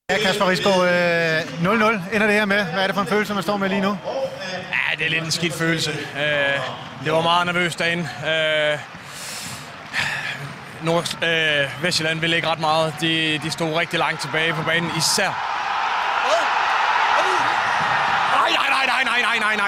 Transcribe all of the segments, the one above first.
Ja, Kasper Risgaard, 0-0 ender det her med. Hvad er det for en følelse, man står med lige nu? Ja, det er lidt en skidt følelse. Det var meget nervøst derinde. Vestjylland ville ikke ret meget. De stod rigtig langt tilbage på banen, især. Nej.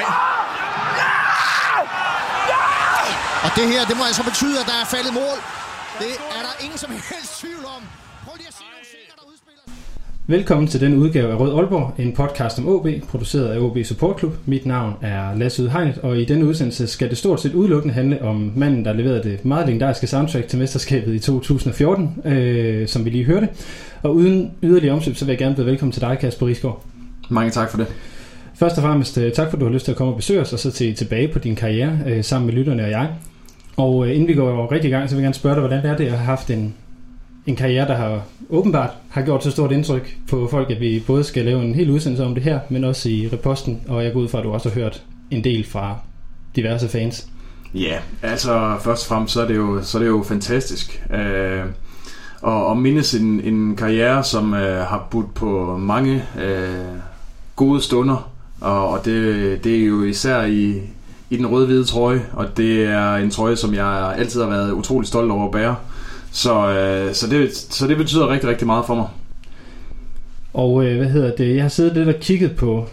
Og det her, det må altså betyde, at der er faldet mål. Det er der ingen som helst tvivl om. Prøv lige at se nogle scener, der udspiller. Velkommen til den udgave af Rød Aalborg, en podcast om OB, produceret af OB Support Club. Mit navn er Lasse Udhegnet, og i denne udsendelse skal det stort set udelukkende handle om manden, der leverede det meget legendariske soundtrack til mesterskabet i 2014, som vi lige hørte. Og uden yderligere omsøg, så vil jeg gerne byde velkommen til dig, Kasper Risgaard. Mange tak for det. Først og fremmest tak for, at du har lyst til at komme og besøge os, og så tilbage på din karriere sammen med lytterne og jeg. Og inden vi går rigtig i gang, så vil jeg gerne spørge dig, hvordan er det at have haft en karriere, der har åbenbart har gjort så stort indtryk på folk, at vi både skal lave en hel udsendelse om det her, men også i reposten, og jeg går ud fra, at du også har hørt en del fra diverse fans. Ja, altså først og fremmest, så er det jo fantastisk. Og mindes en karriere, som har budt på mange gode stunder, og det er jo især i den rød-hvide trøje, og det er en trøje, som jeg altid har været utrolig stolt over at bære. Så det betyder rigtig, rigtig meget for mig. Og jeg har siddet lidt og kigget på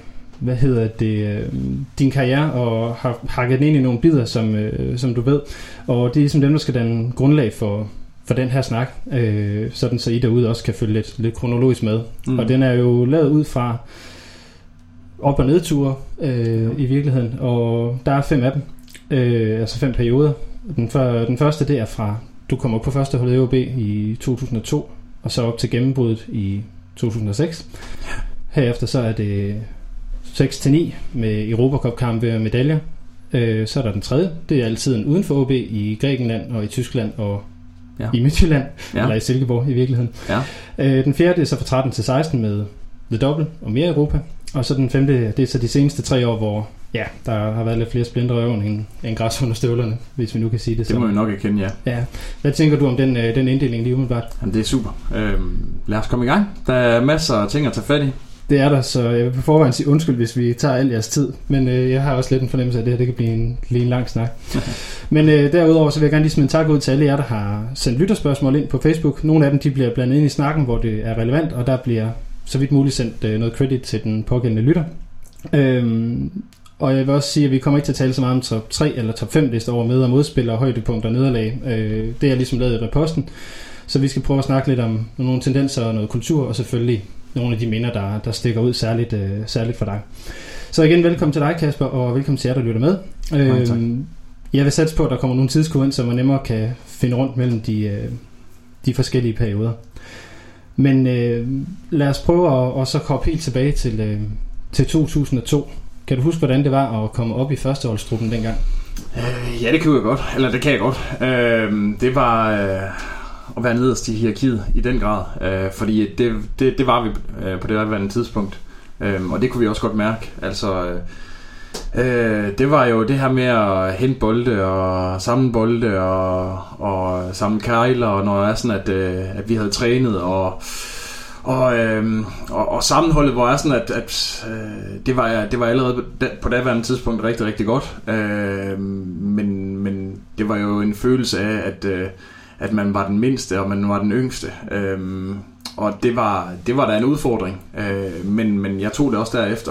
din karriere og har hakket den ind i nogle bidder, som du ved. Og det er ligesom dem, der skal danne grundlag for den her snak, sådan så I derude også kan følge lidt kronologisk med. Og den er jo lavet ud fra op- og nedture i virkeligheden, og der er 5 af dem, altså 5 perioder. Den første, det er fra du kommer på første hold i OB i 2002, og så op til gennembruddet i 2006. Herefter så er det 6-9 med Europacup-kampe og medaljer. Så er der den tredje, det er altid uden for OB i Grækenland og i Tyskland og i Midtjylland, eller i Silkeborg i virkeligheden. Den fjerde, det er så fra 13 til 16 med The Double og mere Europa. Og så den femte, det er så de seneste 3 år, hvor der har været lidt flere splinter i øven end græs under støvlerne, hvis vi nu kan sige det. Det må vi nok erkende, ja. Hvad tænker du om den inddeling lige umiddelbart? Jamen, det er super. Lad os komme i gang. Der er masser af ting at tage fat i. Det er der, så jeg vil på forvejen sige undskyld, hvis vi tager al jeres tid. Men jeg har også lidt en fornemmelse af, at det kan blive en lang snak. Men derudover så vil jeg gerne lige smide en tak ud til alle jer, der har sendt lytterspørgsmål ind på Facebook. Nogle af dem de bliver blandet ind i snakken, hvor det er relevant, og der bliver så vidt muligt sendt noget credit til den pågældende lytter. Og jeg vil også sige, at vi kommer ikke til at tale så meget om top 3 eller top 5 liste over med- og modspillere, højdepunkter og nederlag. Det er ligesom lavet i reposten. Så vi skal prøve at snakke lidt om nogle tendenser og noget kultur, og selvfølgelig nogle af de minder, der stikker ud særligt for dig. Så igen, velkommen til dig, Kasper, og velkommen til jer, der lytter med. Jeg vil satse på, at der kommer nogle tidskurven, så man nemmere kan finde rundt mellem de forskellige perioder. Men lad os prøve at så komme helt tilbage til 2002. Kan du huske, hvordan det var at komme op i førsteholdstruppen dengang? Ja, det kan jeg godt. Eller det kan jeg godt. Det var at være nederst i hierarkiet i den grad. Fordi det var vi på det der tidspunkt. Og det kunne vi også godt mærke. Altså, det var jo det her med at hente bolde og samle bolde og samle kejler, og når det er sådan, at vi havde trænet og sammenholdet var sådan, at det var allerede på daværende tidspunkt rigtig, rigtig godt. Men det var jo en følelse af, at man var den mindste, og man var den yngste. Og det var da en udfordring. Men jeg tog det også derefter.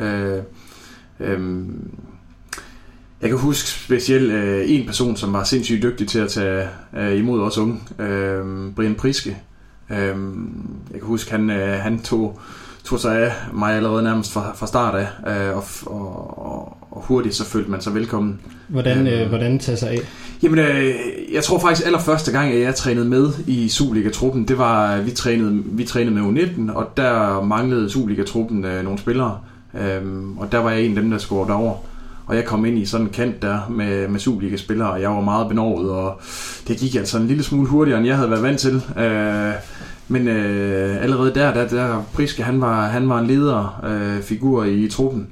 Jeg kan huske specielt en person, som var sindssygt dygtig til at tage imod os unge. Brian Priske. Jeg kan huske, han tog sig af mig allerede nærmest fra start af, og hurtigt så følte man sig velkommen. Hvordan tage sig af? Jamen, jeg tror faktisk allerførste gang, at jeg trænede med i Superliga-truppen, det var, vi trænede med U19, og der manglede Superliga-truppen nogle spillere, og der var jeg en af dem, der skulle derover. Og jeg kom ind i sådan en kant der med Superliga-spillere, og jeg var meget benovet, og det gik altså en lille smule hurtigere, end jeg havde været vant til. Men allerede der Priske, han var en lederfigur i truppen,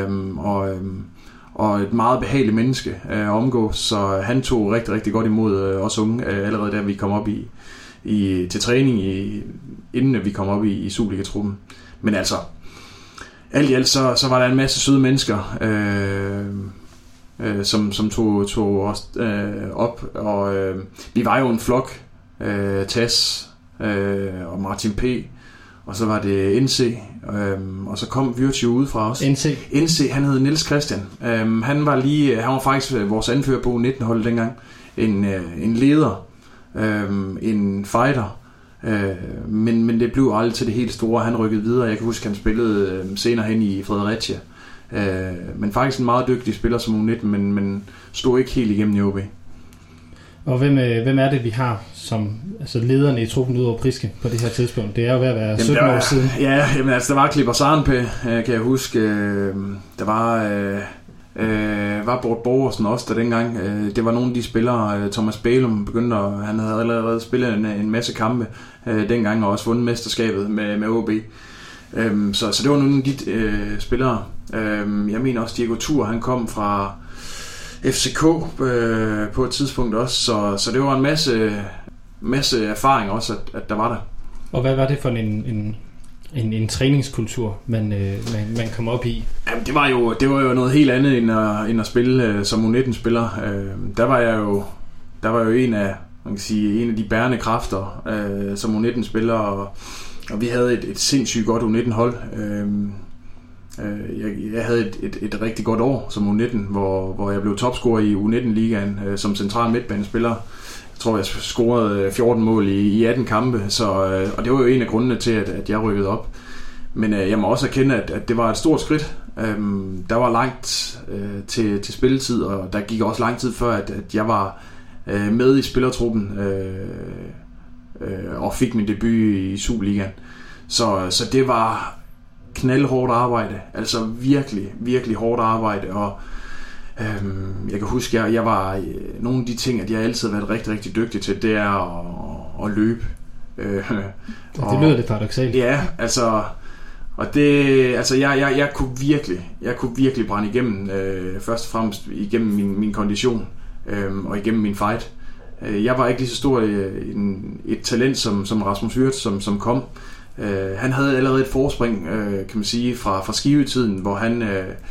og et meget behageligt menneske at omgås, så han tog rigtig, rigtig godt imod os unge, allerede da vi kom op til træning inden vi kom op i Superliga-truppen. Men altså, alt i alt, så var der en masse søde mennesker, som tog os op, og vi var jo en flok, Tas og Martin P., og så var det NC, og så kom Virtue ud fra os. NC, han hed Niels Christian. Han var faktisk vores anfører på U19-holdet dengang. En leder, en fighter, men det blev aldrig til det helt store. Han rykkede videre. Jeg kan huske, han spillede senere hen i Fredericia. Men faktisk en meget dygtig spiller som U19, men stod ikke helt igennem i OB. Og hvem er det, vi har som lederne i truppen ud over Priske på det her tidspunkt? Det er jo ved at være 17 år siden. Ja, jamen, altså, der var Klipper Sarnpe, kan jeg huske. Der var Bort Borgersen også der dengang. Det var nogle af de spillere, Thomas Bælum han havde allerede spillet en masse kampe dengang, og også vundet mesterskabet med OB. Så det var nogle af de spillere. Jeg mener også, Diego Tur, han kom fra FCK på et tidspunkt også, så det var en masse erfaring også, at der var der. Og hvad var det for en træningskultur, man kom op i? Jamen, det var jo noget helt andet end at spille som U19-spiller. Der var jo en af de bærende kræfter som U19-spiller, og vi havde et sindssygt godt U19-hold. Jeg havde et rigtig godt år som U19, hvor jeg blev topscorer i U19-ligaen som central midtbanespiller. Jeg tror, jeg scorede 14 mål i 18 kampe, og det var jo en af grundene til, at jeg rykkede op. Men jeg må også erkende, at det var et stort skridt. Der var langt til spilletid, og der gik også lang tid før, at jeg var med i spillertruppen og fik min debut i Superligaen. Så det var knaldhårdt arbejde, altså virkelig, virkelig hårdt arbejde, og jeg kan huske, jeg var nogle af de ting, at jeg altid har været rigtig, rigtig dygtig til, det er at løbe. Det lyder lidt paradoksalt. Ja, altså, og det, altså jeg kunne virkelig brænde igennem, først og fremmest igennem min kondition, og igennem min fight. Jeg var ikke lige så stor et talent som Rasmus Hirt, som kom. Han havde allerede et forspring, kan man sige, fra Skive-tiden, hvor han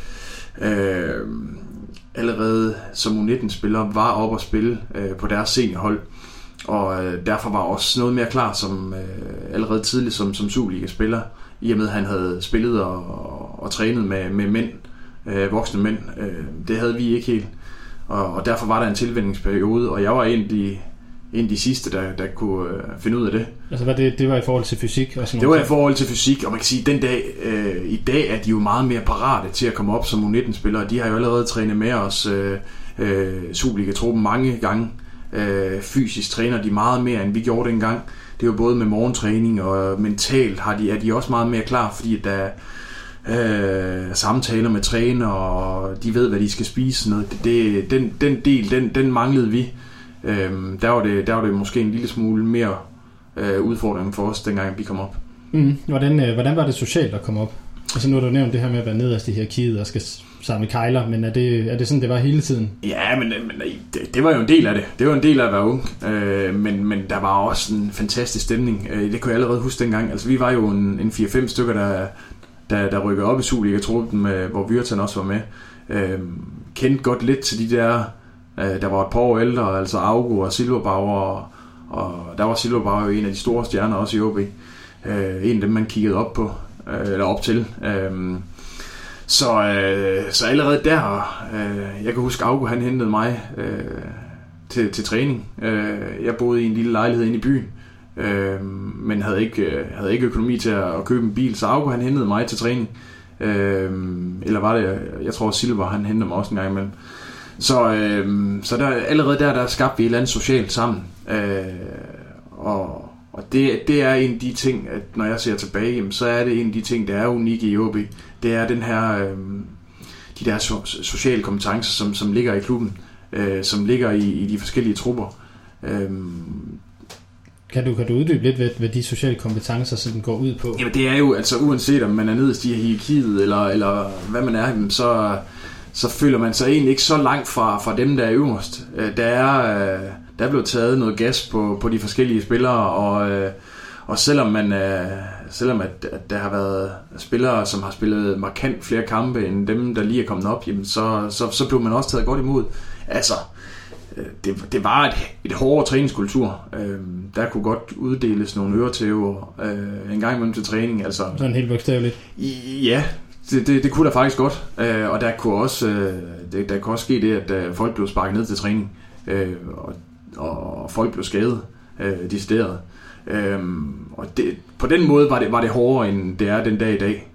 allerede som U19-spiller var oppe at spille på deres seniorhold, og derfor var også noget mere klar som allerede tidligt som Superliga-spiller, i og med at han havde spillet og trænet med mænd, voksne mænd. Det havde vi ikke helt, og derfor var der en tilvænningsperiode, og jeg var en af de sidste, der kunne finde ud af det. Altså det var i forhold til fysik? Og sådan det var i forhold til fysik, og man kan sige, den dag, i dag er de jo meget mere parate til at komme op som U19-spillere. De har jo allerede trænet med os Superliga-truppen mange gange. Fysisk træner de meget mere, end vi gjorde dengang. Det er jo både med morgentræning og mentalt er de også meget mere klar, fordi der samtaler med træner, og de ved, hvad de skal spise. Den del manglede vi. Der var det måske en lille smule mere udfordring for os, dengang vi kom op. Hvordan var det socialt at komme op? Altså nu har du nævnt det her med at være nederst i hierarkiet og skal samle kejler, men er det sådan, det var hele tiden? Ja, men det var jo en del af det. Det var en del af at være ung. Men der var også en fantastisk stemning. Det kunne jeg allerede huske dengang. Altså vi var jo en 4-5 stykker, der rykkede op i Superliga-truppen, hvor Virtan også var med. Kendte godt lidt til de der var et par år ældre, altså Augo og Silberbauer, og der var Silberbauer jo en af de store stjerner også i OB. En af dem, man kiggede op til. Så allerede der, jeg kan huske, Augo han hentede mig til træning. Jeg boede i en lille lejlighed inde i byen, men havde ikke økonomi til at købe en bil, så Augo han hentede mig til træning. Eller var det, jeg tror Silber han hentede mig også en gang imellem. Så der, allerede der skabte vi et eller andet socialt sammen, og det er en af de ting, at når jeg ser tilbage, så er det en af de ting, der er unikke i OB. Det er den her, de der sociale kompetencer, som ligger i klubben, som ligger i de forskellige trupper. Kan du uddybe lidt, hvad de sociale kompetencer sådan går ud på? Jamen det er jo, altså uanset om man er nederst i hierarkiet, eller hvad man er, så føler man sig egentlig ikke så langt fra dem, der er øverst. Der er blevet taget noget gas på de forskellige spillere, Og selvom at der har været spillere, som har spillet markant flere kampe end dem, der lige er kommet op, jamen så blev man også taget godt imod. Altså, det var et hårdere træningskultur. Der kunne godt uddeles nogle øretæver en gang imellem til træning. Altså, sådan helt bogstaveligt? Ja, det kunne der faktisk godt. Og der kunne også ske det, at folk blev sparket ned til træning, og folk blev skadet decideret. Og på den måde var det hårdere, end det er den dag i dag.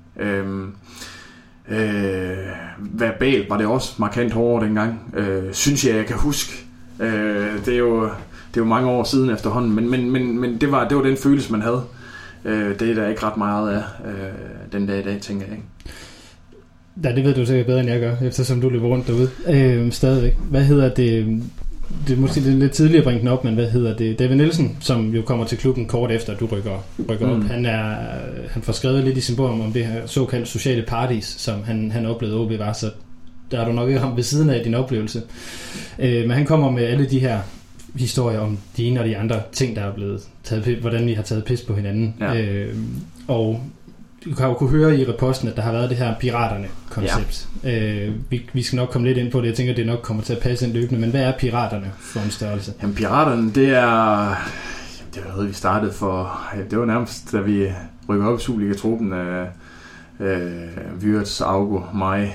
Verbalt var det også markant hårdere dengang, synes jeg kan huske. Det er jo mange år siden efterhånden, men det var den følelse, man havde. Det er der ikke ret meget af den dag i dag, tænker jeg. Ja, det ved du sikkert bedre, end jeg gør, eftersom du løber rundt derude. Stadigvæk. Hvad hedder det? Det er måske lidt tidligere at bringe den op, men hvad hedder det? David Nielsen, som jo kommer til klubben kort efter, at du rykker op. Han får skrevet lidt i sin bog om det her såkaldt sociale paradis, som han oplevede OB var, så der er du nok ikke ham ved siden af din oplevelse. Men han kommer med alle de her historier om de ene og de andre ting, der er blevet taget, hvordan vi har taget pis på hinanden. Ja. Og du kan jo kunne høre i reposten, at der har været det her piraterne-koncept. Ja. Vi skal nok komme lidt ind på det. Jeg tænker, at det nok kommer til at passe ind løbende. Men hvad er piraterne for en størrelse? Jamen, piraterne, det var noget, vi startede for... Det var nærmest, da vi rykkede op i Superliga-truppen. Wirtz, Augo, mig...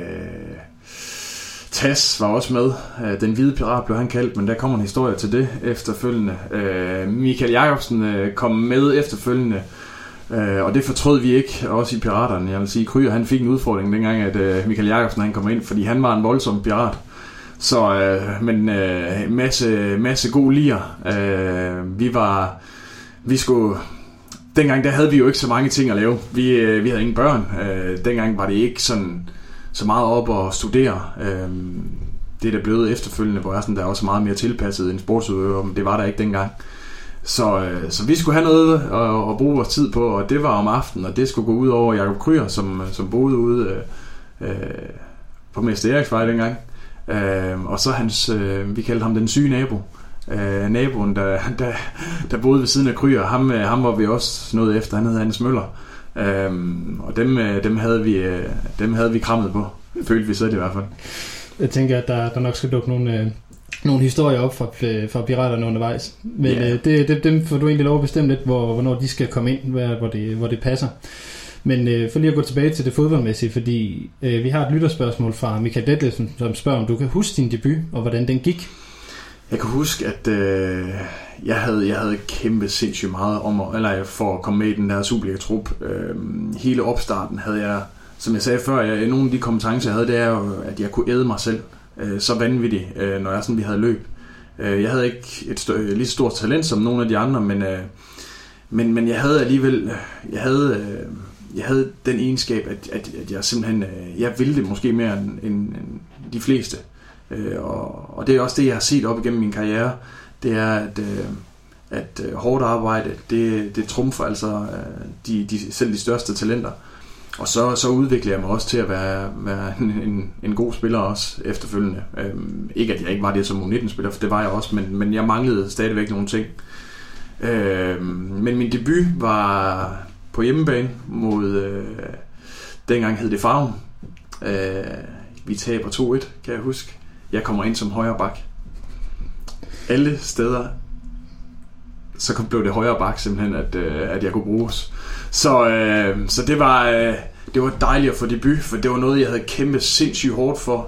Tas var også med. Den hvide pirat blev han kaldt, men der kommer en historie til det efterfølgende. Michael Jacobsen kom med efterfølgende, og det fortrød vi ikke, også i piraterne. Jeg vil sige, Kryer han fik en udfordring dengang, at Michael Jacobsen han kom ind, fordi han var en voldsom pirat. Så, men masse gode lier. Vi skulle... Dengang der havde vi jo ikke så mange ting at lave. Vi havde ingen børn. Dengang var det ikke sådan... så meget op og studere. Det er der blevet efterfølgende, hvor der er også meget mere tilpasset en sportsudøver, men det var der ikke dengang. Så vi skulle have noget at bruge vores tid på, og det var om aftenen, og det skulle gå ud over Jakob Kryer, som boede ude på Mester Eriksvej dengang. Og så vi kaldte ham den syge nabo. Naboen, der boede ved siden af Kryer, ham var vi også noget efter, han hed Hans Møller. Og dem havde vi krammet på, følte vi selv i hvert fald. Jeg tænker, at der nok skal dukke nogle historier op fra piraterne undervejs. Men dem får du egentlig lov at bestemme lidt, hvornår de skal komme ind, hvor det passer. Men for lige at gå tilbage til det fodboldmæssige, fordi vi har et lytterspørgsmål fra Michael Detlefsen, som spørger, om du kan huske din debut, og hvordan den gik. Jeg kan huske, at jeg havde kæmpet sindssygt meget for at komme med i den der Superliga-trup. Hele opstarten havde jeg, som jeg sagde før, nogle af de kompetencer, jeg havde, det er jo, at jeg kunne æde mig selv så vanvittigt, når vi havde løb. Jeg havde ikke et lige stort talent som nogle af de andre, men jeg havde alligevel, jeg havde den egenskab, at jeg simpelthen, jeg ville det måske mere end de fleste. Og det er også det, jeg har set op igennem min karriere. Det er, at hårdt arbejde, det trumfer altså selv de største talenter. Og så udvikler jeg mig også til at være en god spiller også efterfølgende. Ikke at jeg ikke var det som U19-spiller, for det var jeg også, men jeg manglede stadigvæk nogle ting. Men min debut var på hjemmebane mod, dengang hed det Farum. Vi taber 2-1, kan jeg huske. Jeg kommer ind som højre bak. Alle steder, så blev det højre bak simpelthen, at jeg kunne bruges. Så det var dejligt at få debut, for det var noget, jeg havde kæmpet sindssygt hårdt for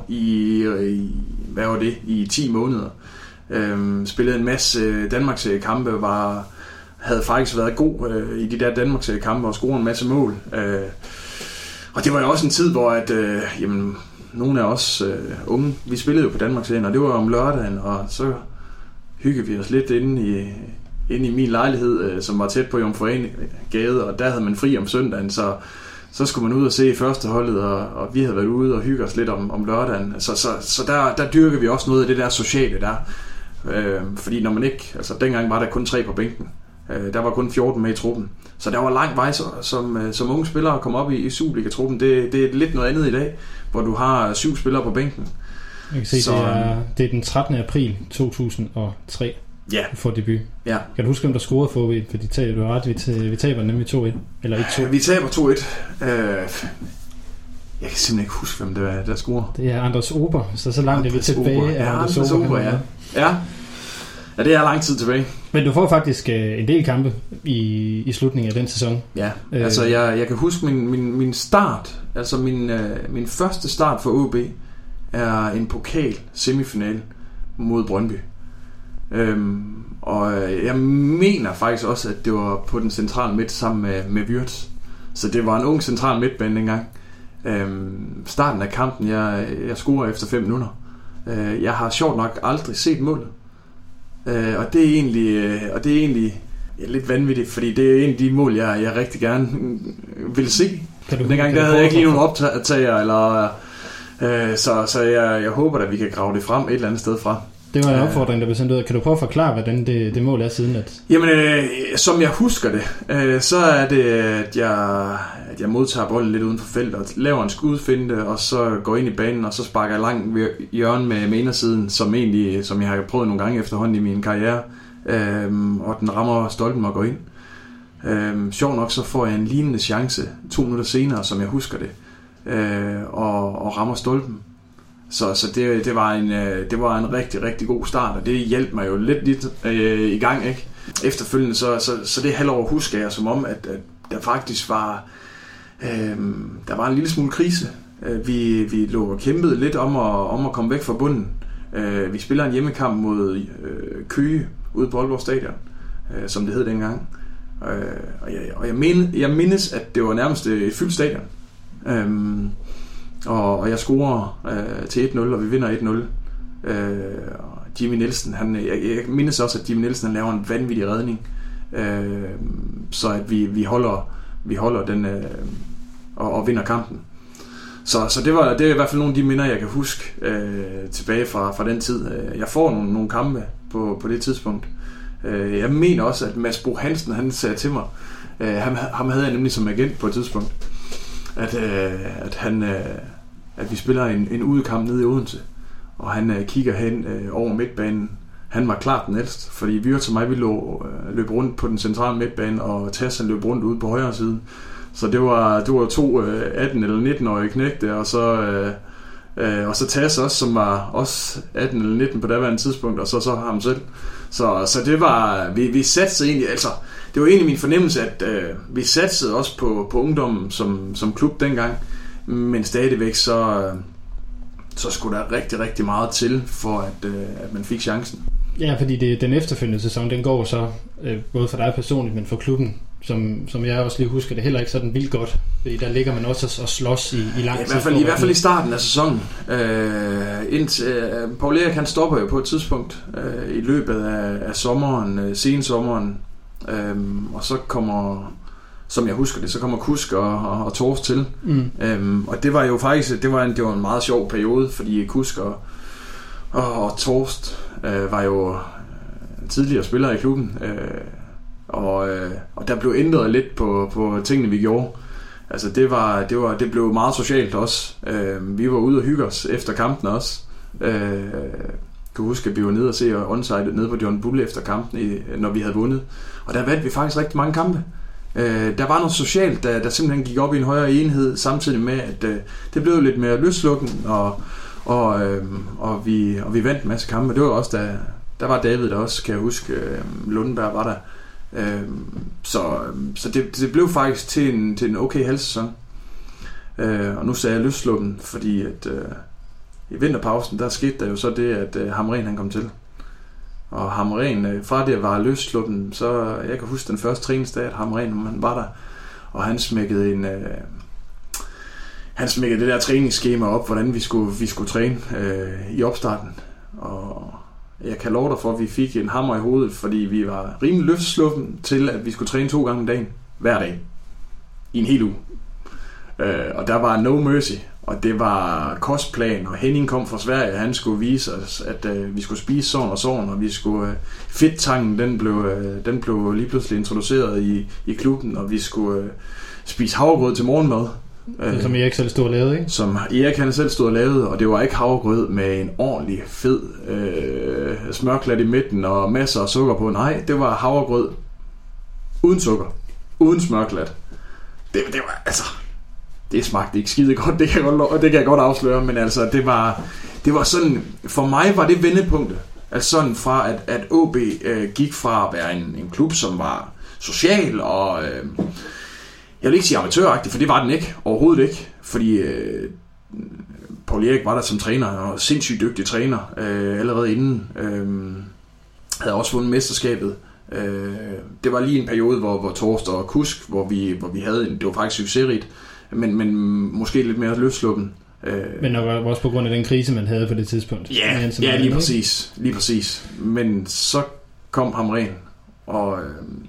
i 10 måneder. Spillede en masse Danmarksseriekampe, havde faktisk været god i de der Danmarksseriekampe og scoret en masse mål. Og det var jo også en tid, hvor nogle af os unge, vi spillede jo på Danmarksserien, og det var om lørdagen, og så hyggede vi os lidt inde i min lejlighed, som var tæt på Jomfruengade, og der havde man fri om søndagen, så skulle man ud og se førsteholdet, og vi havde været ude og hygge os lidt om lørdagen. Så der dyrker vi også noget af det der sociale der. Fordi når man ikke, altså dengang var der kun 3 på bænken. Der var kun 14 med i truppen. Så der var lang vej som unge spillere at komme op i Superliga-truppen. Det er lidt noget andet i dag, hvor du har 7 spillere på bænken. Jeg kan se, det er den 13. april 2003. Ja. For debut. Ja. Kan du huske, hvem der scorede for OB? For du har ret, vi taber nemlig 2-1. Eller 1-2. Vi taber 2-1. Jeg kan simpelthen ikke huske, hvem det var, der scorede. Det er Anders Ober, så langt er vi tilbage. Ja, Anders Ober, ja. Ja, det er lang tid tilbage. Men du får faktisk en del kampe i slutningen af den sæson. Ja, altså jeg kan huske min start, altså min første start for OB er en pokal semifinal mod Brøndby. Og jeg mener faktisk også, at det var på den centrale midt sammen med Wirtz. Så det var en ung central midtbane dengang. Starten af kampen, jeg scorer efter 5 minutter. Jeg har sjovt nok aldrig set målet. Og det er egentlig lidt vanvittigt, fordi det er en af de mål, jeg rigtig gerne vil se. Dengang der havde jeg ikke lige nogen optager, eller så jeg håber at vi kan grave det frem et eller andet sted fra. Det var en opfordring, der blev sendt ud. Kan du prøve at forklare, hvordan det mål er siden at... Jamen, som jeg husker det, så er det, at jeg modtager bolden lidt uden for feltet og laver en skudfinte, og så går ind i banen, og så sparker jeg langt ved hjørnet med indersiden, som jeg har prøvet nogle gange efterhånden i min karriere, og den rammer stolpen og går ind. Sjovt nok, så får jeg en lignende chance 2 minutter senere, som jeg husker det, og rammer stolpen. Så det var en rigtig, rigtig god start, og det hjalp mig jo lidt i gang, ikke? Efterfølgende, så det halvår husker jeg som om, at der faktisk var, der var en lille smule krise. Vi lå og kæmpede lidt om at komme væk fra bunden. Vi spiller en hjemmekamp mod Køge ude på Aalborg Stadion, som det hed dengang. Og jeg mindes, at det var nærmest et fyldt stadion. Og jeg scorer til 1-0, og vi vinder 1-0. Jimmy Nielsen, jeg mindes også, at Jimmy Nielsen laver en vanvittig redning, så at vi holder den og vinder kampen. Så det er i hvert fald nogle af de minder, jeg kan huske tilbage fra den tid. Jeg får nogle kampe på det tidspunkt. Jeg mener også, at Mads Bo Hansen, han sagde til mig, ham havde jeg nemlig som agent på et tidspunkt, at vi spiller en udekamp nede i Odense, og han kigger hen over midtbanen. Han var klart den ældste, fordi Wirtz og mig, vi løb rundt på den centrale midtbane, og Tass løb rundt ude på højre side. Så det var 2 18 eller 19-årige knægte, og så Tass også, som var også 18 eller 19 på daværende tidspunkt, og så ham selv. Så det var, vi satsede egentlig, altså det var egentlig min fornemmelse, at vi satsede også på ungdommen som klub dengang, men stadigvæk så skulle der rigtig, rigtig meget til, for at man fik chancen. Ja, fordi den efterfølgende sæson, den går så både for dig personligt, men for klubben, som jeg også lige husker, det heller ikke sådan vildt godt, fordi der ligger man også og slås i lang tid. I hvert fald i starten af sæsonen. Paul Erik, han stopper jo på et tidspunkt i løbet af sommeren, sensommeren, og så kommer, som jeg husker det, så kommer Kusk og Torst til. Og det var jo faktisk det var en meget sjov periode, fordi Kusk og Torst var jo tidligere spillere i klubben, og der blev ændret lidt på tingene, vi gjorde. Altså det blev meget socialt også. Vi var ude og hygge os efter kampen også. Kan huske, at vi var nede og se onside nede på John Bull efter kampen, når vi havde vundet. Og der vandt vi faktisk rigtig mange kampe. Der var noget socialt, der simpelthen gik op i en højere enhed, samtidig med, at det blev lidt mere løslukken, og vi vandt en masse kampe. Det var også, der var David der også, kan jeg huske. Lundenberg var der. Så det blev faktisk til en okay halvsæson. Og nu sagde jeg løslukken, fordi at i vinterpausen, der skete der jo så det, at Hamren han kom til. Og Hamren, fra det var løslukken, så jeg kan huske den første træningsdag, at Hamren, han var der, og han smækkede det der træningsskema op, hvordan vi skulle træne i opstarten. Og jeg kan love dig for, at vi fik en hammer i hovedet, fordi vi var rimelig løftsluppen til, at vi skulle træne 2 gange om dagen, hver dag, i en hel uge. Og der var no mercy, og det var kostplan, og Henning kom fra Sverige, han skulle vise os, at vi skulle spise sådan og sådan, og vi skulle fedttangen, den blev lige pludselig introduceret i klubben, og vi skulle spise havregrød til morgenmad, Som Erik selv stod og lavede, ikke? Som Erik han selv stod og lavede, og det var ikke havregrød med en ordentlig fed smørklat i midten og masser af sukker på. Nej, det var havregrød uden sukker, uden smørklat. Det var altså, det smagte ikke skide godt, det kan jeg godt afsløre, men altså det var sådan, for mig var det vendepunktet. Altså sådan fra at OB gik fra at være en klub, som var social og jeg vil ikke sige amatøragtig, for det var den ikke, overhovedet ikke, fordi Poul Erik var der som træner, og sindssygt dygtig træner allerede inden, havde også vundet mesterskabet. Det var lige en periode, hvor Torst og Kusk, hvor vi havde det var faktisk succesrigt, men måske lidt mere løsluppen. Men det var også på grund af den krise, man havde på det tidspunkt. Ja, lige præcis. Men så kom Hamrén, og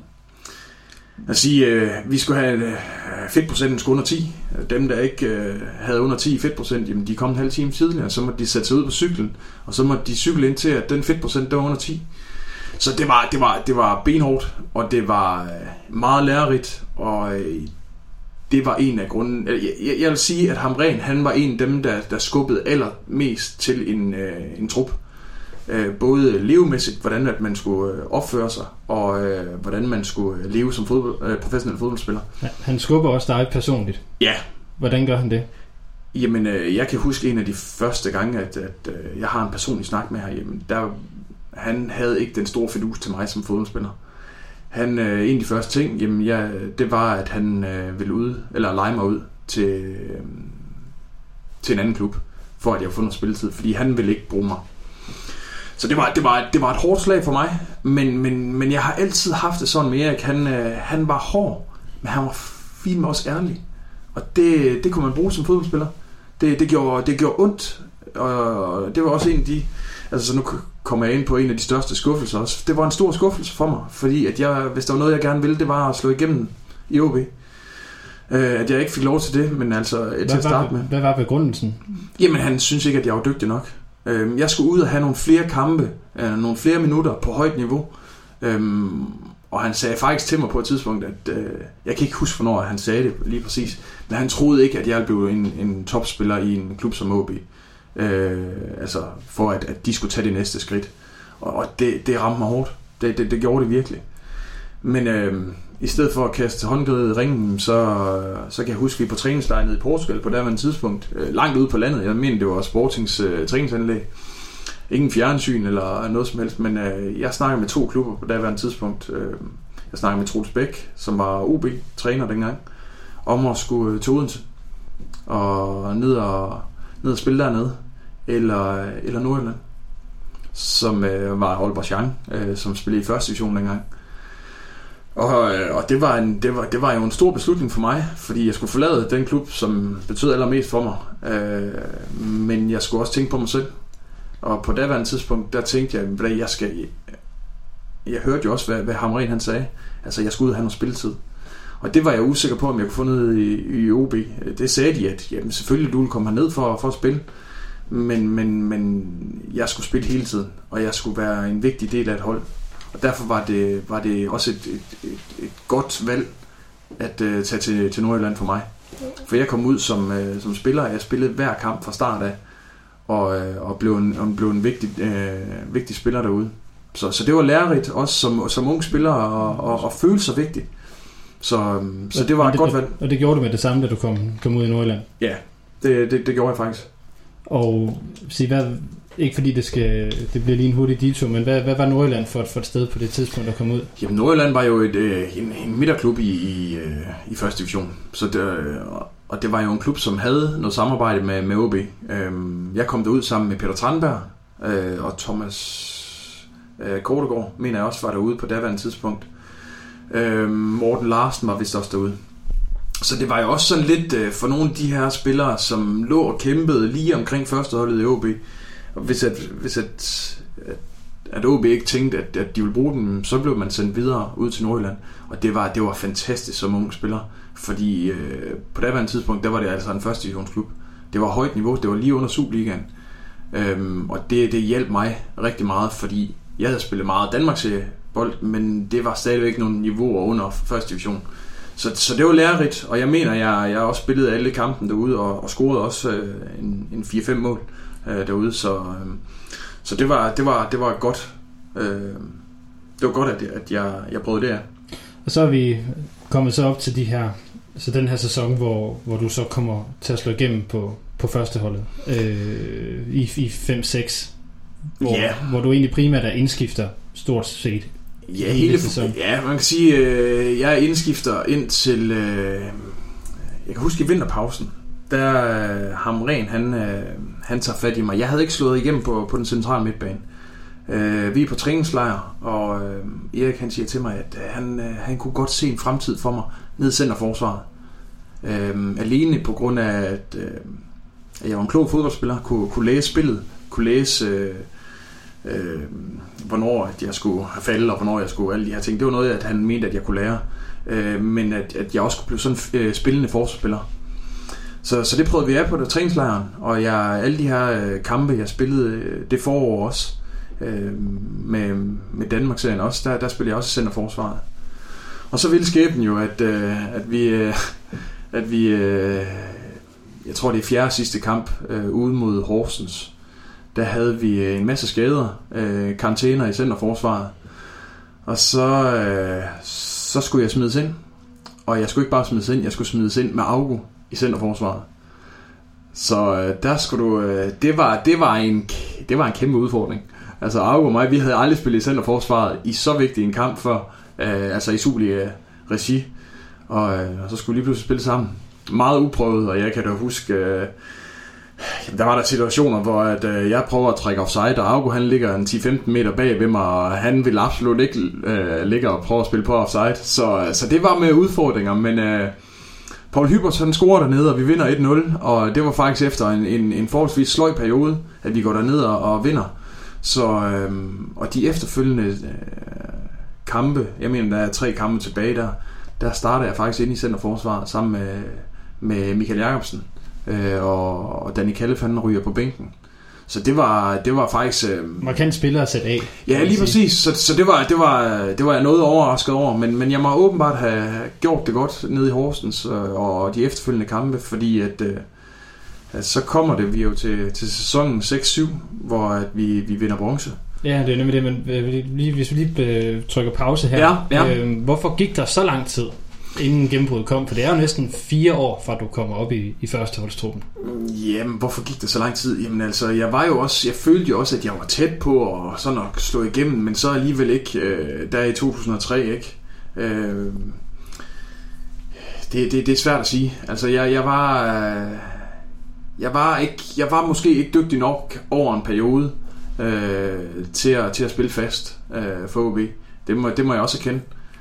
at sige, vi skulle have fedtprocenten skulle under 10. Dem, der ikke havde under 10 fedtprocent, jamen de kom en halv time tidligere, så måtte de sætte sig ud på cyklen, og så måtte de cykle ind til, at den fedtprocent der var under 10. Så det var benhårdt, og det var meget lærerigt, og det var en af grunden. Jeg vil sige, at Hamrén, han var en af dem, der skubbede allermest til en trup. Både levemæssigt, hvordan at man skulle opføre sig, og hvordan man skulle leve som professionel fodboldspiller. Ja, han skubber også dig personligt. Ja. Hvordan gør han det? Jamen, jeg kan huske en af de første gange, at jeg har en personlig snak med herhjemme. Han havde ikke den store fidus til mig som fodboldspiller. En af de første ting, jamen, det var, at han ville lege mig ud til en anden klub, for at jeg kunne få noget spilletid, fordi han ville ikke bruge mig. Så det var et hårdt slag for mig, men jeg har altid haft det sådan med Erik. Han var hård, men han var fint med også ærlig. Og det kunne man bruge som fodboldspiller. Det gjorde ondt, og det var også en af de... Altså, så nu kommer jeg ind på en af de største skuffelser også. Det var en stor skuffelse for mig, fordi at hvis der var noget, jeg gerne ville, det var at slå igennem i OB. At jeg ikke fik lov til det, men altså til at starte med. Hvad var begrundelsen? Jamen, han synes ikke, at jeg var dygtig nok. Jeg skulle ud og have nogle flere kampe, nogle flere minutter på højt niveau. Og han sagde faktisk til mig på et tidspunkt, at jeg kan ikke huske, hvornår han sagde det lige præcis, men han troede ikke, at jeg blev en topspiller i en klub som OB. Altså for at de skulle tage det næste skridt. Og det ramte mig hårdt. Det gjorde det virkelig. Men i stedet for at kaste håndklædet i ringen, så kan jeg huske, at vi på træningslejren i Portugal på daværende tidspunkt, langt ude på landet, jeg mener det var Sportings træningsanlæg, ingen fjernsyn eller noget som helst, men jeg snakkede med 2 klubber på daværende tidspunkt. Jeg snakkede med Troels Bæk, som var OB-træner dengang, om at skulle til Odense og ned og spille dernede, eller Nordjylland, som var Aalborg Young, som spillede i første division dengang. Og det var jo en stor beslutning for mig, fordi jeg skulle forlade den klub, som betød allermest for mig. Men jeg skulle også tænke på mig selv. Og på daværende tidspunkt, der tænkte jeg, at jeg hørte jo også, hvad Hamrén han sagde. Altså, jeg skulle ud og have noget spilletid. Og det var jeg usikker på, om jeg kunne få noget i OB. Det sagde de, at jamen, selvfølgelig du ville komme herned for at spille. Men jeg skulle spille hele tiden, og jeg skulle være en vigtig del af et hold. Og derfor var det også et godt valg at tage til Nordjylland for mig. For jeg kom ud som spiller, jeg spillede hver kamp fra start af, og blev en vigtig spiller derude. Så det var lærerigt, også som ung spiller, og føle sig vigtig. Så det var et godt valg. Og det gjorde du med det samme, da du kom ud i Nordjylland? Ja, det gjorde jeg faktisk. Og ikke fordi det bliver lige en hurtig detour, men hvad var Nordjylland for et sted på det tidspunkt, der kom ud? Jamen, Nordjylland var jo en midterklub i første division. Og det var jo en klub, som havde noget samarbejde med OB. Jeg kom derud sammen med Peter Tranberg og Thomas Kortegård, mener jeg også var derude på daværende tidspunkt. Morten Larsen var vist også derude. Så det var jo også sådan lidt for nogle af de her spillere, som lå og kæmpede lige omkring førsteholdet i OB. Og hvis OB ikke tænkte, at de ville bruge dem, så blev man sendt videre ud til Nordjylland. Og det var fantastisk som ung spiller, fordi på daværende tidspunkt, der var det altså en første divisionsklub. Det var højt niveau, det var lige under Superligaen. Og det hjalp mig rigtig meget, fordi jeg havde spillet meget Danmarksserie bold, men det var stadigvæk nogle niveauer under første division. Så det var lærerigt, og jeg mener, jeg også spillede alle kampen derude, og scorede også en 4-5 mål derude, så det var godt. Det var godt, at jeg prøvede det af. Og så er vi kommet så op til den her sæson, hvor du så kommer til at slå igennem på førsteholdet i 5-6, hvor du egentlig primært er indskifter stort set. Ja, hele sæsonen. Ja, man kan sige, jeg er indskifter ind til, jeg kan huske i vinterpausen, der Hamren, han tager fat i mig. Jeg havde ikke slået igennem på den centrale midtbane. Vi er på træningslejr, og Erik han siger til mig, at han kunne godt se en fremtid for mig ned i centerforsvaret. Alene på grund af, at jeg var en klog fodboldspiller, kunne læse spillet, kunne læse hvornår at jeg skulle have faldet, og hvornår jeg skulle alle de her ting. Det var noget, at han mente, at jeg kunne lære, men at jeg også kunne blive sådan spillende forsvarsspiller. Så det prøvede vi af på træningslejren, og alle de her kampe, jeg spillede det forår også, med Danmark-serien også, der spillede jeg også i centerforsvaret. Og så ville skæbnen jo, at vi jeg tror det er 4. sidste kamp ude mod Horsens, der havde vi en masse skader, karantæner i centerforsvaret, og så skulle jeg smides ind, og jeg skulle ikke bare smides ind, jeg skulle smides ind med Augo i centerforsvaret. Så der skulle du, det var en kæmpe udfordring. Altså Augo og mig, vi havde aldrig spillet i centerforsvaret i så vigtig en kamp før, altså i Superliga-regi, og så skulle vi lige pludselig spille sammen. Meget uprøvet, og jeg kan da huske, der var der situationer, hvor jeg prøver at trække offside, og Augo han ligger en 10-15 meter bag ved mig, og han vil absolut ikke ligge og prøve at spille på offside. Så det var med udfordringer, men Paul Hybert han scorer dernede, og vi vinder 1-0, og det var faktisk efter en forholdsvis sløj periode, at vi går derned og vinder. Så, og de efterfølgende kampe, jeg mener der er 3 kampe tilbage der starter jeg faktisk ind i centerforsvaret sammen med Michael Jacobsen, og Danny Kallef han ryger på bænken. Så det var faktisk markant spiller at sætte af. Ja, lige præcis. Så det var jeg noget overrasket over, men jeg må åbenbart have gjort det godt nede i Horsens og de efterfølgende kampe, fordi at så kommer det vi jo til sæsonen 6-7, hvor at vi vinder bronze. Ja, det er nemlig det, men hvis vi lige trykker pause her. Ja. Hvorfor gik der så lang tid, inden gennembruddet kom? For det er jo næsten 4 år, fra du kommer op i førsteholdstruppen. Jamen, hvorfor gik der så lang tid? Jamen altså, jeg følte jo også, at jeg var tæt på at sådan at slå igennem, men så alligevel ikke, der i 2003, ikke? Det er svært at sige. Altså, jeg var måske ikke dygtig nok over en periode til at spille fast for OB. Det må jeg også erkende.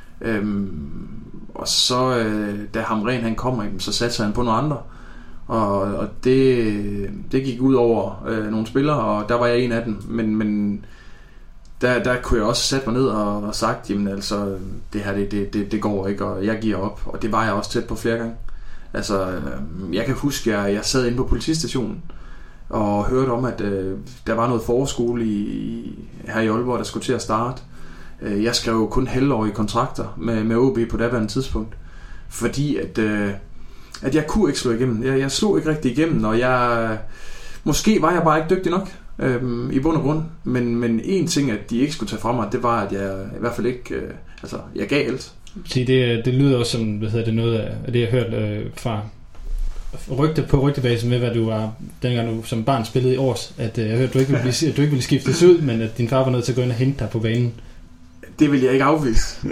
Og så da Hamren han kommer, så satte han på nogle andre, og det gik ud over nogle spillere, og der var jeg en af dem, men der kunne jeg også sætte mig ned og sagt, jamen altså det her det går ikke, og jeg giver op, og det var jeg også tæt på flere gange. Altså jeg kan huske jeg sad inde på politistationen og hørte om at der var noget forskole her i Aalborg, der skulle til at starte. Jeg skrev kun halvårige kontrakter med OB på daværende tidspunkt, fordi at jeg kunne ikke slå igennem. Jeg slog ikke rigtig igennem, og måske var jeg bare ikke dygtig nok i bund og grund. Men en ting, at de ikke skulle tage fra mig, det var, at jeg i hvert fald ikke, jeg gav alt. Det lyder også som, noget af det, jeg har hørt fra rygtebasen med, hvad du var, dengang du som barn spillede i Års, at jeg hørte, at du ikke ville skiftes ud, men at din far var nødt til at gå ind og hente dig på banen. Det vil jeg ikke afvise.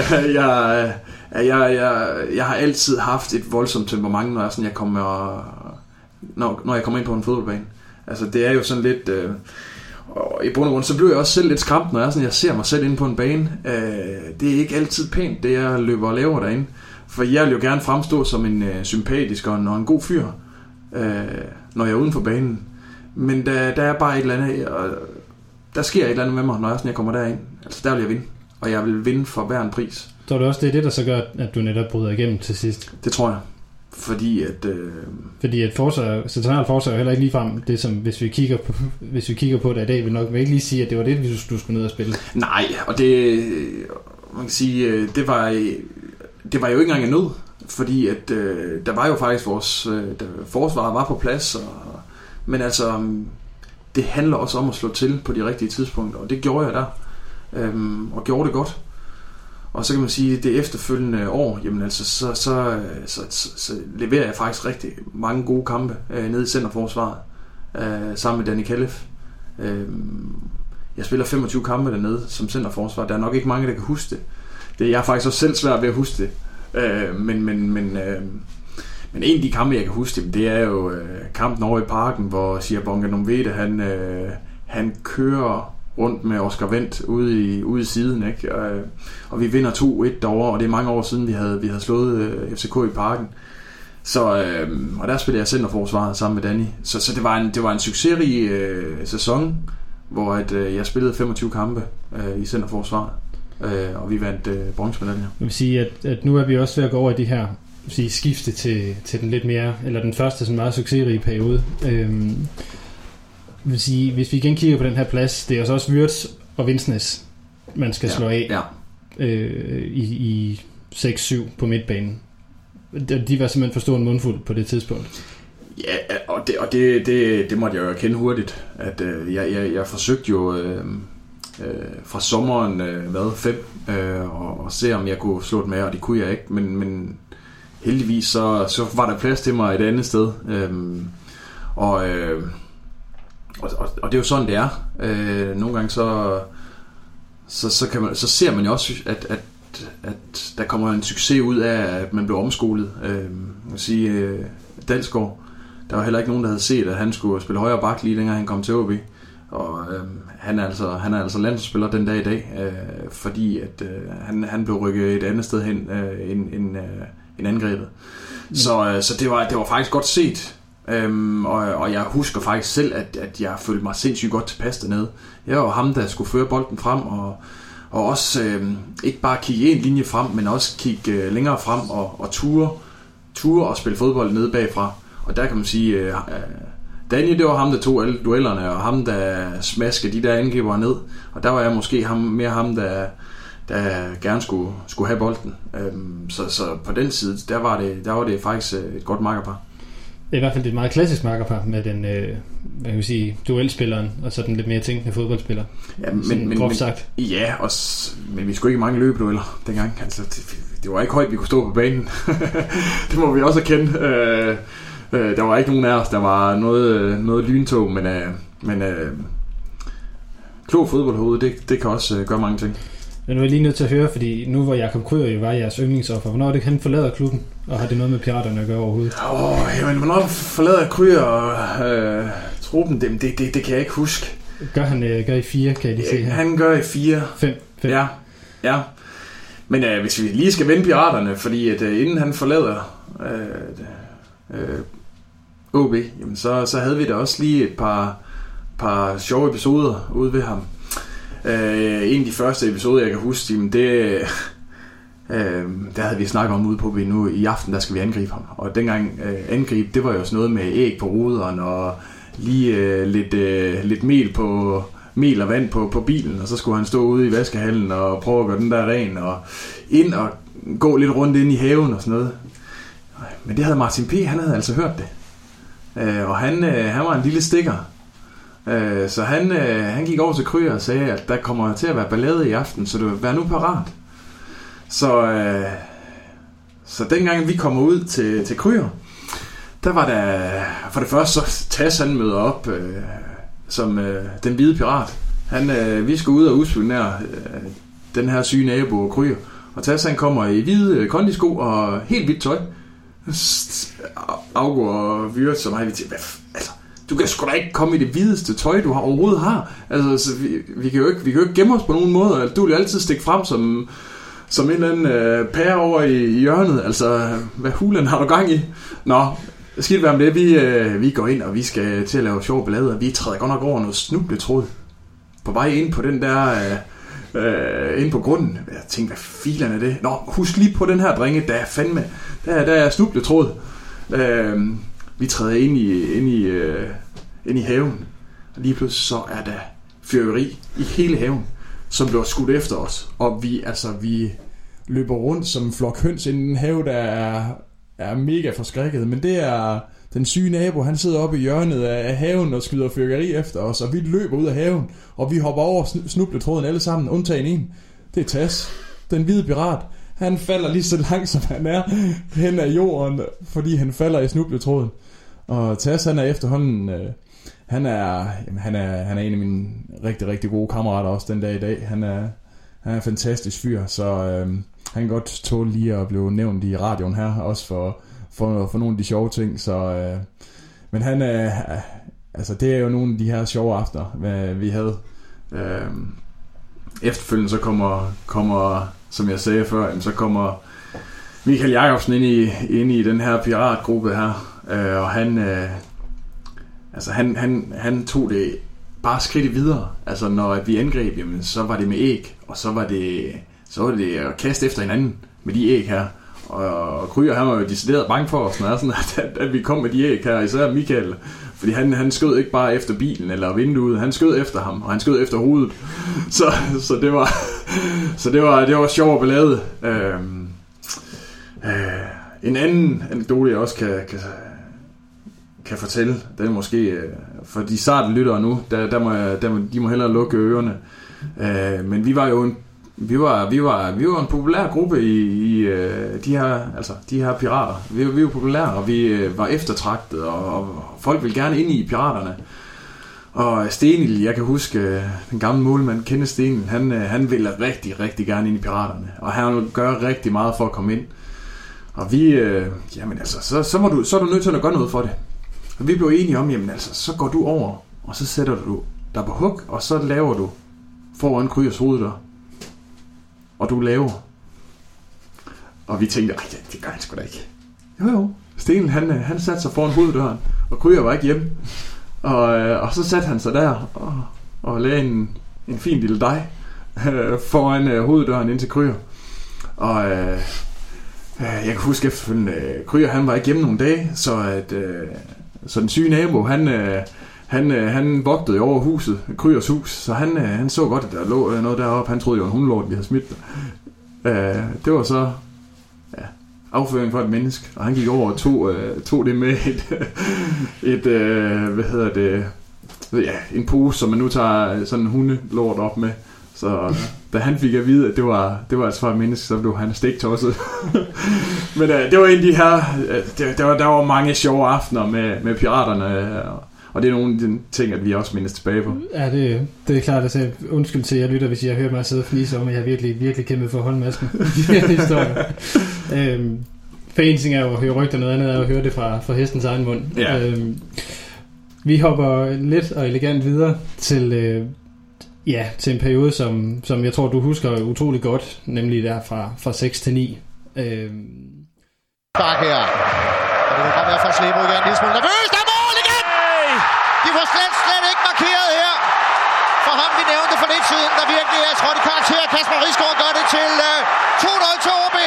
Jeg har altid haft et voldsomt temperament, når jeg kommer ind på en fodboldbane. Altså det er jo sådan lidt og i bund og grund, så bliver jeg også selv lidt skræmt, når jeg ser mig selv inde på en bane. Det er ikke altid pænt, det jeg løber og laver derinde. For jeg vil jo gerne fremstå som en sympatisk og en god fyr, når jeg er uden for banen. Men der er bare et eller andet, der sker et eller andet med mig, når jeg kommer derind. Altså der vil jeg vinde, og jeg vil vinde for hver en pris. Så er det også det, der så gør, at du netop bryder igennem til sidst? Det tror jeg. Fordi at centralt forsvar er heller ikke ligefrem det, som hvis vi kigger på det i dag, vil nok ikke lige sige, at det var det, du skulle ned og spille. Nej, og det man kan sige, det var det var jo ikke engang en nød, fordi at, der var jo faktisk vores forsvar var på plads, men altså, det handler også om at slå til på de rigtige tidspunkter, og det gjorde jeg der, og gjorde det godt. Og så kan man sige, at det efterfølgende år, jamen altså, så leverer jeg faktisk rigtig mange gode kampe nede i centerforsvaret, sammen med Danny Kallef. Jeg spiller 25 kampe dernede som centerforsvar. Der er nok ikke mange, der kan huske det. Jeg er faktisk også selv svært ved at huske det. Men en af de kampe, jeg kan huske det er jo kampen over i parken, hvor Siabonga Nomvede, han kører rundt med Oscar Wendt ude i siden, ikke? Og vi vinder 2-1 derovre, og det er mange år siden, vi havde slået FCK i parken. Så, og der spillede jeg centerforsvaret sammen med Danny. Så det var en succesrig sæson, hvor jeg spillede 25 kampe i centerforsvaret, og vi vandt bronzemedaljer. Jeg vil sige, at nu er vi også ved at gå over i de her skifte til den lidt mere, eller den første sådan meget succesrige periode. Jeg vil sige, hvis vi igen kigger på den her plads, det er også Würz og Vinsnes, man skal slå af i 6-7 på midtbanen. De var simpelthen for stor en mundfuld på det tidspunkt. Ja, og det måtte jeg jo erkende hurtigt, at jeg forsøgte jo fra sommeren 5 og se om jeg kunne slå det med, og det kunne jeg ikke, men heldigvis så var der plads til mig et andet sted, og det er jo sådan det er. Nogle gange så ser man jo også at der kommer en succes ud af at man blev omskolet. Man kan sige Dalsgaard, der var heller ikke nogen der havde set at han skulle spille højre bak lige længere han kom til OB, og han er altså landsholdsspiller den dag i dag, fordi at han blev rykket et andet sted hen end angrebet. Så det var faktisk godt set. Og jeg husker faktisk selv at jeg følte mig sindssygt godt tilpas dernede. Jeg var ham der skulle føre bolden frem, og også ikke bare kigge en linje frem, men også kigge længere frem og ture og spille fodbold nede bagfra. Og der kan man sige, Danny, det var ham der tog alle duellerne, og ham der smaskede de der angriber ned, og der var jeg måske mere ham der gerne skulle have bolden. Så på den side der var det faktisk et godt makkerpar. Det er i hvert fald et meget klassisk makkerpar med den hvad kan vi sige, duelspilleren og så den lidt mere tænkende fodboldspiller. Ja, men groft sagt. Ja, men vi skulle ikke mange løbedueller dengang. Altså, det var ikke højt, vi kunne stå på banen. Det må vi også erkende. Der var ikke nogen af os, der var noget lyntog, men klog fodboldhoved, det kan også gøre mange ting. Men nu er jeg lige nødt til at høre, fordi nu hvor Jakob Kryger jo var jeres yndlingsoffer, hvornår er det, han forlader klubben? Og har det noget med Piraterne at gøre overhovedet? Jamen, hvornår forlader Kryger truppen? Det kan jeg ikke huske. Gør i 4, kan jeg lige se her. Han gør i 4. 5. Ja. Men hvis vi lige skal vende Piraterne, fordi at inden han forlader OB, jamen så havde vi da også lige et par sjove episoder ude ved ham. En af de første episoder, jeg kan huske, jamen der havde vi snakket om ude på vi nu i aften, der skal vi angribe ham. Og dengang angribe, det var jo sådan noget med æg på ruderen og lige lidt mel og vand på bilen, og så skulle han stå ude i vaskehallen og prøve at gøre den der ren og ind og gå lidt rundt ind i haven og sådan noget. Men det havde Martin P., han havde altså hørt det. Og han var en lille stikker. Så han gik over til Kryger og sagde, at der kommer til at være ballade i aften, så du vær nu parat. Så dengang vi kommer ud til Kryger, der var der for det første så Tas han møder op som den hvide pirat. Vi skulle ud og udspionere den her syge nabo Kryger, og Tas han kommer i hvide kondisko og helt hvidt tøj. Afgår og Würz som mig, vi tænkte, altså, du kan sgu da ikke komme i det hvideste tøj, du overhovedet har. Altså, vi kan jo ikke gemme os på nogen måde. Du vil jo altid stikke frem som en eller anden pære over i hjørnet. Altså, hvad hulen har du gang i? Nå, skidt være med det. Vi går ind, og vi skal til at lave sjove ballader. Vi træder godt nok over noget snubletråd. På vej ind på den der... ind på grunden. Jeg tænkte, hvad filen er det? Nå, husk lige på den her, drenge. Der er snubletråd. Vi træder ind i haven, og lige pludselig så er der fyrværkeri i hele haven, som bliver skudt efter os, og vi løber rundt som en flok høns i en have, der er mega forskrækket. Men det er den syge nabo, han sidder oppe i hjørnet af haven og skyder fyrkeri efter os, og vi løber ud af haven, og vi hopper over snubletråden alle sammen, undtagen en. Det er Tas, den hvide pirat. Han falder lige så langt, som han er hen ad jorden, fordi han falder i snubletråden. Og Tas, han er efterhånden... Han er en af mine rigtig, rigtig gode kammerater også den dag i dag. Han er en fantastisk fyr, så han kan godt tåle lige at blive nævnt i radioen her, også for nogle af de sjove ting. Så, men han altså det er jo nogle af de her sjove aftener, vi havde. Efterfølgende så kommer, som jeg sagde før, så kommer Michael Jacobsen ind i den her piratgruppe her, og han tog det bare skridt videre. Altså når vi angreb, jamen, så var det med æg, og så var det at kaste efter hinanden med de æg her. Og Kryer, han var jo decideret bange for os, at vi kom med de æg her, især Michael. Fordi han skød ikke bare efter bilen eller vinduet, han skød efter ham, og han skød efter hovedet. Så det var sjov ballade. En anden anekdote, jeg også kan fortælle, det er måske for de sarte lyttere nu, de må hellere lukke ørerne. Men vi var jo vi var en populær gruppe i de her pirater. Vi var populære, og vi var eftertragtet, og folk ville gerne ind i piraterne. Og Stenil, jeg kan huske den gamle målmand Kenneth Stenil, han ville rigtig, rigtig gerne ind i piraterne, og han ville gøre rigtig meget for at komme ind. Og vi, så er du nødt til at gøre noget for det. Og vi blev enige om, så går du over, og så sætter du dig på hug, og så laver du foran Kryers hoveddør. Og du laver. Og vi tænkte, det gør han sgu da ikke. Jo. Stenel, han satte sig foran hoveddøren, og Kryer var ikke hjemme. Og så satte han sig der, og lagde en fin lille dej foran hoveddøren ind til Kryer. Og jeg kan huske efterfølgende, Kryer, han var ikke hjemme nogle dage, så den syge nabo, han vogtede over huset, Kryers hus, så han så godt, at der lå noget deroppe. Han troede jo, en hundelort, vi havde smidt. Det var så afføring for et menneske, og han gik over og tog det med en pose, som man nu tager sådan en hundelort op med. Så da han fik at vide, at det var altså for et menneske, så blev han stiktosset. Men det var en af de her, der var mange sjove aftener med piraterne, og det er nogle af de ting, at vi også mindes tilbage på. Ja, det er klart. Altså, undskyld til jer lytter, hvis jeg har hørt mig sidde og fnise om, at jeg virkelig, virkelig kæmpet for at holde masken. For en ting er jo at høre rygter, noget andet er at høre det fra hestens egen mund. Ja. Vi hopper let og elegant videre til en periode, som jeg tror, du husker utrolig godt, nemlig der fra 6 til 9. Bak her. Og det kan godt være for Slebo igen. En lille smule nervøs. Der er mål igen! De får slet ikke markeret her. For ham, vi nævnte for lidt siden, der virkelig er trådt i karakter. Kasper Risgaard gør det til 2-0 til OB.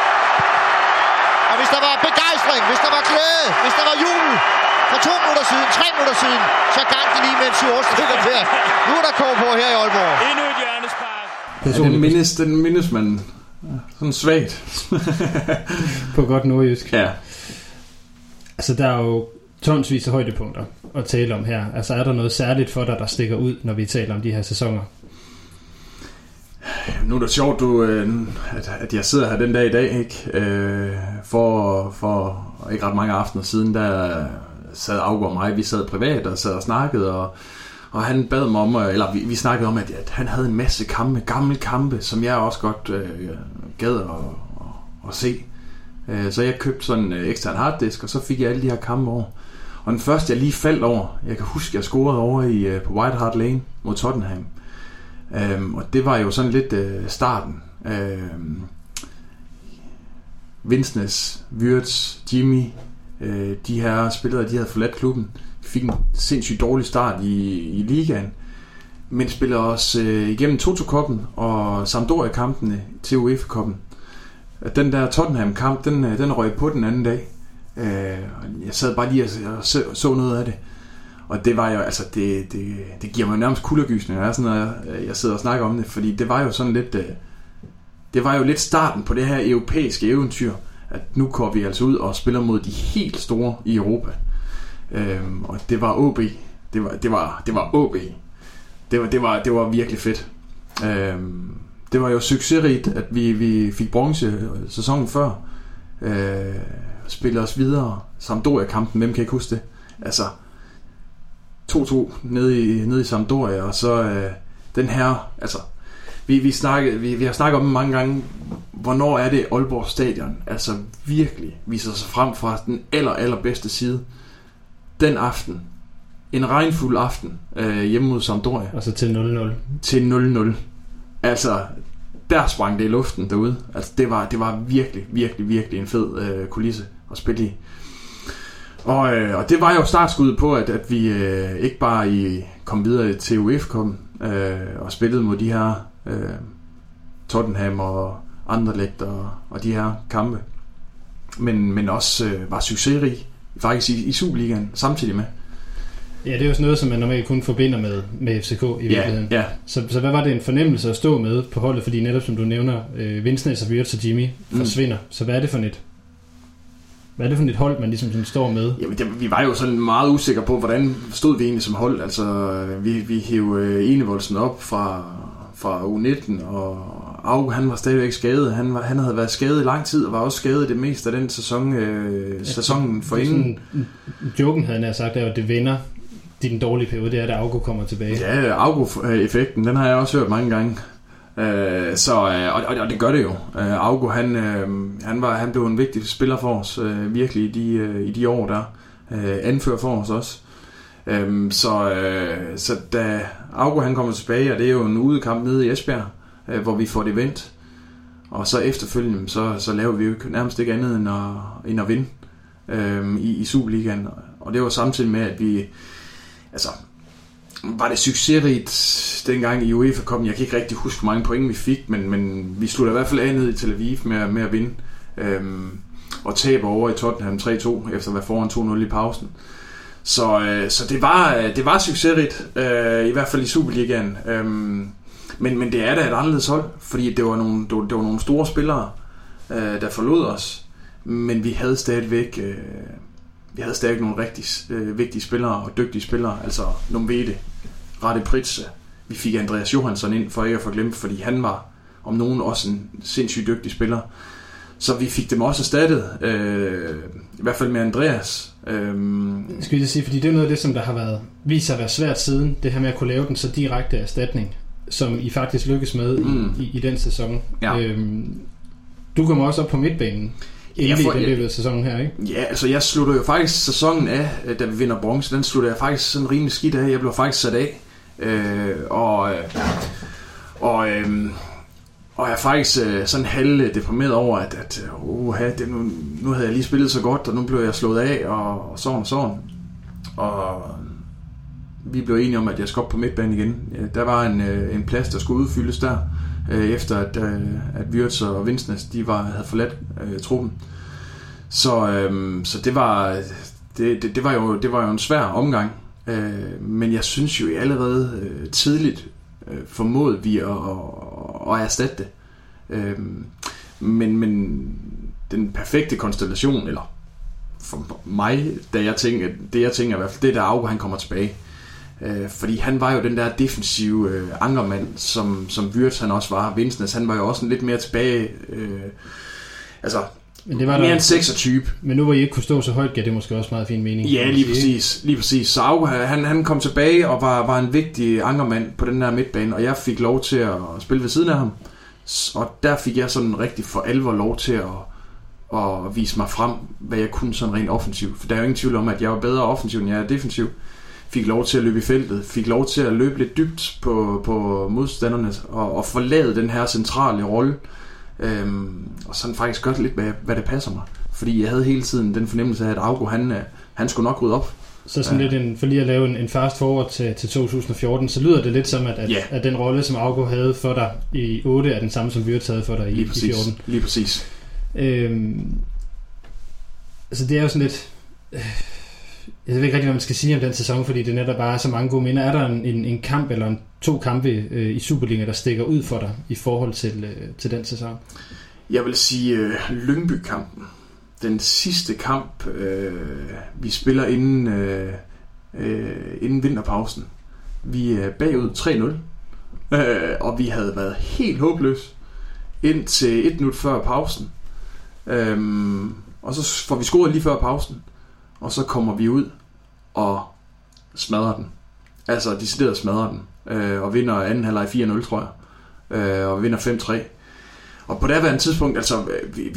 Og hvis der var begejstring, hvis der var glæde, hvis der var jubel for 2 minutter siden, 3 minutter siden, så gang de lige med en 7-8 stykker der. Nu er der kog på her i Aalborg. Endnu et hjørnespark. Den mindes man sådan svagt. På godt nordjysk. Ja. Altså, der er jo tonsvis af højdepunkter at tale om her. Altså, er der noget særligt for dig, der stikker ud, når vi taler om de her sæsoner? Nu er det sjovt, at jeg sidder her den dag i dag, ikke? For ikke ret mange aftener siden, der sad Augur og mig, vi sad privat og sad og snakkede, og han bad mig om, eller vi snakkede om, at han havde en masse gamle kampe, som jeg også godt gad at se. Så jeg købte sådan en ekstern harddisk, og så fik jeg alle de her kampe over. Og den første, jeg lige faldt over, jeg kan huske, jeg scorede over på White Hart Lane mod Tottenham. Og det var jo sådan lidt starten. Vinsnes, Wirtz, Jimmy, de her spillere, de havde forladt klubben. De fik en sindssygt dårlig start i ligaen, men spiller også igennem Toto-koppen og Sampdoria-kampene til UEFA-koppen. Den der Tottenham-kamp, den røg på den anden dag. Jeg sad bare lige og så noget af det. Og det var jo, altså, det giver mig nærmest kuldergysninger, når jeg sidder og snakker om det, fordi det var jo sådan lidt, det var jo lidt starten på det her europæiske eventyr, at nu går vi altså ud og spiller mod de helt store i Europa. Og det var OB. Det var OB. Det var virkelig fedt. Det var jo succesrigt, at vi fik bronze sæsonen før. Spillede os videre. Sampdoria-kampen, hvem kan ikke huske det? Altså 2-2 nede i Sampdoria, og så den her, altså vi har snakket om mange gange, hvornår er det Aalborg Stadion altså virkelig viser sig frem fra den allerbedste side. Den aften, en regnfuld aften hjemme mod Sampdoria. Og så til 0-0. Til 0-0. Altså, der sprang det i luften derude. Altså, det var virkelig en fed kulisse at spille i. Og det var jo startskuddet på, at vi ikke bare kom videre til UEFA-koppen og spillede mod de her Tottenham og Anderlecht og de her kampe. Men også var succesrig faktisk i Superligaen samtidig med. Ja, det er jo sådan noget, som man normalt kun forbinder med FCK i virkeligheden. Ja. Så hvad var det en fornemmelse at stå med på holdet, fordi netop som du nævner, Vinsnes og Wirtz og Jimmy forsvinder. Så hvad er det for et hold, man ligesom står med? Jamen, vi var jo sådan meget usikre på, hvordan stod vi egentlig som hold. Altså, vi hævde Enevoldsen op fra U19, og Auge, han var stadigvæk skadet. Han havde været skadet i lang tid, og var også skadet det meste af den sæsonen forinden. Joken havde han sagt, at det vender den dårlige periode, det er, at Auge kommer tilbage. Ja, Auge-effekten, den har jeg også hørt mange gange. Og det gør det jo. Auge, han blev en vigtig spiller for os, virkelig i de år der. Anfører for os også. Så da Auge han kommer tilbage, og det er jo en udekamp nede i Esbjerg, hvor vi får det vendt, og så efterfølgende så laver vi jo nærmest ikke andet end at vinde i Superligaen. Og det var samtidig med, at vi altså var det succesrigt dengang i UEFA-koppen. Jeg kan ikke rigtig huske, hvor mange point vi fik, men vi slutter i hvert fald af ned i Tel Aviv med at vinde, og taber over i Tottenham 3-2 efter at være foran 2-0 i pausen. Så det var succesrigt, i hvert fald i Superligaen. Men det er da et anderledes hold, fordi det var nogle store spillere, der forlod os, men vi havde stadigvæk nogle rigtig vigtige spillere og dygtige spillere, altså Nomvede, Rade Pritze. Vi fik Andreas Johansson ind, for ikke at få glemt, fordi han var om nogen også en sindssygt dygtig spiller. Så vi fik dem også erstattet, i hvert fald med Andreas. Skal jeg sige, fordi det er noget af det, som der har vist sig at være svært siden, det her med at kunne lave den så direkte erstatning, som I faktisk lykkes med i den sæson. Ja. Du kommer også op på midtbanen i den løbet af sæsonen her, ikke? Ja, altså jeg slutter jo faktisk sæsonen af, da vi vinder bronze. Den slutter jeg faktisk sådan rimelig skidt af. Jeg blev faktisk sat af. Og jeg er faktisk sådan halv deprimeret over, at nu havde jeg lige spillet så godt, og nu blev jeg slået af, og sådan. Og vi blev enige om, at jeg skulle op på midtbanen igen. Der var en plads, der skulle udfyldes der, efter at Wirtz og Vinsnes, havde forladt truppen. Så det var jo en svær omgang. Men jeg synes jo allerede tidligt formåede vi at erstatte det. Men den perfekte konstellation, eller for mig, det jeg tænker i hvert fald, det er, da Auge han kommer tilbage. Fordi han var jo den der defensive ankermand, som Wirtz han også var. Vinsnes, han var jo også en lidt mere tilbage, men det var mere en 6'er-type. Men nu hvor I ikke kunne stå så højt, gav det måske også meget fin mening. Ja, lige præcis. Så Auge, han kom tilbage og var en vigtig ankermand på den der midtbane, og jeg fik lov til at spille ved siden af ham. Og der fik jeg sådan rigtig for alvor lov til at vise mig frem, hvad jeg kunne sådan rent offensivt. For der er jo ingen tvivl om, at jeg var bedre offensiv, end jeg er defensiv. Fik lov til at løbe i feltet, fik lov til at løbe lidt dybt på modstanderne og forlade den her centrale rolle. Og sådan faktisk godt lidt, hvad det passer mig. Fordi jeg havde hele tiden den fornemmelse af, at Augo, han skulle nok rydde op. Så sådan lidt for lige at lave en fast forward til 2014, så lyder det lidt som, at den rolle, som Augo havde for dig i 8, er den samme, som Wirtz havde for dig i 14. Lige præcis. Altså det er jo sådan lidt... Jeg ved ikke rigtig, hvad man skal sige om den sæson, fordi det netop bare er så mange gode minder. Er der en kamp eller 2 kampe i Superliga, der stikker ud for dig i forhold til den sæson? Jeg vil sige Lyngby-kampen. Den sidste kamp, vi spiller inden vinterpausen. Vi er bagud 3-0, og vi havde været helt håbløse indtil 1 minut før pausen. Og så får vi scoret lige før pausen, og så kommer vi ud og smadrer den. Altså decideret smadrer den, og vinder anden halvleg 4-0, tror jeg, og vinder 5-3. Og på daværende tidspunkt, altså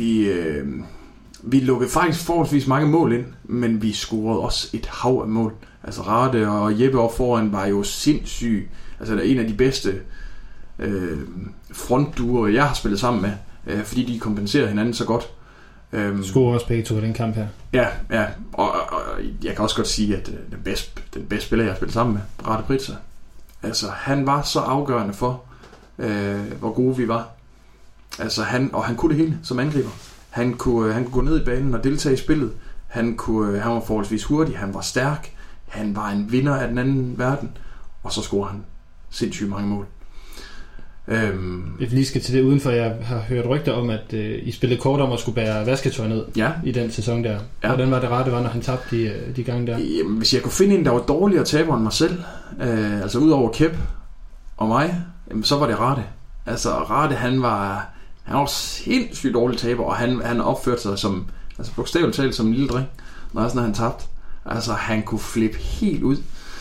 vi lukkede faktisk forholdsvis mange mål ind, men vi scorede også et hav af mål. Altså Rade og Jeppe op foran var jo sindssyg. Altså der er en af de bedste frontduoer, jeg har spillet sammen med, fordi de kompenserer hinanden så godt. Scorer også begge to i den kamp her. Ja, og jeg kan også godt sige, at den bedste spiller, jeg har spillet sammen med, Rade Pritza, altså han var så afgørende for, hvor gode vi var. Altså han kunne det hele som angriber. Han kunne gå ned i banen og deltage i spillet. Han var forholdsvis hurtig, han var stærk, han var en vinder af den anden verden, og så scorede han sindssygt mange mål. Jeg lige skal til det udenfor. Jeg har hørt rygter om, at I spillede kort om at skulle bære vasketøj ned i den sæson der. Ja. Hvordan var det rart, det var, når han tabte de gange der? Jamen, hvis jeg kunne finde en, der var dårligere taber end mig selv, altså udover Kep og mig, så var det Rade. Altså Rade, han var sindssygt dårlig taber, og han opførte sig som, altså bogstaveligt talt som en lille dreng, når han tabte. Altså han kunne flippe helt ud.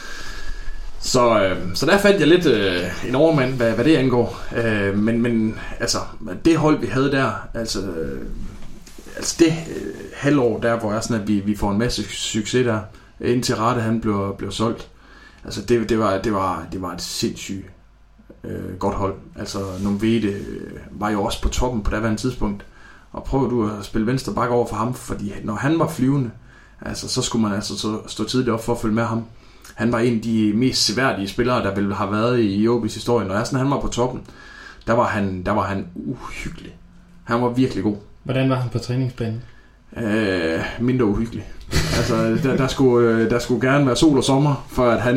Så der fandt jeg lidt en overmand, hvad det angår. Men altså det hold vi havde der, altså det halvår der, hvor jeg sådan at vi får en masse succes der, indtil Rade han blev solgt. Altså det var et sindssygt godt hold. Altså Nomvede var jo også på toppen på daværende tidspunkt. Og prøv du at spille venstre bak over for ham, fordi når han var flyvende, altså så skulle man altså stå tidligt op for at følge med ham. Han var en af de mest seværdige spillere, der vel har været i OB's historie. Når han var på toppen, der var han uhyggelig. Han var virkelig god. Hvordan var han på træningsbanen? Mindre uhyggelig. Altså, der skulle gerne være sol og sommer, for at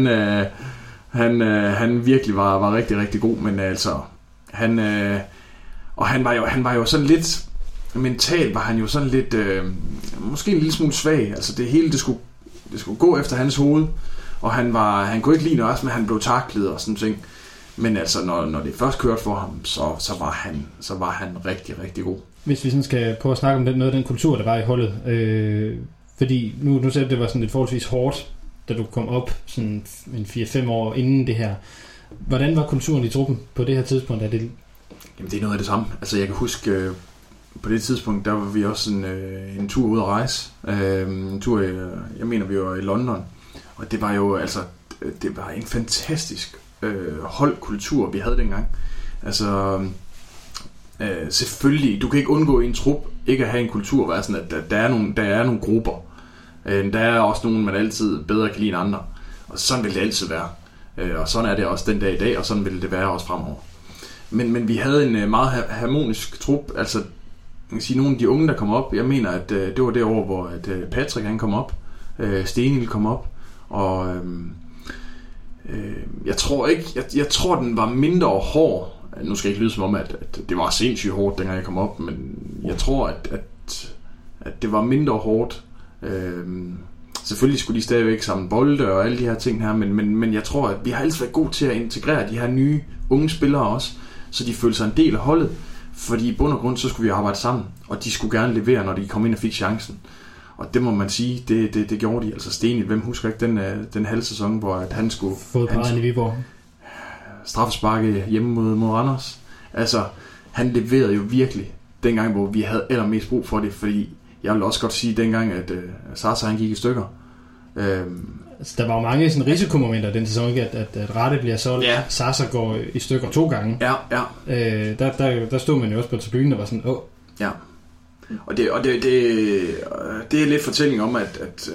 han virkelig var rigtig, rigtig god. Men altså, han var jo sådan lidt, mentalt var han jo sådan lidt, måske en lille smule svag. Altså det hele, det skulle gå efter hans hoved. Og han kunne ikke lide noget, men han blev taklet og sådan ting. Men altså, når det først kørte for ham, så var han rigtig, rigtig god. Hvis vi sådan skal prøve at snakke om noget af den kultur, der var i holdet. Fordi nu sagde det var sådan lidt forholdsvis hårdt, da du kom op sådan en 4-5 år inden det her. Hvordan var kulturen i truppen på det her tidspunkt? Jamen, det er noget af det samme. Altså, jeg kan huske, på det tidspunkt, der var vi også en tur ud at rejse. En tur, jeg mener, vi var i London. Og det var jo altså, det var en fantastisk holdkultur, vi havde dengang. Altså, selvfølgelig, du kan ikke undgå i en trup ikke at have en kultur, hvor sådan, at der er nogle grupper. Der er også nogen, man altid bedre kan lide end andre. Og sådan vil det altid være. Og sådan er det også den dag i dag, og sådan vil det være også fremover. Men vi havde en meget harmonisk trup. Altså, jeg kan sige, nogle af de unge, der kom op, jeg mener, at det var det år, hvor at Patrick han kom op, Stenil kom op, og jeg tror den var mindre hård. Nu skal jeg ikke lyde som om, at det var sindssygt hårdt, dengang jeg kom op, men jeg tror, at det var mindre hårdt. Selvfølgelig skulle de stadigvæk samle bolde og alle de her ting her, men jeg tror, at vi har altid været gode til at integrere de her nye unge spillere også, så de følte sig en del af holdet, fordi i bund og grund, så skulle vi arbejde sammen, og de skulle gerne levere, når de kom ind og fik chancen. Og det må man sige, det gjorde de. Altså Stenil, hvem husker ikke den halve sæson, hvor at han skulle fodparren i Viborg, straffesparke hjemme mod Randers. Altså, han leverede jo virkelig dengang, hvor vi havde allermest brug for det, fordi jeg vil også godt sige dengang, at Sasa han gik i stykker. Altså, der var jo mange sådan risikomomenter den sæson, ikke? At Rade bliver solgt, ja. Sasa går i stykker 2 gange. Ja. Der stod man jo også på tribunen og var sådan, Ja. Og det er lidt fortælling om, at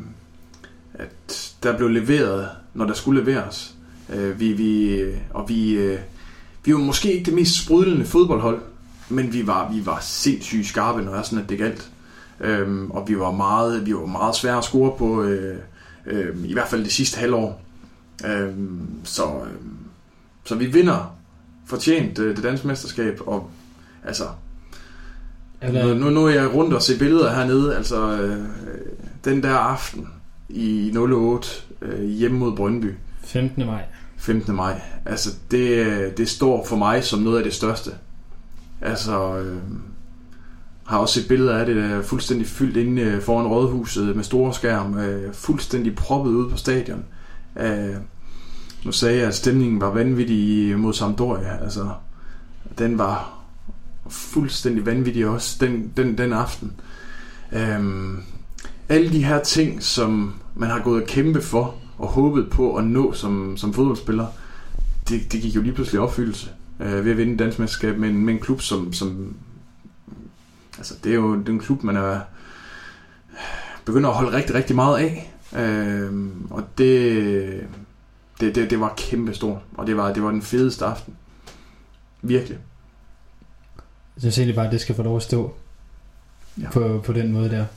der blev leveret, når der skulle leveres. Vi var måske ikke det mest sprudlende fodboldhold, men vi var sindssygt skarpe, når sådan at det galt. Og vi var meget svære at score på. I hvert fald det sidste halvår. Så vi vinder fortjent det danske mesterskab, og altså nu er jeg rundt og se billeder hernede, altså den der aften i 08 hjemme mod Brøndby 15. maj, altså det står for mig som noget af det største. Altså har også set billeder af det, der er fuldstændig fyldt inde foran rådhuset med store skærm, fuldstændig proppet ude på stadion. Nu sagde jeg, at stemningen var vanvittig mod Sampdoria. Altså, den var fuldstændig vanvittig også den aften. Alle de her ting, som man har gået og kæmpe for og håbet på at nå som fodboldspiller, det gik jo lige pludselig opfyldelse ved at vinde dansk mesterskab med en klub, som altså, det er jo en klub, man er begynder at holde rigtig, rigtig meget af. Og det var kæmpe stort, og det var den fedeste aften. Virkelig. Jeg synes egentlig bare, at det skal få lov at stå på den måde der.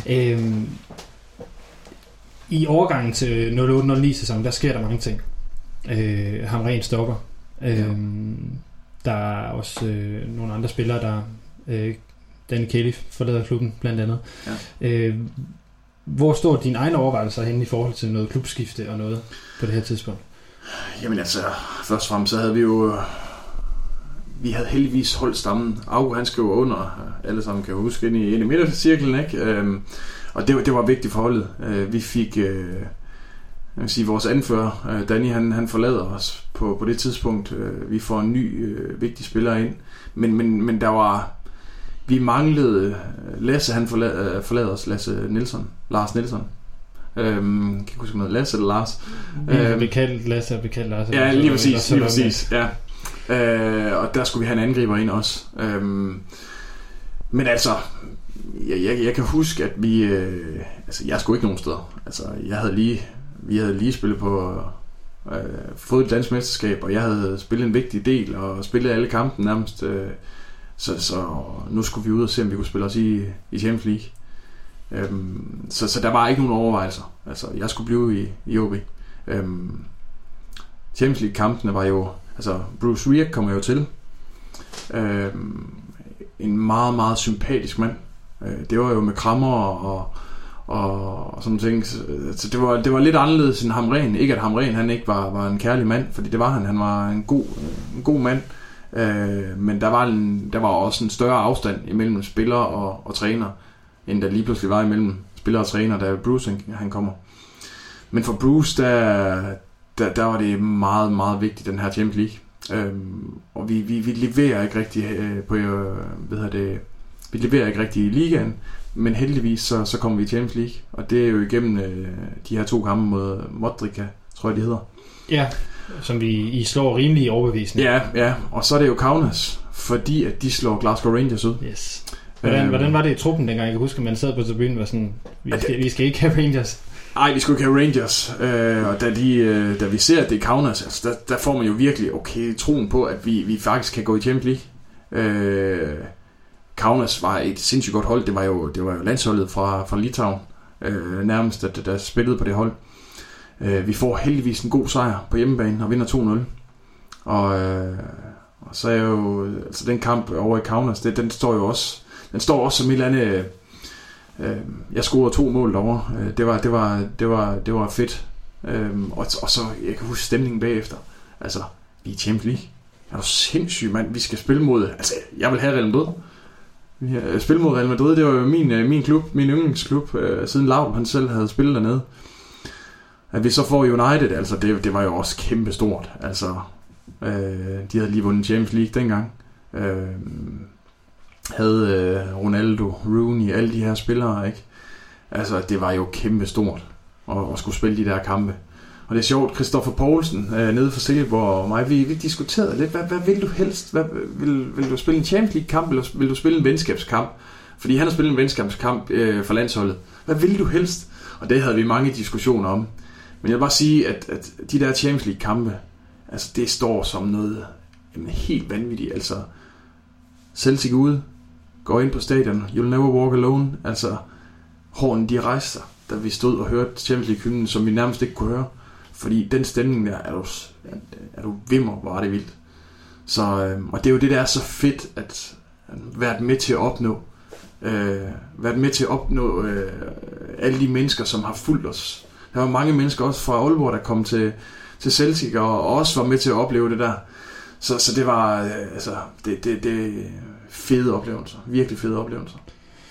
I overgangen til 08-09 sæsonen, der sker der mange ting. Hamrén stopper. Der er også nogle andre spillere, der Danny Kelly forlader klubben blandt andet. Ja. Hvor står dine egne overvejelser henne i forhold til noget klubskifte og noget på det her tidspunkt? Jamen altså, først og fremmest så havde vi havde heldigvis holdt stammen. Augo, han skrev under, alle sammen kan huske, ind i midtercirklen, ikke? Og det var vigtigt for holdet. Vi fik, jeg vil sige, vores anfører, Danny, han forlader os på det tidspunkt. Vi får en ny vigtig spiller ind. Men der var, vi manglede, Lasse, han forlader os, Lars Nielsen. Kan ikke huske noget, Lasse eller Lars. Vi har bekaldt Lasse og bekaldt Lars. Ja, lige præcis. Ja. Og der skulle vi have en angriber ind også. Men altså, jeg kan huske, at vi, altså jeg skulle ikke nogen steder. Altså, vi havde lige spillet på, fået et dansk mesterskab, og jeg havde spillet en vigtig del og spillet alle kampen nærmest. Så nu skulle vi ud og se, om vi kunne spille os i Champions League. Så der var ikke nogen overvejelser. Altså, jeg skulle blive i OB. Champions League-kampene var jo, altså Bruce Rioch kommer jo til. En meget, meget sympatisk mand. Det var jo med krammer og sådan ting. Så det var lidt anderledes end Hamrén. Ikke at Hamrén han ikke var en kærlig mand, fordi det var han. Han var en god mand. Men der var også en større afstand imellem spiller og træner, end der lige pludselig var imellem spiller og træner, da Bruce han kommer. Men for Bruce, der var det meget, meget vigtigt, den her Champions League. Og vi leverer ikke rigtig vi leverer ikke rigtig i ligaen, men heldigvis så kommer vi i Champions League, og det er jo igennem de her 2 kampe mod Modrica, tror jeg de hedder. Ja, som I slår rimelig overbevisende. Ja, og så er det jo Kaunas, fordi at de slår Glasgow Rangers ud. Yes. Hvordan var det i truppen dengang? Jeg kan huske, at man sad på tribunen og var sådan, vi skal ikke have Rangers. Nej, vi skulle ikke have Rangers. Og da vi ser, at det er Kaunas, altså, der får man jo virkelig troen på, at vi faktisk kan gå i Champions League. Kaunas var et sindssygt godt hold. Det var jo landsholdet fra Litauen, nærmest, der spillede på det hold. Vi får heldigvis en god sejr på hjemmebane og vinder 2-0. Og så er jo altså den kamp over i Kaunas, den står også som et eller andet. Jeg scorede 2 mål derovre. Det var fedt. Og så jeg kan huske stemningen bagefter. Altså, vi er i Champions League. Er du sindssyg, mand? Vi skal spille mod. Altså, jeg vil have Real Madrid. Spille mod Real Madrid, det var jo min klub, min yndlingsklub, siden Laudrup han selv havde spillet dernede. At vi så får United, altså det var jo også kæmpe stort. Altså, de havde lige vundet Champions League dengang. Havde Ronaldo, Rooney, alle de her spillere, ikke? Altså, det var jo kæmpe stort at skulle spille de der kampe. Og det er sjovt, Christoffer Poulsen nede for Silkeborg og mig, vi diskuterede lidt, hvad vil du helst? Vil du spille en Champions League-kamp, eller vil du spille en venskabskamp? Fordi han har spillet en venskabskamp for landsholdet. Hvad vil du helst? Og det havde vi mange diskussioner om. Men jeg vil bare sige, at de der Champions League-kampe, altså det står som noget helt vanvittigt. Altså, Celtic ude, går ind på stadion, you'll never walk alone. Altså, hårene de rejser sig. da vi stod og hørte Champions League-hymnen, som vi nærmest ikke kunne høre. Fordi den stemning der, er du vimmer, hvor er det vildt. Så, og det er jo det, der er så fedt, at være med til at opnå. Alle de mennesker, som har fulgt os. Der var mange mennesker også fra Aalborg, der kom til Celtic, og også var med til at opleve det der. Så det var det fede oplevelser. Virkelig fede oplevelser.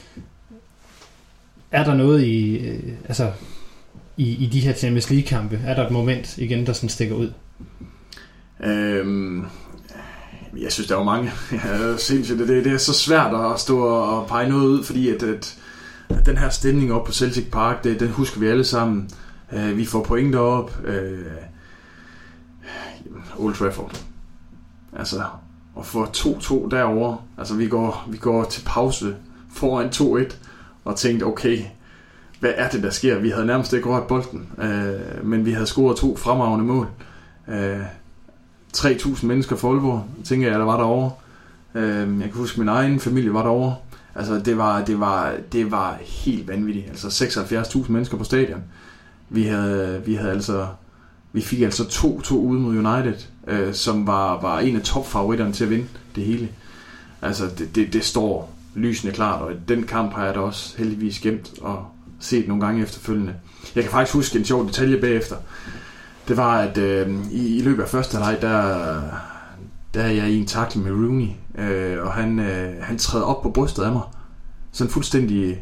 Er der noget i de her Champions League-kampe, er der et moment igen, der sådan stikker ud? Jeg synes, der var mange. Det er så svært at stå og pege noget ud, fordi at den her stemning op på Celtic Park, den husker vi alle sammen. Vi får point derop. Old Trafford. Altså, at få 2-2 derovre. Altså, vi går til pause foran 2-1 og tænkte, okay, hvad er det, der sker? Vi havde nærmest ikke rørt bolden, men vi havde scoret 2 fremragende mål. 3.000 mennesker for Aalborg, tænker jeg, der var derovre. Jeg kan huske, min egen familie var derovre. Altså, det var helt vanvittigt. Altså, 76.000 mennesker på stadion. Vi fik altså 2-2 ude mod United, som var en af topfavoritterne til at vinde det hele. Altså, det står lysende klart, og den kamp har jeg da også heldigvis gemt og set nogle gange efterfølgende. Jeg kan faktisk huske en sjov detalje bagefter. Det var, at i løbet af første halvleg, der er jeg i en tackle med Rooney, og han træder op på brystet af mig. Sådan fuldstændig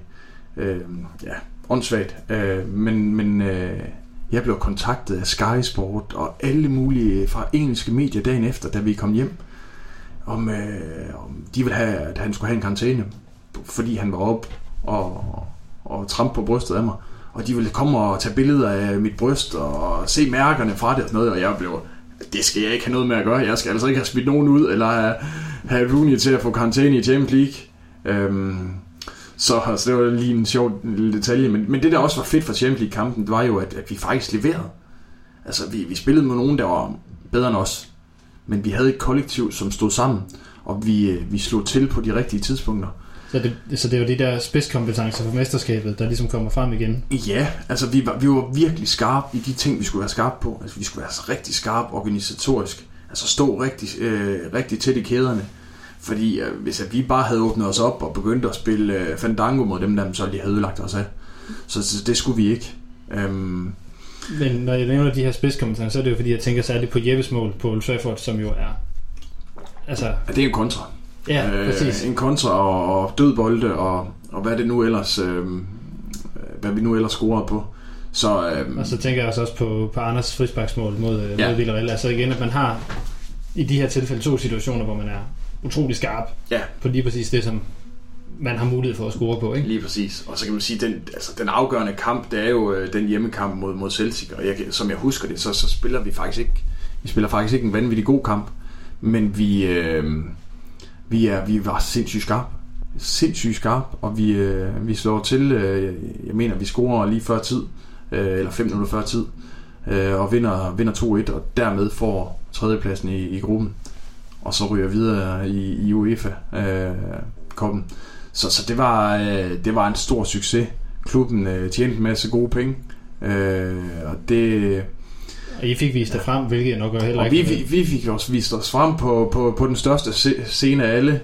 åndssvagt. Men jeg blev kontaktet af Sky Sport og alle mulige fra engelske medier dagen efter, da vi kom hjem, om de ville have, at han skulle have en karantæne, fordi han var op og trampe på brystet af mig. Og de ville komme og tage billeder af mit bryst og se mærkerne fra det og sådan noget, og jeg blev, det skal jeg ikke have noget med at gøre. Jeg skal altså ikke have smidt nogen ud, eller have Rooney til at få karantæne i Champions League. Så det var lige en sjov lille detalje. Men det, der også var fedt for Champions League-kampen, det var jo, at vi faktisk leverede. Altså, vi spillede med nogen, der var bedre end os. Men vi havde et kollektiv, som stod sammen, og vi slog til på de rigtige tidspunkter. Så det er jo de der spidskompetencer for mesterskabet, der ligesom kommer frem igen? Ja, altså vi var virkelig skarpe i de ting, vi skulle være skarpe på. Altså vi skulle være rigtig skarpe organisatorisk. Altså stå rigtig tæt i kæderne. Fordi hvis vi bare havde åbnet os op og begyndt at spille Fandango mod dem, så de havde ødelagt os af. Så det skulle vi ikke. Men når jeg nævner de her spidskompetencer, så er det jo fordi, jeg tænker særligt på Jeppes mål på Old Trafford, som jo er... Altså... Ja, det er en kontra. Ja, præcis. En kontra og dødbolde og hvad det nu ellers hvad vi nu ellers scorede på. Og så tænker jeg også på Anders frisparksmål mod Villarreal. Altså igen, at man har i de her tilfælde 2 situationer, hvor man er utrolig skarp på lige præcis det, som man har mulighed for at score på, ikke? Lige præcis. Og så kan man sige, den afgørende kamp, det er jo den hjemmekamp mod Celtic, og som jeg husker det, så spiller vi faktisk ikke. Vi spiller faktisk ikke en vanvittig god kamp, men vi var sindssygt skarp, og vi slår til, jeg mener, vi scorer lige før tid, eller 5 minutter før tid, og vinder 2-1, og dermed får tredjepladsen i gruppen, og så ryger videre i UEFA-koppen. Så det var en stor succes. Klubben tjente en masse gode penge, og det... Og I fik vist det frem, hvilket jeg nok gør heller ikke. Og vi fik også vist os frem på den største scene af alle.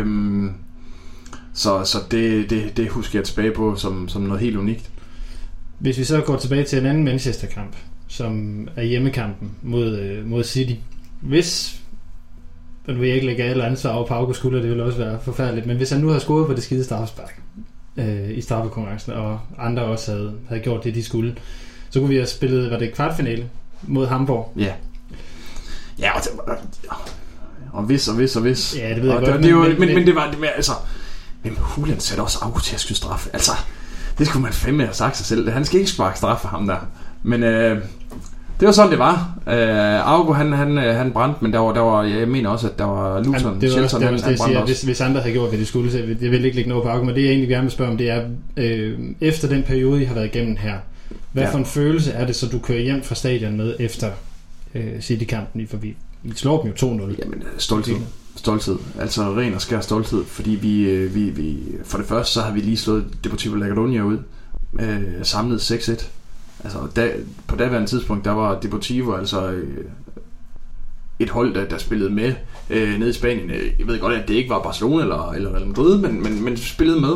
Så det husker jeg tilbage på som noget helt unikt. Hvis vi så går tilbage til en anden Manchester-kamp, som er hjemmekampen mod City. Hvis, nu vil jeg ikke lægge alle ansvar over på August skulder, det ville også være forfærdeligt, men hvis han nu havde scoret på det skide straffespark i straffekonkurrencen, og andre også havde gjort det, de skulle, så kunne vi have spillet, var det kvartfinale mod Hamburg? Ja. Ja, og hvis. Ja, det ved jeg godt. Men det var, altså, men Hulen satte også August til at skyde straffe. Altså, det skulle man fandme have sagt sig selv. Han skal ikke sparke straffe, ham der. Men det var sådan, det var. August, han brændte, men der var, jeg mener også, at der var Luton. Det var også, hvis andre havde gjort, hvad de skulle, så jeg vil ikke lægge noget på August, men det jeg egentlig gerne vil spørge om, det er, efter den periode, I har været igennem her, hvad for en følelse er det, så du kører hjem fra stadion med efter City-kampen, for vi slår dem jo 2-0? Jamen, stolthed. Altså ren og skær stolthed, fordi vi for det første, så har vi lige slået Deportivo La Coruña ud samlet 6-1. Altså, på daværende tidspunkt, der var Deportivo altså et hold, der spillede med nede i Spanien. Jeg ved godt, at det ikke var Barcelona eller Madrid, men spillede med.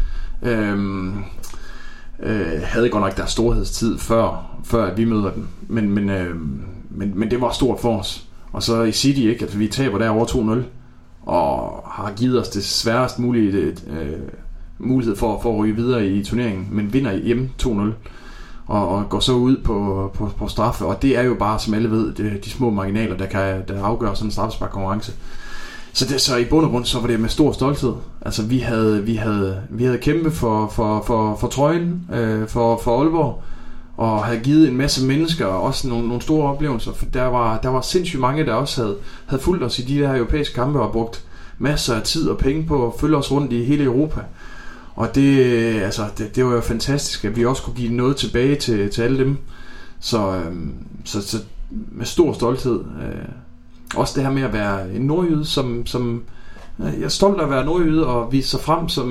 Havde godt nok deres storhedstid før vi møder dem. Men det var stort for os. Og så i City, ikke? Altså, vi taber der over 2-0 og har givet os det sværest mulige mulighed for at ryge videre i turneringen, men vinder hjemme 2-0 og går så ud på straffe, og det er jo bare, som alle ved, de små marginaler, der afgør sådan en straffesparkkonkurrence. Så i bund og grund, så var det med stor stolthed. Altså vi havde kæmpet for trøjen, for Aalborg, og havde givet en masse mennesker også nogle store oplevelser, for der var sindssygt mange, der også havde fulgt os i de der europæiske kampe og brugt masser af tid og penge på at følge os rundt i hele Europa. Og det var jo fantastisk, at vi også kunne give noget tilbage til alle dem. Så med stor stolthed. Også det her med at være en nordjyde, som jeg er stolt af at være nordjyde og vise sig frem som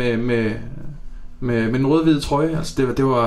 med en rød-hvid trøje. Altså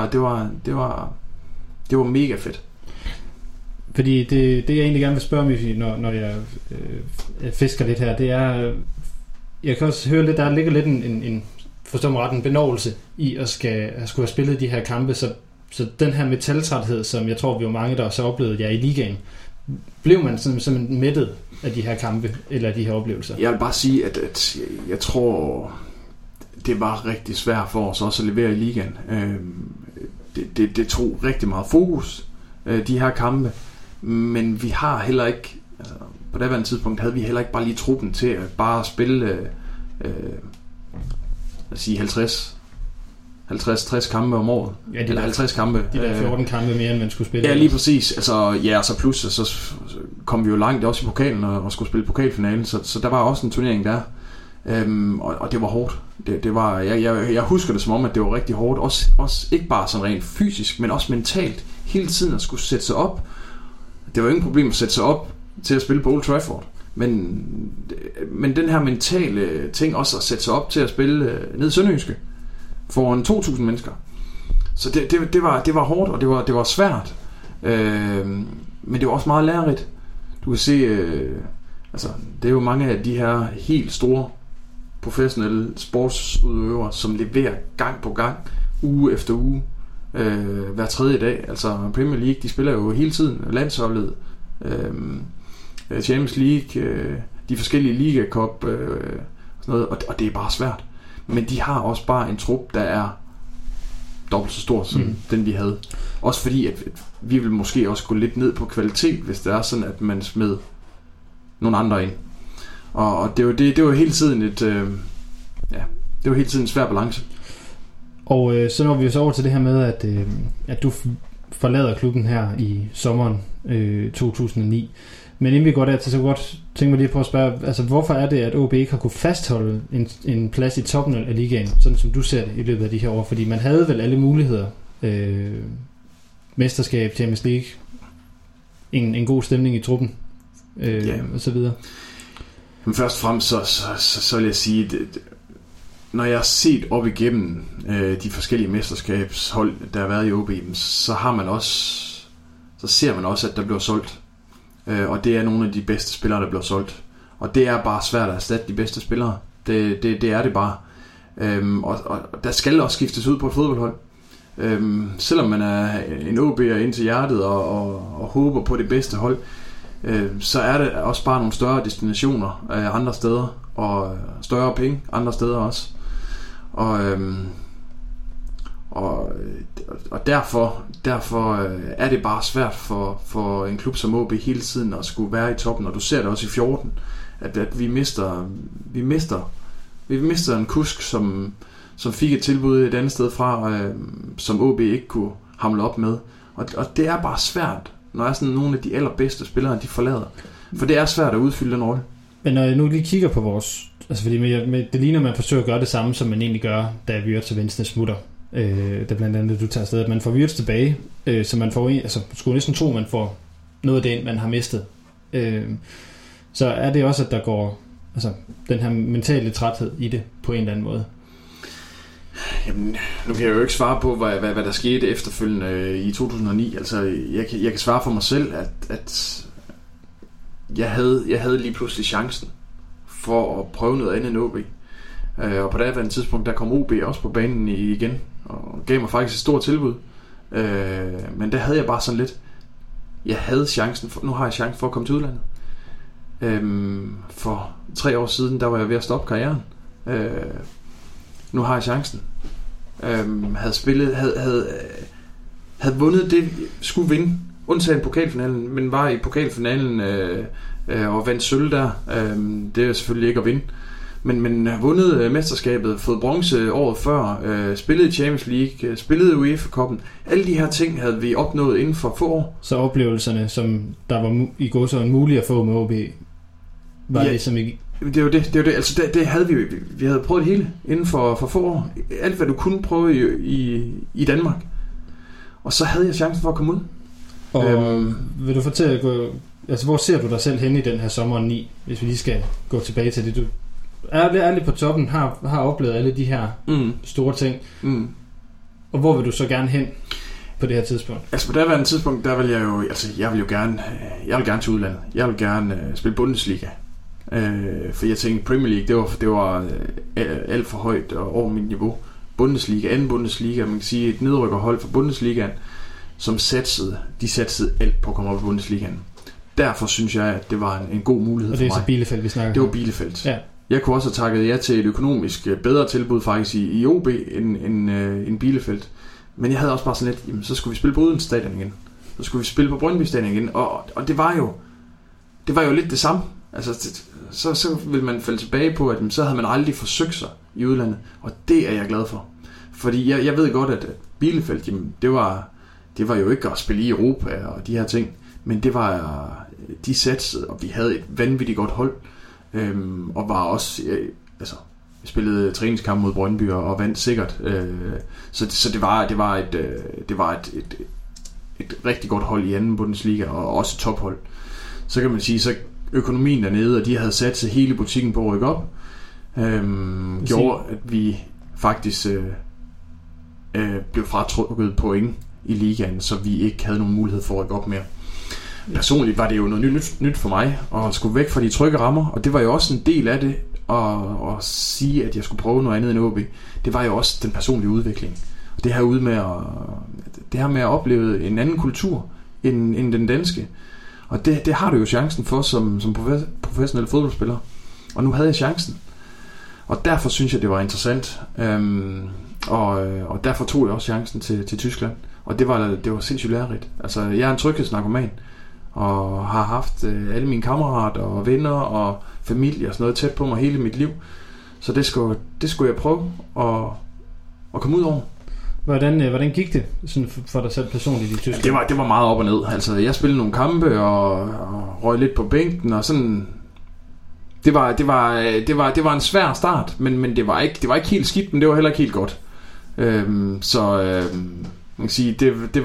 det var mega fedt. Fordi det jeg egentlig gerne vil spørge mig, når jeg fisker lidt her, det er, jeg kan også høre lidt, der ligger lidt en forstår mig ret, en benovelse i at skulle have spillet de her kampe, så den her metaltræthed, som jeg tror vi var mange, der også oplevede i ligaen, blev man simpelthen mættet af de her kampe eller af de her oplevelser? Jeg vil bare sige, at jeg tror det var rigtig svært for os også at levere i ligaen. Det tog rigtig meget fokus, de her kampe, men vi har heller ikke, altså på daværende tidspunkt havde vi heller ikke bare lige truppen til at bare spille 50-60 kampe om året. Ja, eller 50 kampe. De der 14 kampe mere, end man skulle spille. Ja, lige præcis. Altså, ja, så plus, så kom vi jo langt også i pokalen og skulle spille pokalfinalen, så der var også en turnering der. Og det var hårdt. Det var, jeg husker det som om, at det var rigtig hårdt. Også ikke bare sådan rent fysisk, men også mentalt. Hele tiden at skulle sætte sig op. Det var jo ingen problem at sætte sig op til at spille på Old Trafford. Men den her mentale ting også at sætte sig op til at spille ned i Sønderjyske foran 2.000 mennesker. Så det var hårdt, og det var svært. Men det var også meget lærerigt. Du kan se, altså det er jo mange af de her helt store professionelle sportsudøvere, som leverer gang på gang, uge efter uge, hver tredje dag. Altså Premier League, de spiller jo hele tiden, landsholdet, Champions League, de forskellige Liga Cup, sådan noget, og det er bare svært. Men de har også bare en trup, der er dobbelt så stor som den vi havde. Også fordi at vi vil måske også gå lidt ned på kvalitet, hvis det er sådan at man smed nogle andre ind. Og det var hele tiden det var hele tiden en svær balance. Og så når vi så over til det her med at du forlader klubben her i sommeren 2009. Men inden vi går dertil, så kunne jeg godt tænke mig lige på at spørge, altså hvorfor er det, at OB ikke har kunne fastholde en plads i toppen af ligaen, sådan som du ser det i løbet af de her år? Fordi man havde vel alle muligheder. Mesterskab, Champions League, en god stemning i truppen, og så videre. Men først og fremmest, så vil jeg sige, når jeg har set op igennem de forskellige mesterskabshold, der har været i OB, så ser man også, at der bliver solgt. Og det er nogle af de bedste spillere, der bliver solgt. Og det er bare svært at erstatte de bedste spillere. Det er det bare. Og der skal også skiftes ud på et fodboldhold. Selvom man er en OB'er ind til hjertet og håber på det bedste hold, så er det også bare nogle større destinationer andre steder, og større penge andre steder også. Og derfor er det bare svært for en klub som OB hele tiden at skulle være i toppen, og du ser det også i 14, at vi mister en kusk, som fik et tilbud et andet sted fra, som OB ikke kunne hamle op med. Og det er bare svært, når er sådan nogle af de allerbedste spillere, de forlader. For det er svært at udfylde den rolle. Men når jeg nu lige kigger på vores... Altså fordi det ligner, at man forsøger at gøre det samme, som man egentlig gør, da Wirtz og Venstre smutter. Der blandt andet, du tager afsted, at man får Wirtz tilbage, så man får... Altså, skulle næsten tro, man får noget af det, man har mistet. Så er det også, at der går... Altså, den her mentale træthed i det, på en eller anden måde. Jamen, nu kan jeg jo ikke svare på, hvad der skete efterfølgende i 2009. Altså, jeg kan svare for mig selv, at jeg havde lige pludselig chancen for at prøve noget andet end OB. Og på det tidspunkt, der kom OB også på banen igen, og gav mig faktisk et stort tilbud. Men der havde jeg bare sådan lidt, jeg havde chancen, nu har jeg chancen for at komme til udlandet. For 3 år siden, der var jeg ved at stoppe karrieren. Nu har jeg chancen. Havde vundet det, skulle vinde, undtagen pokalfinalen, men var i pokalfinalen og vandt sølv der. Det er selvfølgelig ikke at vinde. Men har vundet mesterskabet, fået bronze året før, spillet i Champions League, spillet i UEFA-cupen. Alle de her ting havde vi opnået inden for få år. Så oplevelserne, som der var i går så muligt at få med OB, var det som ikke... Det er jo det. Altså det havde vi havde prøvet det hele inden for få år. Alt hvad du kunne prøve i Danmark. Og så havde jeg chancen for at komme ud. Og vil du fortælle, altså hvor ser du dig selv hen i den her sommer 9, hvis vi lige skal gå tilbage til det, du er lidt på toppen, har oplevet alle de her store ting. Og hvor vil du så gerne hen på det her tidspunkt? Altså på det her tidspunkt, der vil jeg jo, altså jeg vil gerne til udlandet. Jeg vil gerne spille Bundesliga. For jeg tænkte Premier League, det var alt for højt og over mit niveau. Bundesliga, anden Bundesliga, man kan sige et nedrykkerhold for Bundesligaen, som satsede alt på at komme op i Bundesligaen. Derfor synes jeg, at det var en god mulighed for mig. Og det er så Bielefeld, vi snakker. Det var Bielefeld. Ja. Jeg kunne også have takket ja til et økonomisk bedre tilbud faktisk i OB end Bielefeld. Men jeg havde også bare sådan lidt, jamen, så skulle vi spille på Odense Stadion igen. Så skulle vi spille på Brøndby Stadion igen. Og det var jo lidt det samme. Altså, så vil man falde tilbage på, at så havde man aldrig forsøgt sig i udlandet. Og det er jeg glad for. Fordi jeg ved godt, at Bielefeld, jamen, det var jo ikke at spille i Europa og de her ting. Men det var, de satsede, og vi havde et vanvittigt godt hold. Og var også, vi spillede træningskamp mod Brøndby og vandt sikkert. Så det var et rigtig godt hold i anden Bundesliga, og også et tophold. Så kan man sige, så økonomien dernede, og de havde sat sig hele butikken på at rykke op, gjorde, at vi faktisk blev fratrukket point i ligaen, så vi ikke havde nogen mulighed for at rykke op mere. Personligt var det jo noget nyt for mig at skulle væk fra de trygge rammer, og det var jo også en del af det at sige, at jeg skulle prøve noget andet end OB. Det var jo også den personlige udvikling. Og det her med at opleve en anden kultur end den danske. Og det har du jo chancen for som professionel fodboldspiller. Og nu havde jeg chancen. Og derfor synes jeg, det var interessant. Og derfor tog jeg også chancen til Tyskland. Og det var sindssygt lærerigt. Altså, jeg er en tryghedsnarkoman, og har haft alle mine kammerater og venner og familie og sådan noget tæt på mig hele mit liv. Så det skulle jeg prøve at komme ud over. Hvordan gik det sådan for dig selv personligt i Tyskland? Ja, det var meget op og ned. Altså, jeg spillede nogle kampe og røg lidt på bænken og sådan. Det var en svær start, men det var ikke helt skidt, men det var heller ikke helt godt. Man kan sige, det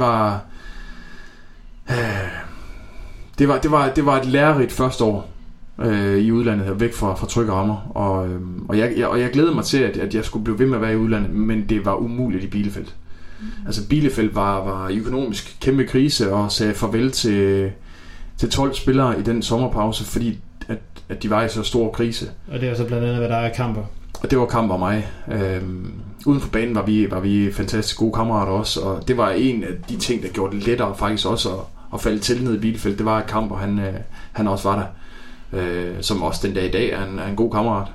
var et lærerigt første år i udlandet, væk fra trygge rammer, og jeg glædede mig til, at jeg skulle blive ved med at være i udlandet, men det var umuligt i Bielefeld. Altså Bielefeld var i økonomisk kæmpe krise og sagde farvel til 12 spillere i den sommerpause, fordi at de var i så stor krise. Og det er så blandt andet, hvad der er kamper. Og det var Kamp og mig. Uden for banen var vi fantastisk gode kammerater også, og det var en af de ting, der gjorde det lettere faktisk også at falde til ned i Bielefeld. Det var et Kamp, og han også var der. Som også den dag i dag er en god kammerat.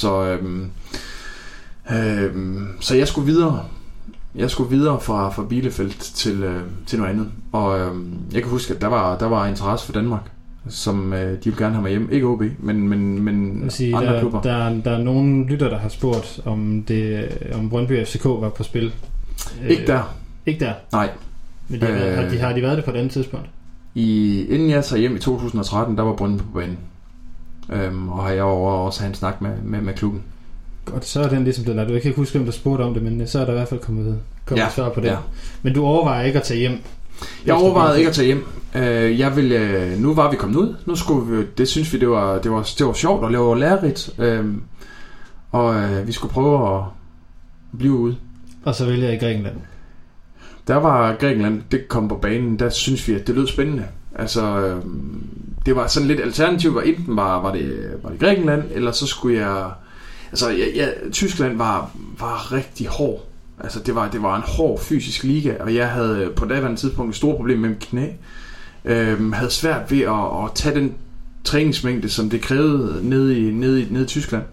Så jeg skulle videre. Jeg skulle videre fra Bielefeld til noget andet. Og jeg kan huske, at der var interesse for Danmark, som de ville gerne have mig hjem. Ikke OB, men sige, andre klubber. Der er nogle lytter, der har spurgt, om Brøndby FCK var på spil. Ikke der. Ikke der? Nej. Men har de været det på et andet tidspunkt? Inden jeg tager hjem i 2013, der var Brøndby på banen. Og har jeg også have en snak med klubben. Godt, så er den ligesom den der. Du kan ikke huske, hvem der spurgte om det, men så er der i hvert fald kommet svar på det. Ja. Men du overvejer ikke at tage hjem? Jeg overvejede ikke at tage hjem. Nu var vi kommet ud. Nu skulle vi, det synes vi, det var sjovt og det var lærerigt. Og vi skulle prøve blive ude. Og så vælger I Grækenland. Der var Grækenland, det kom på banen, der synes vi, at det lød spændende. Altså, det var sådan lidt alternativ, hvor enten var det Grækenland, eller så skulle jeg... Altså, Tyskland var rigtig hård. Altså, det var en hård fysisk liga, og jeg havde på daværende tidspunkt et stort problem med mit knæ. Havde svært ved at tage den træningsmængde, som det krævede nede i Tyskland.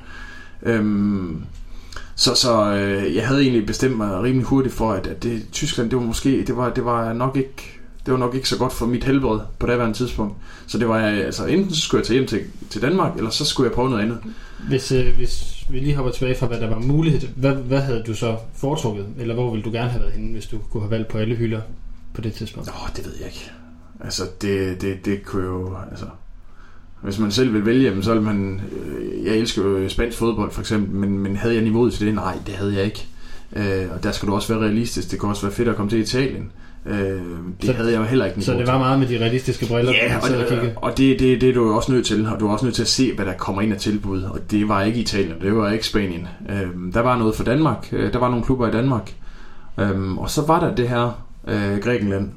Så jeg havde egentlig bestemt mig rimelig hurtigt for, at Tyskland, det var nok ikke så godt for mit helbred på daværende tidspunkt. Så det var altså enten så skulle jeg tage hjem til Danmark, eller så skulle jeg prøve noget andet. Hvis vi lige hopper tilbage fra, hvad der var mulighed, hvad havde du så foretrukket? Eller hvor ville du gerne have været henne, hvis du kunne have valgt på alle hylder på det tidspunkt? Det ved jeg ikke. Altså, det kunne jo... Altså, hvis man selv vil vælge, så vil man... Jeg elsker jo spansk fodbold, for eksempel, men havde jeg niveauet til det? Nej, det havde jeg ikke. Og der skal du også være realistisk. Det kunne også være fedt at komme til Italien. Det havde jeg jo heller ikke niveau. Så det var meget med de realistiske briller? Ja, og det er du jo også nødt til. Og du er også nødt til at se, hvad der kommer ind af tilbud. Og det var ikke Italien, det var ikke Spanien. Der var noget for Danmark. Der var nogle klubber i Danmark. Og så var der det her Grækenland.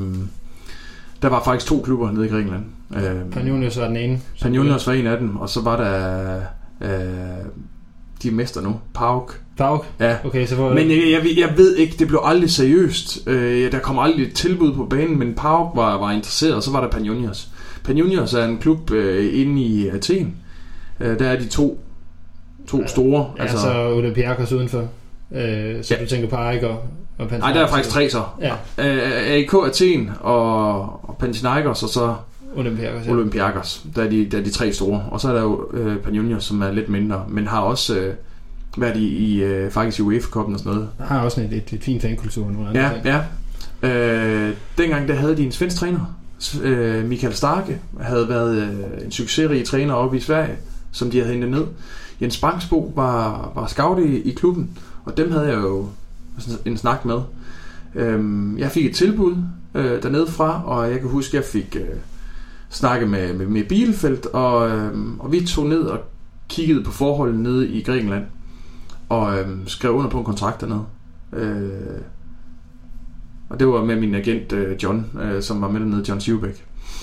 Der var faktisk 2 klubber nede i Grækenland. Panionios var den ene. Panionios var en af dem. Og så var der... de mester nu. PAOK. Ja. Okay, så men jeg ved ikke, det blev aldrig seriøst. Der kom aldrig et tilbud på banen, men PAOK var interesseret, og så var der Panionios. Panionios er en klub inde i Athen. Der er de to store. Ja, altså Olympiakos udenfor. Så du tænker PAOK og Panathinaikos? Nej, der er faktisk 3 så. Ja. AEK Athen og Panathinaikos og så Olympiakos. Der er de 3 store. Og så er der jo Panionios, som er lidt mindre, men har også været faktisk i UEFA-cupen og sådan noget. Har også et fint fankultur. Ja. Dengang der havde de en svensk træner. Mikael Starke havde været en succesrig træner oppe i Sverige, som de havde hentet ned. Jens Bangsbo var scout i klubben, og dem havde jeg jo en snak med. Jeg fik et tilbud dernede fra, og jeg kan huske, at jeg fik snakket med Bielfeldt, og vi tog ned og kiggede på forholdene nede i Grækenland, og skrev under på en kontrakt dernede. Og det var med min agent John, som var med dernede, John Sivbæk.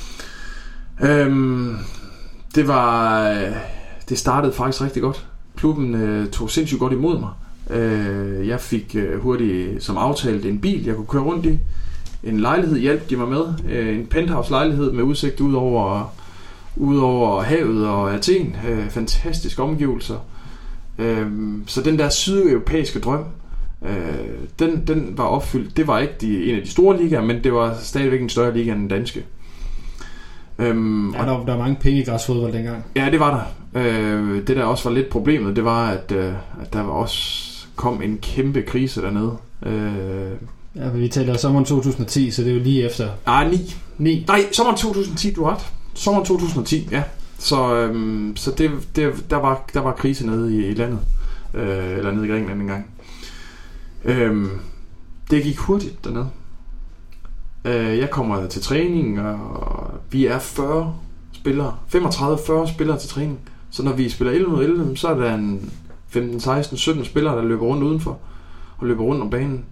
Det startede faktisk rigtig godt. Klubben tog sindssygt godt imod mig. Jeg fik hurtigt som aftalt en bil, jeg kunne køre rundt i. En lejlighed hjalp de mig med. En penthouse lejlighed med udsigt ud over havet og Athen. Fantastiske omgivelser. Så den der sydeuropæiske drøm, den var opfyldt. Det var ikke en af de store ligaer, men det var stadigvæk en større liga end den danske. Der var mange penge i græsfodbold dengang. Ja, det var der. Det der også var lidt problemet, det var, at der var også kom en kæmpe krise dernede. Ja, vi taler sommeren 2010, så det er jo lige efter. 9. Nej, sommeren 2010, du har ret. Sommeren 2010, ja. Så der var krise nede i landet. Eller nede i Grækenland engang. Det gik hurtigt dernede. Jeg kommer til træning, og vi er 40 spillere. 35-40 spillere til træning. Så når vi spiller 11 mod 11, så er der en 15, 16, 17 spillere, der løber rundt udenfor. Og løber rundt om banen.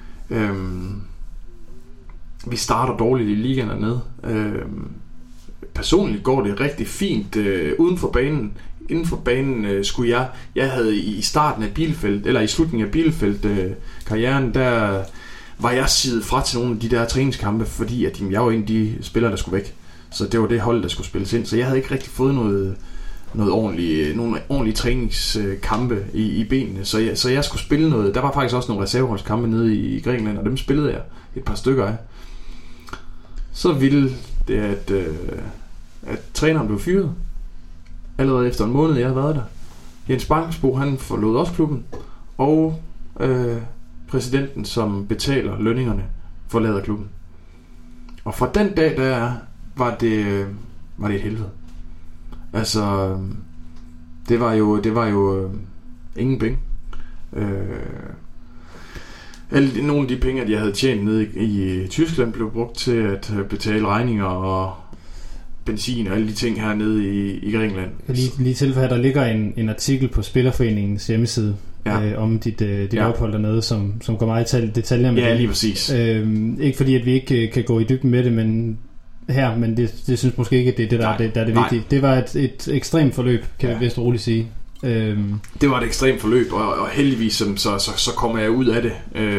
Vi starter dårligt i ligaen dernede. Personligt går det rigtig fint uden for banen. Inden for banen skulle jeg havde i starten af Bielfeldt, eller i slutningen af Bielfeldt karrieren, der var jeg sidet fra til nogle af de der træningskampe, fordi at jeg var en af de spillere, der skulle væk. Så det var det hold, der skulle spilles ind. Så jeg havde ikke rigtig fået nogle ordentlige træningskampe i benene. Så jeg skulle spille noget. Der var faktisk også nogle reserveholdskampe nede i Grækenland, og dem spillede jeg et par stykker af. Så ville det, at træneren blev fyret. Allerede efter en måned, jeg havde været der. Jens Bangsbo, han forlod også klubben. Og præsidenten, som betaler lønningerne, forlader klubben. Og fra den dag, der var det et helvede. Altså, det var jo ingen penge. Nogle af de penge, jeg havde tjent nede i Tyskland, blev brugt til at betale regninger benzin og alle de ting hernede i Grækenland. Lige tilfælde, der ligger en artikel på Spillerforeningens hjemmeside om dit ophold dernede, som går meget i detaljer med det. Ja, lige præcis. Ikke fordi, at vi ikke kan gå i dybden med det, men det synes måske ikke, at det er det, der er det vigtige. Det var et ekstremt forløb, kan vi vist roligt sige. Det var et ekstremt forløb, og heldigvis så kommer jeg ud af det.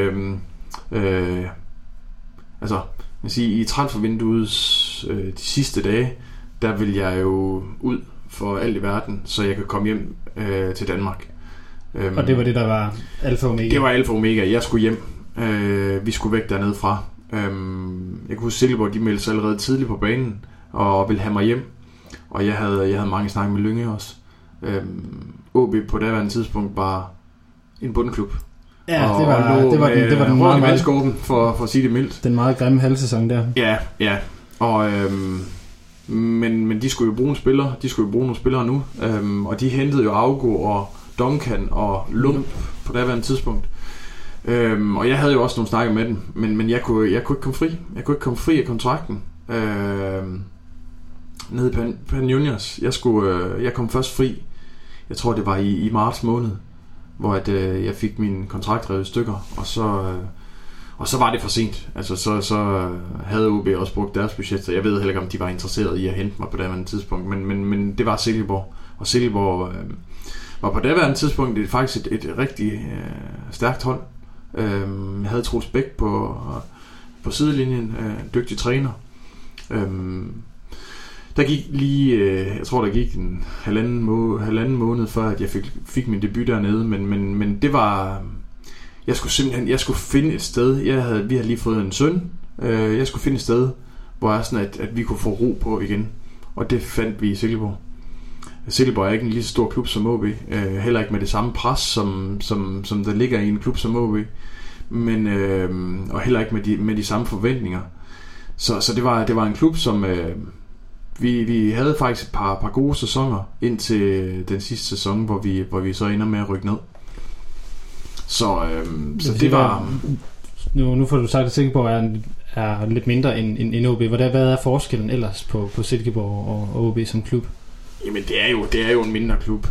Altså, jeg siger, i transfervinduets de sidste dage, der vil jeg jo ud for alt i verden, så jeg kan komme hjem til Danmark. Og det var det, der var alfa og omega? Det var alfa og omega. Jeg skulle hjem. Vi skulle væk dernede fra. Jeg kunne huske, Silkeborg, de meldte sig allerede tidligt på banen og ville have mig hjem. Og jeg havde mange snak med Lynge også. OB på daværende tidspunkt var en bundklub. Ja, det var den meget skåben for at sige det mildt. Den meget grimme halvsæson der. Ja. Og men de skulle jo bruge nogle spillere nu. Og de hentede jo Augo og Duncan og Lump på daværende tidspunkt. Og jeg havde jo også nogle snakke med dem, men jeg kunne ikke komme fri. Jeg kunne ikke komme fri af kontrakten. Nede i Pan Juniors. Jeg kom først fri. Jeg tror det var i marts måned, hvor jeg fik min kontrakt revet i stykker, og så var det for sent. Altså så havde OB også brugt deres budget, så jeg ved heller ikke om de var interesserede i at hente mig på daværende tidspunkt, men det var Silkeborg, og Silkeborg var på daværende tidspunkt faktisk et rigtig stærkt hold. Jeg havde Troels Bæk på sidelinjen, dygtig træner. Der gik lige, jeg tror der gik en halvanden måned før at jeg fik min debut dernede, men det var, jeg skulle finde et sted. Vi havde lige fået en søn. Jeg skulle finde et sted, hvor jeg sådan at vi kunne få ro på igen, og det fandt vi i Silkeborg. Silkeborg er ikke en lige så stor klub som OB, heller ikke med det samme pres som der ligger i en klub som OB, men og heller ikke med de samme forventninger. Så det var en klub som vi havde faktisk et par gode sæsoner indtil den sidste sæson, hvor vi så ender med at rykke ned. Så det var nu får du sagt, at Silkeborg er lidt mindre end OB. Hvad er forskellen ellers på Silkeborg og OB som klub? Jamen det er jo en mindre klub.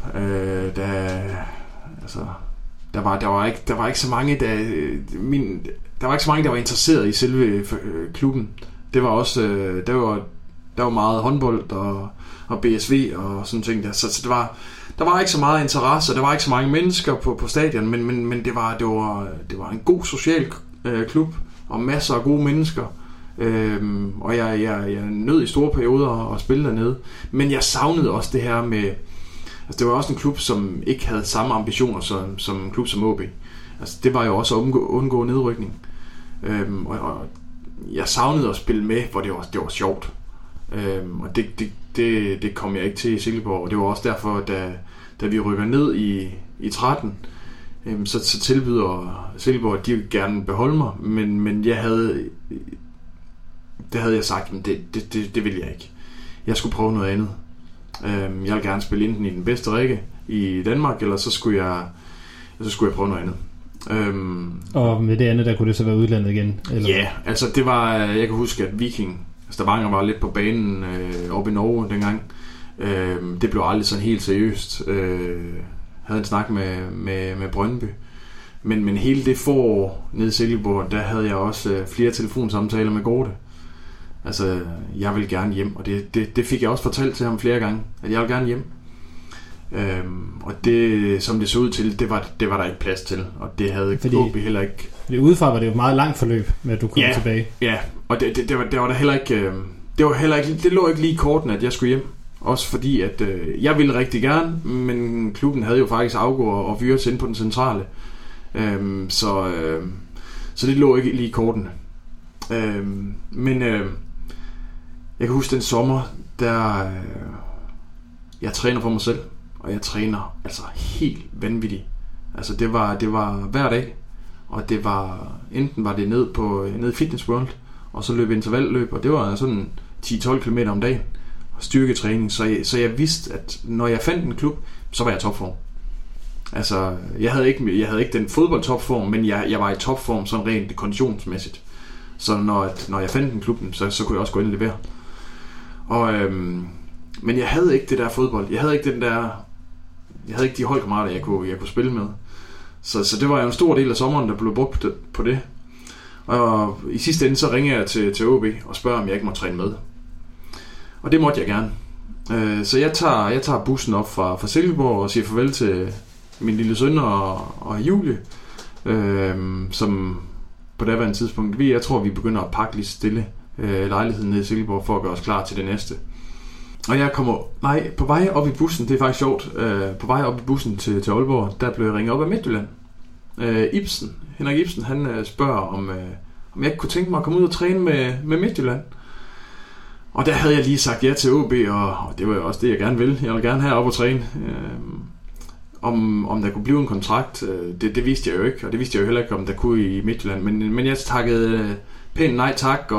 Der var ikke så mange der var interesseret i selve klubben. Det var også der var meget håndbold og BSV og sådan ting der. Så der var ikke så meget interesse, og der var ikke så mange mennesker på stadion, men det var en god social klub og masser af gode mennesker. Og jeg nød i store perioder at spille dernede, men jeg savnede også det her med, altså det var også en klub som ikke havde samme ambitioner som en klub som OB. Altså det var jo også at undgå nedrykning, og jeg savnede at spille med, hvor det var sjovt, og det kom jeg ikke til i Silkeborg, og det var også derfor da vi rykker ned i 13, så tilbyder Silkeborg, at de vil gerne beholde mig, men jeg havde jeg sagt, men det vil jeg ikke. Jeg skulle prøve noget andet. Jeg vil gerne spille enten i den bedste række i Danmark, eller så skulle jeg prøve noget andet. Og med det andet, der kunne det så være udlandet igen? Eller? Ja, altså det var, jeg kan huske, at Viking Stavanger var lidt på banen oppe i Norge dengang. Det blev aldrig sådan helt seriøst. Havde en snak med Brøndby. Men hele det forår nede i Silkeborg, der havde jeg også flere telefonsamtaler med Gorte. Altså, jeg vil gerne hjem, og det fik jeg også fortalt til ham flere gange, at jeg vil gerne hjem. Og det, som det så ud til, det var der ikke plads til, og det havde OB heller ikke. Fordi udefra var det jo et meget langt forløb med, at du kom tilbage. Ja, og det var der heller ikke, det lå ikke lige i kortene, at jeg skulle hjem. Også fordi, at jeg ville rigtig gerne, men klubben havde jo faktisk afgået og Vyret ind på den centrale. Så det lå ikke lige i kortene. Men jeg kan huske den sommer, der jeg træner for mig selv, og jeg træner altså helt vanvittigt. Altså det var hver dag, og det var enten var det ned i Fitness World, og så løb intervalløb, og det var sådan 10-12 km om dagen, og styrketræning, så jeg vidste, at når jeg fandt en klub, så var jeg i topform. Altså jeg havde ikke den fodboldtopform, men jeg var i topform sådan rent konditionsmæssigt. Så når jeg fandt en klub, så kunne jeg også gå ind og levere. Og, men jeg havde ikke det der fodbold. Jeg havde ikke de holdkammerater, jeg kunne spille med. Så det var jo en stor del af sommeren, der blev brugt på det. Og i sidste ende, så ringer jeg til OB og spørger, om jeg ikke må træne med. Og det måtte jeg gerne. Så jeg tager bussen op fra Silkeborg og siger farvel til min lille søn og Julie, som på daværende tidspunkt, jeg tror, vi begynder at pakke lige stille lejligheden nede i Silkeborg for at gøre os klar til det næste. Og jeg på vej op i bussen, det er faktisk sjovt, på vej op i bussen til Aalborg, der blev jeg ringet op af Midtjylland. Henrik Ibsen, han spørger, om jeg ikke kunne tænke mig at komme ud og træne med Midtjylland. Og der havde jeg lige sagt ja til OB, og det var jo også det, jeg gerne ville. Jeg ville gerne have op og træne. Om der kunne blive en kontrakt, det vidste jeg jo ikke, og det vidste jeg jo heller ikke, om der kunne i Midtjylland. Men jeg takkede pænt nej tak,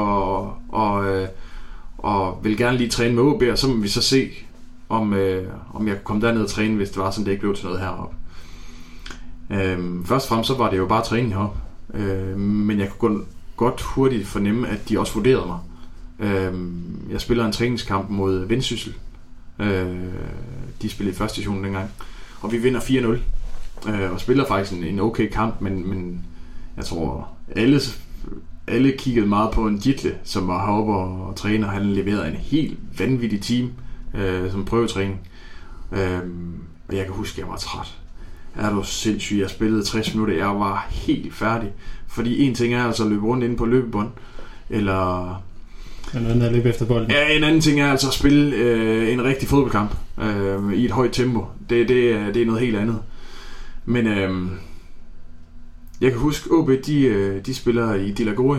og ville gerne lige træne med OB, og så må vi så se, om jeg kunne komme derned og træne, hvis det var sådan, det ikke blev til noget heroppe. Først og fremmest så var det jo bare træning heroppe, men jeg kunne godt hurtigt fornemme, at de også vurderede mig. Jeg spiller en træningskamp mod Vendsyssel. De spillede i første division dengang, og vi vinder 4-0, og spiller faktisk en okay kamp, men jeg tror alle kiggede meget på en Gitle, som var heroppe og træner. Han leverede en helt vanvittig team som prøvetræning, og jeg kan huske, at jeg var træt. Er du sindssyg? Jeg spillede 60 minutter, jeg var helt færdig, fordi en ting er altså at løbe rundt inde på løbebånd, eller en anden er at løbe efter bolden. Ja, en anden ting er altså at spille en rigtig fodboldkamp i et højt tempo. Det er noget helt andet. Men jeg kan huske, OB de spiller i Dilagori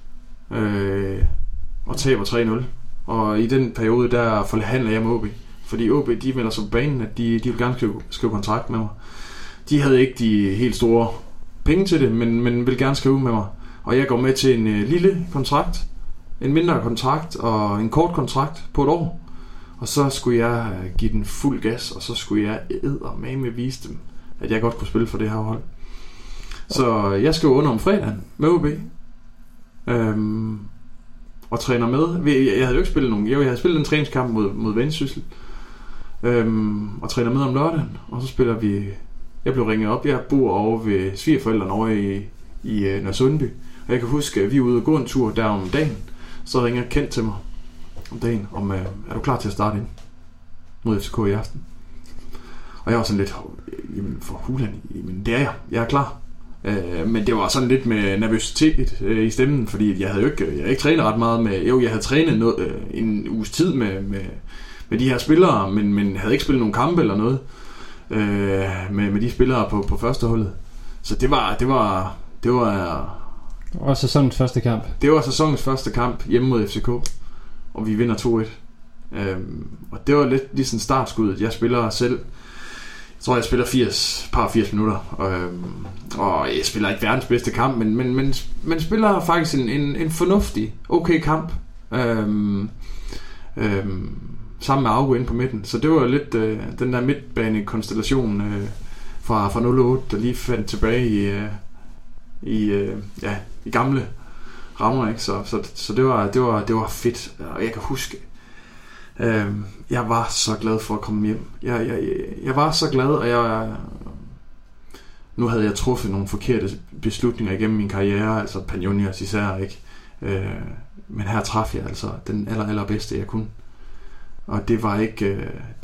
og taber 3-0. Og i den periode, der forhandler jeg med OB. Fordi OB, de melder sig på banen, at de vil gerne skrive kontrakt med mig. De havde ikke de helt store penge til det, men ville gerne skrive med mig. Og jeg går med til en lille kontrakt, en mindre kontrakt og en kort kontrakt på et år. Og så skulle jeg give den fuld gas, og så skulle jeg eddermame vise dem, at jeg godt kunne spille for det her hold. Så jeg skrev under om fredagen med OB. Og træner med. Jeg havde jo ikke spillet nogen. Jeg havde spillet en træningskamp mod Vendsyssel. Og træner med om lørdagen. Og så spiller vi. Jeg blev ringet op. Jeg bor over ved svigerforældrene over i Nørresundby. Og jeg kan huske, at vi er ude og gå en tur der om dagen. Så ringer Kent til mig om dagen, om er du klar til at starte ind mod FCK i aften? Og jeg var sådan lidt, jamen for hulen, men det er jeg. Jeg er klar. Men det var sådan lidt med nervøsitet i stemmen, fordi jeg havde ikke trænet ret meget med. Jo, jeg havde trænet en uges tid med de her spillere, men havde ikke spillet nogen kampe eller noget med de spillere på førsteholdet. Så det var og sæsonens første kamp. Det var sæsonens første kamp hjemme mod FCK, og vi vinder 2-1. Og det var lidt ligesom startskuddet. Jeg spiller selv, jeg tror jeg spiller 80 minutter, og jeg spiller ikke verdens bedste kamp, men spiller faktisk en fornuftig, okay kamp, sammen med Augo inde på midten. Så det var lidt den der midtbanekonstellation fra 08, der lige fandt tilbage i gamle rammer, ikke? Så det var fedt. Og jeg kan huske, jeg var så glad for at komme hjem. Jeg var så glad, og nu havde jeg truffet nogle forkerte beslutninger igennem min karriere, altså Panionios især, ikke? Men her traf jeg altså den allerbedste jeg kunne. Og det var ikke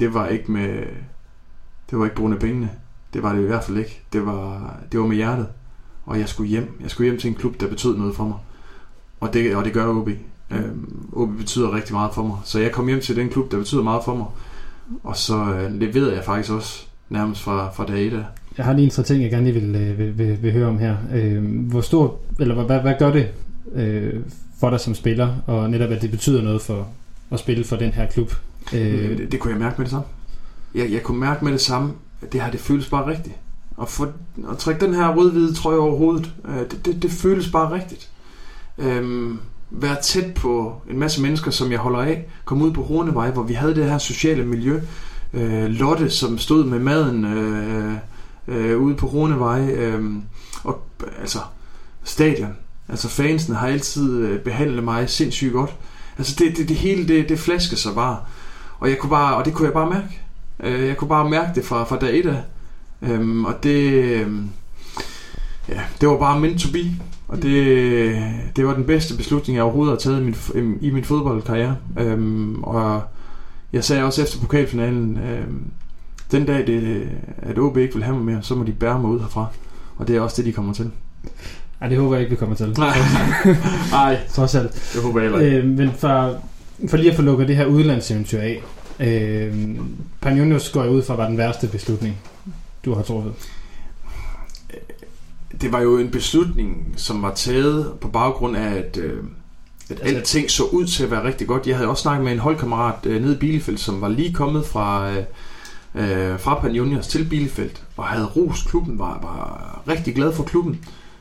på grund af pengene. Det var det i hvert fald ikke. Det var med hjertet. Og jeg skulle hjem til en klub, der betød noget for mig. Og det gør OB. OB betyder rigtig meget for mig. Så jeg kom hjem til den klub, der betyder meget for mig. Og så leverede jeg faktisk også nærmest fra dag 1 af. Jeg har lige en ting, jeg gerne vil høre om her. Hvor stor, eller hvad gør det for dig som spiller, og netop at det betyder noget for at spille for den her klub? Det kunne jeg mærke med det samme. Jeg kunne mærke med det samme, at det føles bare rigtigt. At trække den her rød-hvide trøje over hovedet, det føles bare rigtigt. Være tæt på en masse mennesker, som jeg holder af, komme ud på Hornevej, hvor vi havde det her sociale miljø. Lotte, som stod med maden ude på Hornevej, og altså stadion. Altså fansene har altid behandlet mig sindssygt godt. Altså det hele, det flaskede sig bare. Og det kunne jeg bare mærke. Jeg kunne bare mærke det fra dag 1 af. Og det var bare meant to be. Og det var den bedste beslutning, jeg overhovedet har taget i min fodboldkarriere. Og jeg sagde også efter pokalfinalen, den dag, at OB ikke vil have mig mere, så må de bære mig ud herfra. Og det er også det, de kommer til. Ej, det håber jeg ikke, vi kommer til. Nej, trods alt. Det håber jeg heller ikke. Men for lige at få lukket det her udlandseventyr af, Panionios går jeg ud fra, var den værste beslutning, du har truffet. Det var jo en beslutning, som var taget på baggrund af, at alting så ud til at være rigtig godt. Jeg havde også snakket med en holdkammerat nede i Bielefeld, som var lige kommet fra Panionios til Bielefeld, og havde rost klubben, var rigtig glad for klubben.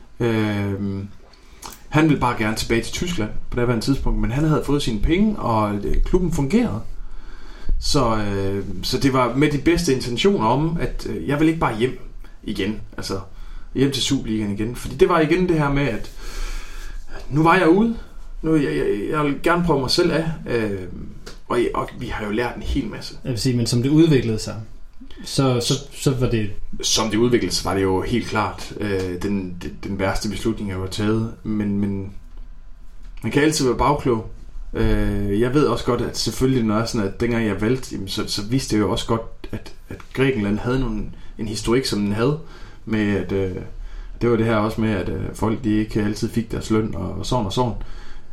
Han ville bare gerne tilbage til Tyskland på det her tidspunkt, men han havde fået sine penge, og klubben fungerede. Så det var med de bedste intentioner om, at jeg vil ikke bare hjem igen, altså hjem til Superligaen igen, fordi det var igen det her med, at nu var jeg ude, jeg vil gerne prøve mig selv af, og vi har jo lært en hel masse. Jeg vil sige, men som det udviklede sig, så var det... Som det udviklede sig, var det jo helt klart den værste beslutning, jeg har taget, men man kan altid være bagklog. Jeg ved også godt, at selvfølgelig når sådan, at dengang jeg valgte, så vidste jeg jo også godt, at Grækenland havde en historik, som den havde, med at det var det her også med, at folk de ikke altid fik deres løn og sådan og sådan.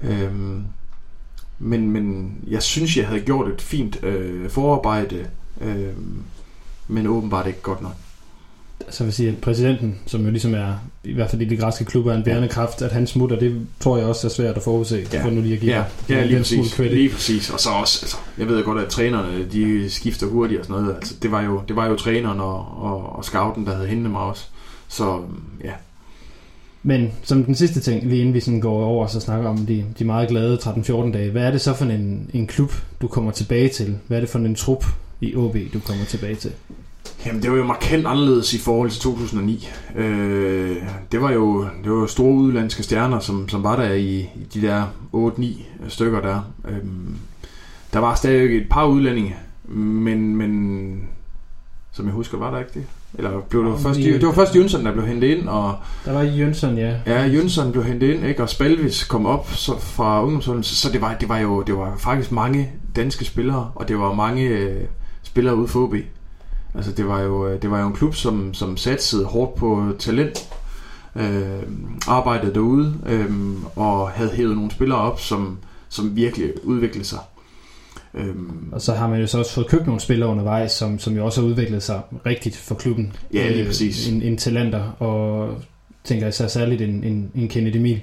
Men jeg synes, jeg havde gjort et fint forarbejde, men åbenbart ikke godt nok. Så vil sige, at præsidenten, som jo ligesom er, i hvert fald i de græske klubber, en bærende kraft, at han smutter, det tror jeg også er svært at forudse, for nu lige at give lige præcis. Og så også, altså, jeg ved godt, at trænerne, de skifter hurtigt og sådan noget. Altså, det var jo træneren og scouten, der havde hentet mig også. Så, ja. Men som den sidste ting, lige inden vi sådan går over og så snakker om de meget glade 13-14 dage, hvad er det så for en klub, du kommer tilbage til? Hvad er det for en trup i OB, du kommer tilbage til? Jamen, det var jo markant anderledes i forhold til 2009. Det var jo store udlandske stjerner, som var der i de der 8-9 stykker der. Der var stadig et par udlændinge, men som jeg husker, var der ikke det? Eller blev det først? Det var først Jønsson, der blev hentet ind, og der var Jønsson, ja. Ja, Jønsson blev hentet ind, ikke? Og Spalvis kom op så fra ungdomsholdet, så det var faktisk mange danske spillere, og det var mange spillere ude for OB. Altså det var jo en klub, som satsede hårdt på talent, arbejdede derude, og havde hævet nogle spillere op, som virkelig udviklede sig. Og så har man jo så også fået købt nogle spillere undervejs, som jo også har udviklet sig rigtigt for klubben. Ja, lige præcis. En talenter, og tænker jeg så særligt en Kenneth Emil.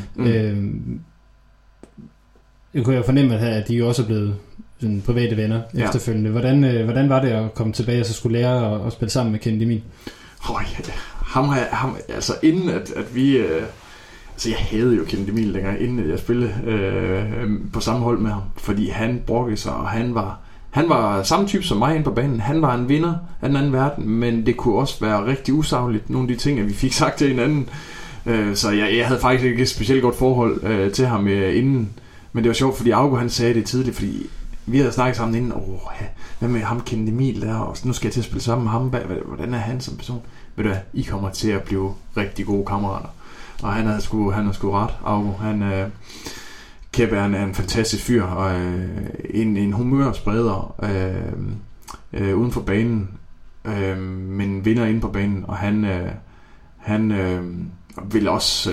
Jeg kunne jo fornemme, at de jo også er blevet sådan private venner efterfølgende. Hvordan var det at komme tilbage og så skulle lære at spille sammen med Kenneth Emil? Ham, altså inden at vi... Altså jeg havde jo Kenneth Emil dengang, inden jeg spillede på samme hold med ham, fordi han brokkede sig, og han var samme type som mig inde på banen. Han var en vinder af den anden verden, men det kunne også være rigtig usagligt, nogle af de ting, at vi fik sagt til hinanden. Så jeg havde faktisk ikke et specielt godt forhold til ham inden, men det var sjovt, fordi Augo han sagde det tidligt, fordi vi havde snakket sammen inden, hvad med ham Kenneth Emil der, og nu skal jeg til at spille sammen med ham, hvordan er han som person? Ved du hvad, I kommer til at blive rigtig gode kammerater. Og han har sgu ret, Augo. Kæppe er en fantastisk fyr, og en humørspreder uden for banen, men vinder inde på banen, og han vil også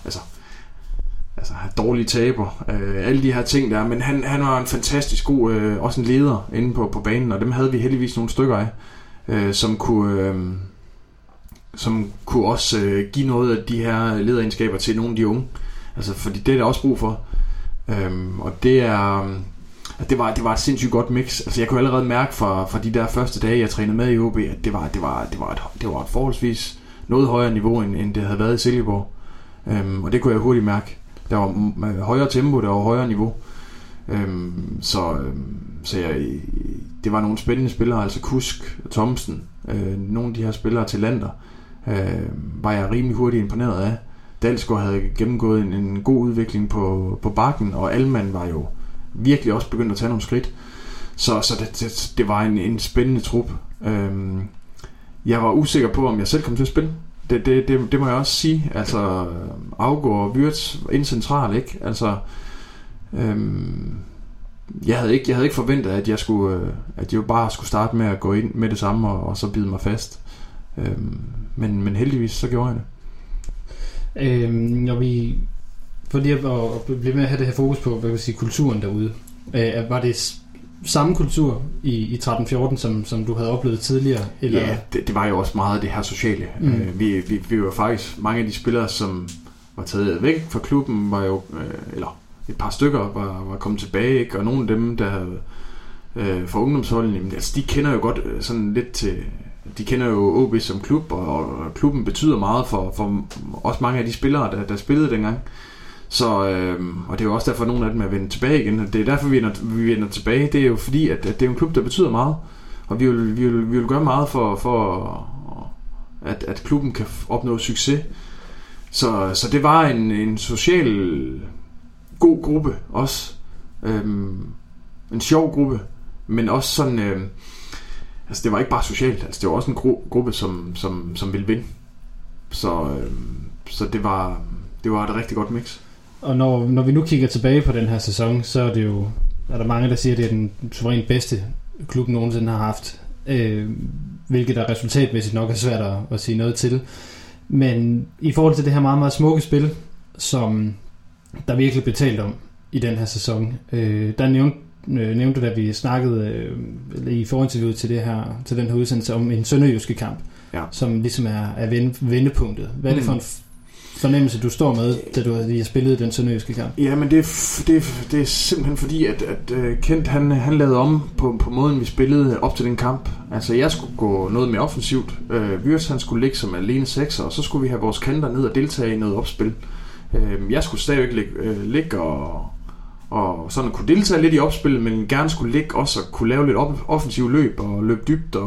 have dårlige taber, alle de her ting der, men han var en fantastisk god, også en leder inde på banen, og dem havde vi heldigvis nogle stykker af, som kunne også give noget af de her lederegenskaber til nogle af de unge. Altså, fordi det er der også brug for. Og det var et sindssygt godt mix. Altså, jeg kunne allerede mærke fra de der første dage, jeg trænede med i OB, at det var et forholdsvis noget højere niveau, end det havde været i Silkeborg. Og det kunne jeg hurtigt mærke. Der var højere tempo, der var højere niveau. Det var nogle spændende spillere, altså Kusk, Thomsen, nogle af de her spillere til Lander, var jeg rimelig hurtigt imponeret af. Dalsgaard havde gennemgået en god udvikling på bakken, og Alman var jo virkelig også begyndt at tage nogle skridt. Så det var en spændende trup. Jeg var usikker på, om jeg selv kom til at spille. Det må jeg også sige. Altså, Augaard og Wirtz var central, ikke? Altså, jeg havde ikke forventet, at jeg bare skulle starte med at gå ind med det samme og så bide mig fast. Men heldigvis så gjorde jeg det. Når vi for lige at blive med at have det her fokus på, hvad kan jeg sige, kulturen derude, var det samme kultur i 13-14, som du havde oplevet tidligere? Eller? Ja, det var jo også meget af det her sociale. Vi var faktisk, mange af de spillere, som var taget væk fra klubben, var jo, eller et par stykker var kommet tilbage, ikke? Og nogle af dem, der havde fra ungdomsholden, altså, de kender jo godt sådan lidt til, de kender jo OB som klub, og klubben betyder meget for også mange af de spillere, der spillede dengang. Så, og det er jo også derfor, at nogle af dem er vendt tilbage igen. Det er derfor, vi vender tilbage. Det er jo fordi, at det er en klub, der betyder meget. Og vi vil gøre meget for at klubben kan opnå succes. Så det var en social god gruppe også. En sjov gruppe. Men også sådan... altså det var ikke bare socialt. Altså det var også en gruppe, som ville vinde. Så det var et rigtig godt mix. Og når vi nu kigger tilbage på den her sæson, så er det jo, er der mange, der siger, at det er den suverænt bedste klub nogensinde har haft, hvilket der resultatmæssigt nok er svært at sige noget til. Men i forhold til det her meget, meget smukke spil, som der virkelig blev talt om i den her sæson, der nævnte da vi snakkede i forinterviewet til den her udsendelse om en sønderjyske kamp, ja, som ligesom er vendepunktet. Hvad er det for en fornemmelse, du står med, da du har spillet den sønderjyske kamp? Ja, men det er simpelthen fordi, at Kent han lavede om på måden, vi spillede op til den kamp. Altså, jeg skulle gå noget mere offensivt. Wirtz, han skulle ligge som alene sekser, og så skulle vi have vores kanter ned og deltage i noget opspil. Jeg skulle stadigvæk ligge og sådan kunne deltage lidt i opspillet, men gerne skulle ligge også og kunne lave lidt offensiv løb og løbe dybt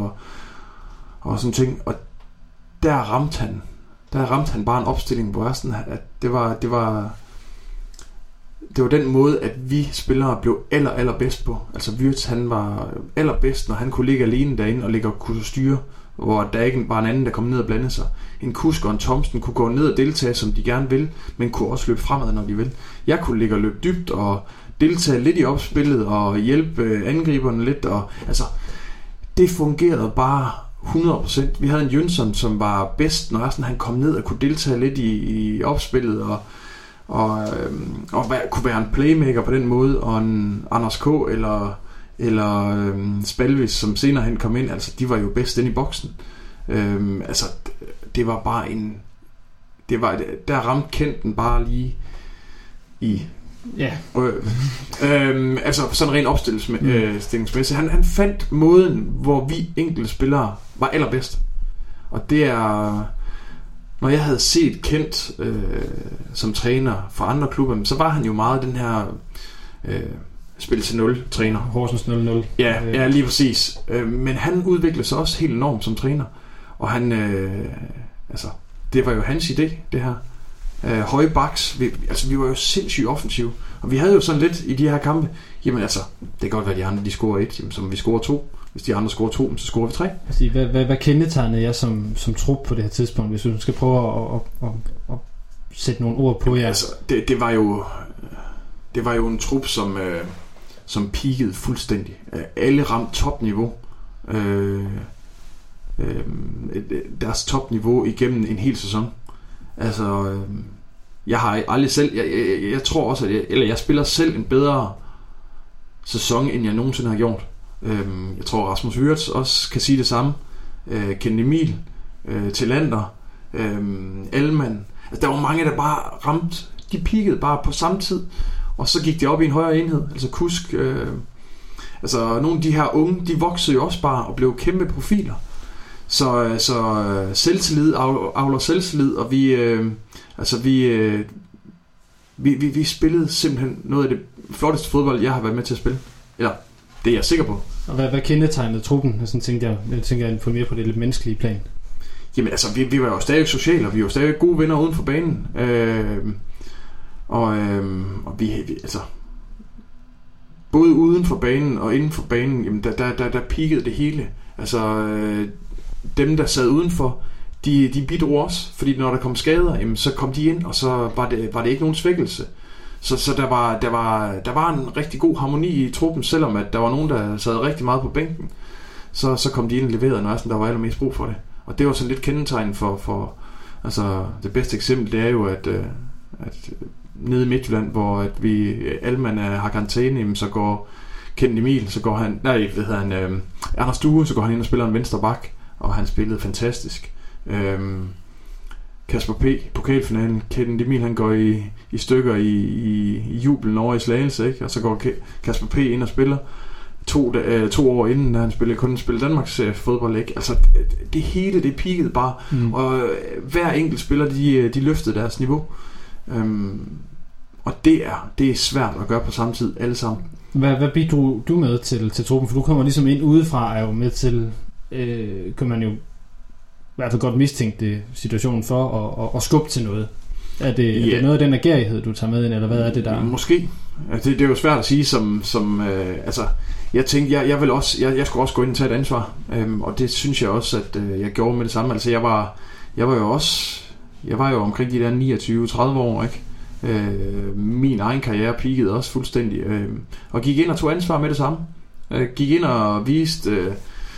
og sådan ting. Og der ramte han bare en opstilling, hvor sådan, at det var den måde, at vi spillere blev allerbedst på. Altså Wirtz, han var allerbedst, når han kunne ligge alene derinde og ligge og kunne styre, hvor der ikke var en anden, der kom ned og blandede sig. En Kusk og en Thomsen kunne gå ned og deltage, som de gerne vil, men kunne også løbe fremad, når de vil. Jeg kunne ligge og løbe dybt og deltage lidt i opspillet og hjælpe angriberne lidt. Og, altså, det fungerede bare 100%. Vi havde en Jønsson, som var bedst, når han kom ned og kunne deltage lidt i opspillet og kunne være en playmaker på den måde, og en Anders K. eller Spalvis, som senere hen kom ind. Altså, de var jo bedst inde i boksen. Altså, det var bare der ramte Kenten bare lige i... Ja. Altså sådan rent opstillingsmæssigt. Han fandt måden, hvor vi enkelte spillere var allerbedst. Og det er, når jeg havde set Kent som træner for andre klubber, så var han jo meget den her spil til 0 træner. Horsens 0-0. Ja, lige præcis. Men han udviklede sig også helt enormt som træner. Og han altså, det var jo hans idé, det her. Høje backs, vi var jo sindssygt offensive, og vi havde jo sådan lidt i de her kampe, jamen altså, det kan godt være, at de andre de scorer 1, jamen, som vi scorer 2. Hvis de andre scorer 2, så scorer vi 3. Altså, hvad kendetegnede jeg som trup på det her tidspunkt, hvis du skal prøve at sætte nogle ord på jer? Altså, det var jo en trup, som peakede fuldstændig. Alle ramte topniveau. Deres topniveau igennem en hel sæson. Altså, jeg har aldrig selv, jeg tror også, at jeg spiller selv en bedre sæson, end jeg nogensinde har gjort. Jeg tror, Rasmus Wirtz også kan sige det samme. Ken Emil, Tillander, Elman. Altså, der var mange, der bare ramte, de peakede bare på samme tid, og så gik de op i en højere enhed. Altså Kusk, altså nogle af de her unge, de voksede jo også bare og blev kæmpe profiler. Så selvtillid avler selvtillid, og vi spillede simpelthen noget af det flotteste fodbold, jeg har været med til at spille. Eller, det er jeg sikker på. Og hvad kendetegnede truppen? Jeg tænker jeg på mere på det lidt menneskelige plan. Jamen altså, vi var jo stadig sociale, og vi var stadig gode venner uden for banen. Og vi altså... både uden for banen og inden for banen, jamen der peakede det hele. Altså dem der sad udenfor, de bidrog også, fordi når der kom skader, jamen, så kom de ind, og så var det ikke nogen svækkelse. Så der var en rigtig god harmoni i truppen, selvom at der var nogen, der sad rigtig meget på bænken. Så kom de ind og leverede, når der var allermest brug for det. Og det var sådan lidt kendetegn for altså det bedste eksempel, det er jo, at nede i Midtjylland, hvor at Alman har karantæne, så går Kent Emil, så går han, Anders Due, så går han ind og spiller en venstre bak, og han spillede fantastisk. Kasper P. pokalfinalen, Kent Emil han går i stykker i jubelen over i Slagelse, ikke? Og så går Kasper P. ind og spiller 2 år inden, da han kun spillede Danmarks fodbold, ikke? Altså det hele, det peakede bare, og hver enkelt spiller, de løftede deres niveau, og det er svært at gøre på samme tid, alle sammen. Hvad bidrog du med til truppen? For du kommer ligesom ind udefra, er jo med til, kan man jo i hvert fald godt mistænke situationen for at skubbe til noget. Er det noget af den agerighed, du tager med ind, eller hvad er det der? Måske. Det er jo svært at sige som altså, jeg tænkte, jeg skulle også gå ind og tage et ansvar, og det synes jeg også, at jeg gjorde med det samme. Altså, jeg var jo omkring de der 29-30 år, ikke? Min egen karriere peakede også fuldstændig, og gik ind og tog ansvar med det samme. Gik ind og viste,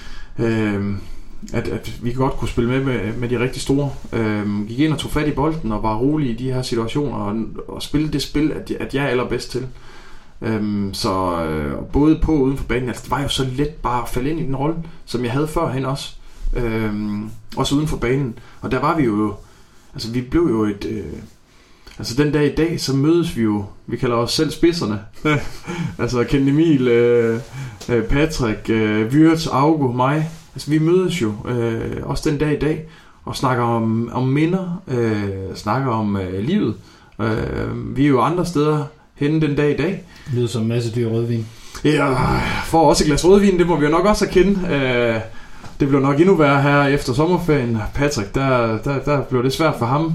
at vi godt kunne spille med de rigtig store. Gik ind og tog fat i bolden og var rolig i de her situationer og spille det spil, at jeg er allerbedst til. Så både på og uden for banen, altså det var jo så let bare at falde ind i den rolle, som jeg havde førhen også. Også uden for banen. Og der var vi jo, altså vi blev jo altså den dag i dag, så mødes vi jo, vi kalder os selv spidserne. Altså Kent Emil, Patrick, Wirtz, Augo, mig. Altså vi mødes jo også den dag i dag og snakker om minder, snakker om livet. Vi er jo andre steder henne den dag i dag. Det lyder som en masse dyr rødvin. Ja, får også et glas rødvin, det må vi jo nok også erkende. Det bliver nok endnu værre her efter sommerferien. Patrick, der blev det svært for ham.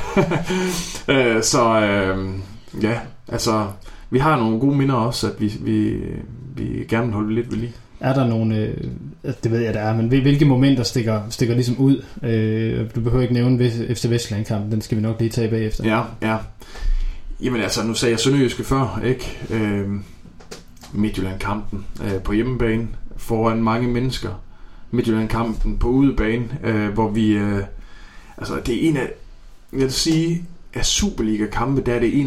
Ja, altså vi har nogle gode minder også, at vi gerne vil holde lidt ved lige. Er der nogle, det ved jeg der er, men hvilke momenter stikker ligesom ud? Du behøver ikke nævne FC Vestland-kampen, den skal vi nok lige tage bagefter. Ja. Jamen altså, nu sagde jeg Sønderjyske før, ikke? Midtjylland-kampen på hjemmebane foran mange mennesker. Midtjylland-kampen på udebane, hvor vi, altså det er en af, jeg vil sige, af Superliga-kampe, der er det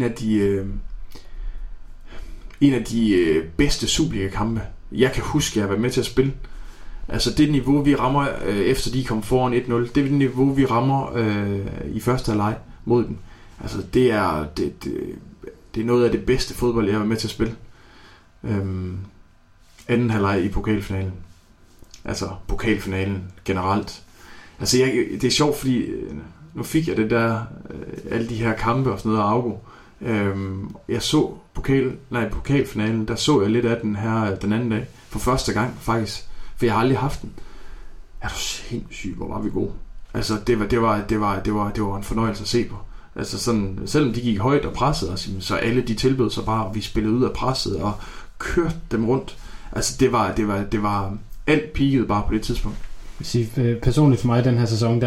en af de bedste Superliga-kampe, jeg kan huske, jeg har været med til at spille. Altså det niveau, vi rammer, efter de kom foran 1-0, det er det niveau, vi rammer i første halvleg mod dem. Altså det er noget af det bedste fodbold, jeg har været med til at spille. Anden halvleg i pokalfinalen. Altså pokalfinalen generelt. Altså det er sjovt, fordi nu fik jeg det der, alle de her kampe og sådan noget af Augo. Jeg så pokalfinalen, der så jeg lidt af den her den anden dag, for første gang faktisk, for jeg har aldrig haft den. Er du sindssygt, hvor var vi gode. Altså det var en fornøjelse at se på. Altså sådan, selvom de gik højt og pressede os, så alle de tilbød sig bare, og vi spillede ud af presset og kørte dem rundt. Altså det var alt peakede bare på det tidspunkt. Personligt for mig den her sæson,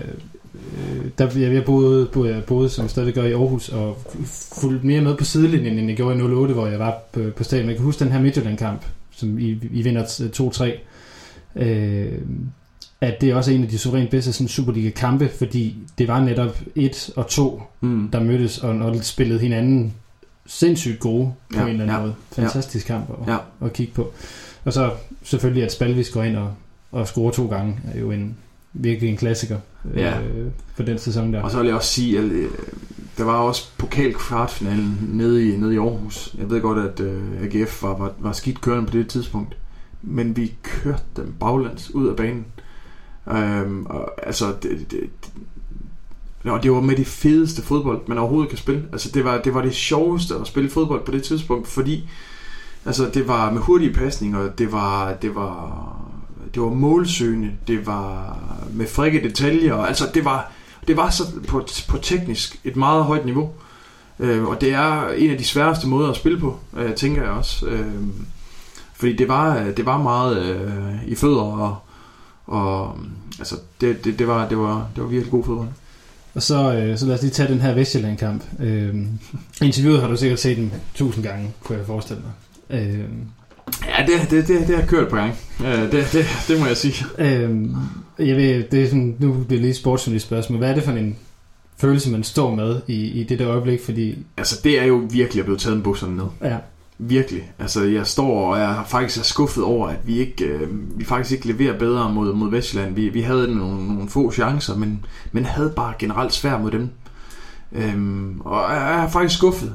jeg boede som jeg stadig gør i Aarhus, og fulgte mere med på sidelinjen, end jeg gjorde i 08, hvor jeg var på stadion. Jeg kan huske den her Midtjylland-kamp, som I vinder 2-3, at det er også en af de suverænt bedste sådan Superliga-kampe, fordi det var netop 1 og 2, der mødtes, og spillede hinanden sindssygt gode på en eller anden måde. Fantastisk kamp at kigge på. Og så selvfølgelig, at Spalvis går ind og scorer 2 gange, er jo virkelig en klassiker for den sæson der. Og så vil jeg også sige, at der var også pokalkvartfinalen nede i Aarhus. Jeg ved godt, at AGF var skidt kørende på det tidspunkt, men vi kørte dem baglands ud af banen. Altså det var med det fedeste fodbold, man overhovedet kan spille. Altså det var det sjoveste at spille fodbold på det tidspunkt, fordi altså det var med hurtige pasninger, det var målsøgende, det var med frikke detaljer, altså det var så på teknisk et meget højt niveau. Og det er en af de sværeste måder at spille på, tænker jeg også. Fordi det var meget i fødder, og altså, det var virkelig god fodbold. Og så lad os lige tage den her Vestjylland-kamp. Interviewet har du sikkert set den 1000 gange, kunne jeg forestille mig. Ja, det har kørt på gang. Det må jeg sige. Jeg ved, det er sådan, nu bliver det lige sportsjournalist spørgsmål. Hvad er det for en følelse, man står med i det der øjeblik? Fordi... Altså, det er jo virkelig blevet taget en bukserne ned. Ja. Virkelig. Altså, jeg står og jeg faktisk er skuffet over, at vi faktisk ikke leverer bedre mod Vestjylland. Vi havde nogle få chancer, men havde bare generelt svært mod dem. Og jeg er faktisk skuffet.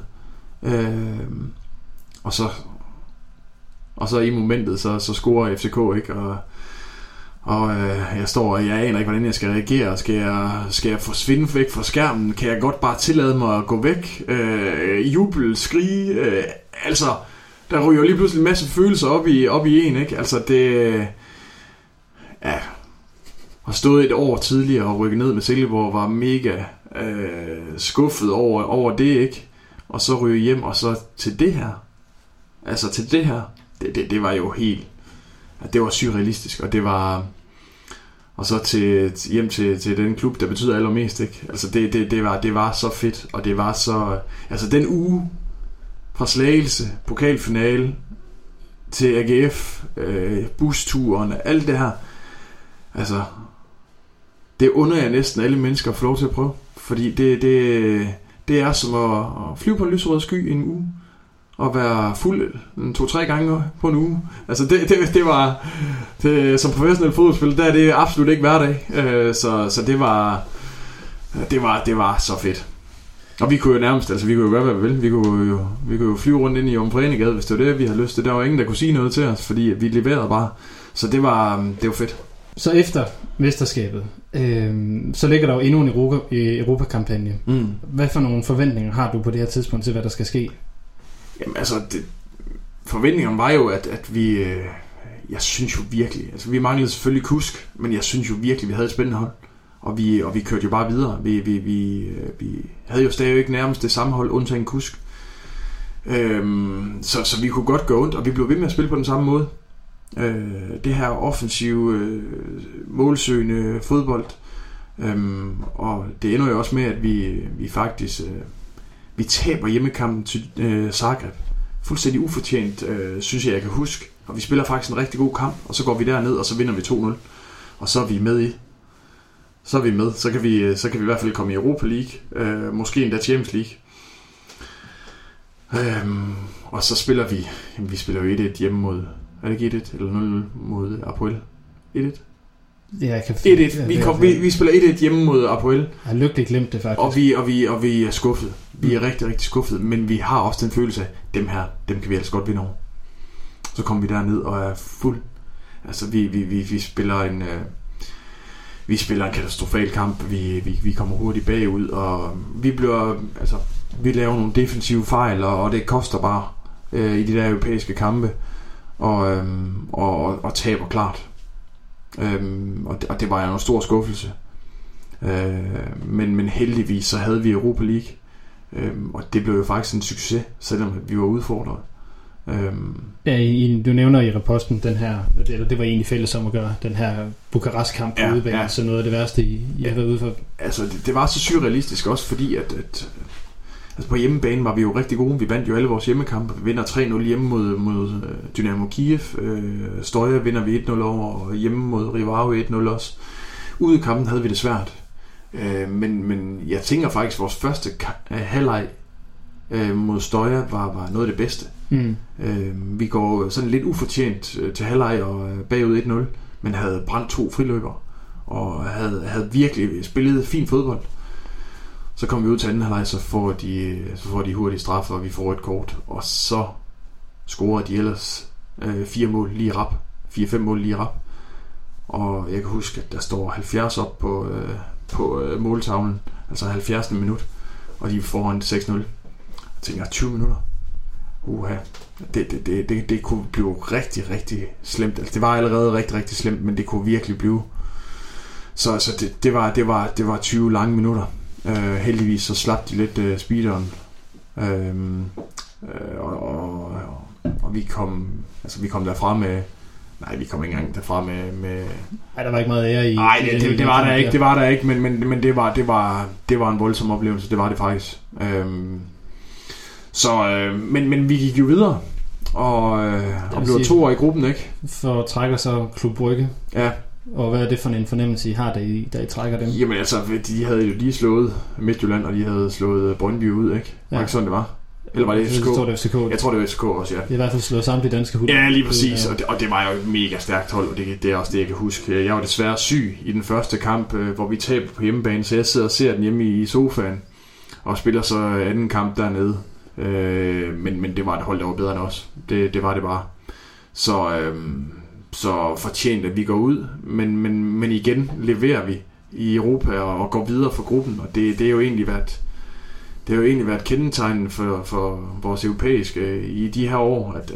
Og så i momentet, så scorer FCK, ikke? Og jeg står og jeg aner ikke, hvordan jeg skal reagere. Skal jeg forsvinde væk fra skærmen? Kan jeg godt bare tillade mig at gå væk? Jubel, skrige? Altså, der ryger lige pludselig en masse følelser op i en, ikke? Altså, det... Ja... Har stået et år tidligere og rykket ned med Silkeborg, var mega skuffet over det, ikke? Og så ryge hjem, og så til det her. Altså, til det her. Det var jo helt... Det var surrealistisk, og det var... Og så hjem til den klub, der betyder allermest, ikke? Altså, det var så fedt, og det var så... Altså, den uge fra Slagelse, pokalfinale, til AGF, busturen, alt det her, altså, det under jeg næsten alle mennesker at få lov til at prøve, fordi det er som at flyve på en lyserød sky i en uge, og være fuld 2-3 gange på en uge. Altså det var som professionel fodboldspiller, der er det absolut ikke hverdag. Så det var så fedt. Og vi kunne jo nærmest, altså vi kunne jo gøre hvad vi ville. Vi kunne jo flyve rundt ind i Omfrenegade, hvis det var det vi havde lyst til. Der var ingen der kunne sige noget til os, fordi vi leverede bare. Så det var fedt. Så efter mesterskabet, så ligger der jo endnu en Europa-kampagne. Hvad for nogle forventninger har du på det her tidspunkt til, hvad der skal ske? Jamen altså, forventningerne var jo, at vi... jeg synes jo virkelig... Altså, vi manglede selvfølgelig kusk, men jeg synes jo virkelig, vi havde et spændende hold. Og vi kørte jo bare videre. Vi havde jo stadig ikke nærmest det samme hold, undtagen kusk. Så vi kunne godt gå ondt, og vi blev ved med at spille på den samme måde. Det her offensive, målsøgende fodbold. Og det ender jo også med, at vi faktisk... Vi taber hjemmekampen til Zagreb. Fuldstændig ufortjent, synes jeg kan huske. Og vi spiller faktisk en rigtig god kamp, og så går vi derned, og så vinder vi 2-0. Og så er vi med i. Så er vi med. Så kan vi i hvert fald komme i Europa League. Måske endda Champions League. Og så spiller vi... Jamen, vi spiller jo 1-1 hjemme mod... Er det ikke 1-1 eller 0-0 mod Apoel? 1-1? Ja, jeg kan 1-1. Vi spiller 1-1 hjemme mod Apoel. Jeg har lykkeligt glemt det faktisk. Og vi er skuffet. Vi er rigtig, rigtig skuffet. Men vi har også den følelse af, dem kan vi ellers godt vinde over. Så kommer vi derned og er fuld. Altså vi spiller en... Vi spiller en katastrofal kamp. Vi kommer hurtigt bagud, og vi laver nogle defensive fejl, og det koster bare i de der europæiske kampe, og taber klart. Og det var jo en stor skuffelse. Men heldigvis så havde vi Europa League, og det blev jo faktisk en succes, selvom vi var udfordret. Ja, du nævner i reposten den her, det var egentlig fælles om at gøre den her Bukarest-kamp på udebane, så noget af det værste, I har været ude for. Altså, det var så surrealistisk også, fordi at altså på hjemmebane var vi jo rigtig gode. Vi vandt jo alle vores hjemmekampe. Vi vinder 3-0 hjemme mod Dynamo Kiev. Stoja vinder vi 1-0 over, og hjemme mod Rivaro 1-0 også. Ude i kampen havde vi det svært. Men jeg tænker faktisk, at vores første halvleg mod Stoja var noget af det bedste. Vi går sådan lidt ufortjent til halvleg og bagud 1-0, men havde brændt 2 friløber og havde virkelig spillet fin fodbold. Så kommer vi ud til anden halvleg, så får de hurtigt straffe, og vi får et kort, og så scorer de ellers 4 mål lige rap, 4-5 mål lige rap. Og jeg kan huske, at der står 70 op på måltavlen, altså 70. minut, og de er foran 6-0. Jeg tænker 20 minutter. Det kunne blive rigtig, rigtig slemt. Altså, det var allerede rigtig, rigtig slemt, men det kunne virkelig blive. Så det var 20 lange minutter. Heldigvis så slap de lidt speederen Og vi kom derfra med... Nej, vi kom ikke engang derfra med... Nej, der var ikke meget ære i... Nej, det var der ikke, men det var en voldsom oplevelse, det var det faktisk. Men vi gik jo videre, og blev 2 år i gruppen, ikke? For trækker så Klub Brygge. Ja. Og hvad er det for en fornemmelse, I har, da I trækker dem? Jamen altså, de havde jo lige slået Midtjylland, og de havde slået Brøndby ud, ikke? Var ikke sådan, det var? Eller var det FCK? Jeg tror, det var FCK også, ja. Det er i hvert fald slået samtlige danske hold. Ja, lige præcis. Og det var jo et mega stærkt hold, og det er også det, jeg kan huske. Jeg var desværre syg i den første kamp, hvor vi tabte på hjemmebane, så jeg sidder og ser den hjemme i sofaen, og spiller så anden kamp dernede. Men det var et hold, der var bedre end os. Det var det bare. Så fortjent, at vi går ud, men igen leverer vi i Europa og går videre for gruppen, og det er jo egentlig været kendetegn for vores europæiske i de her år, at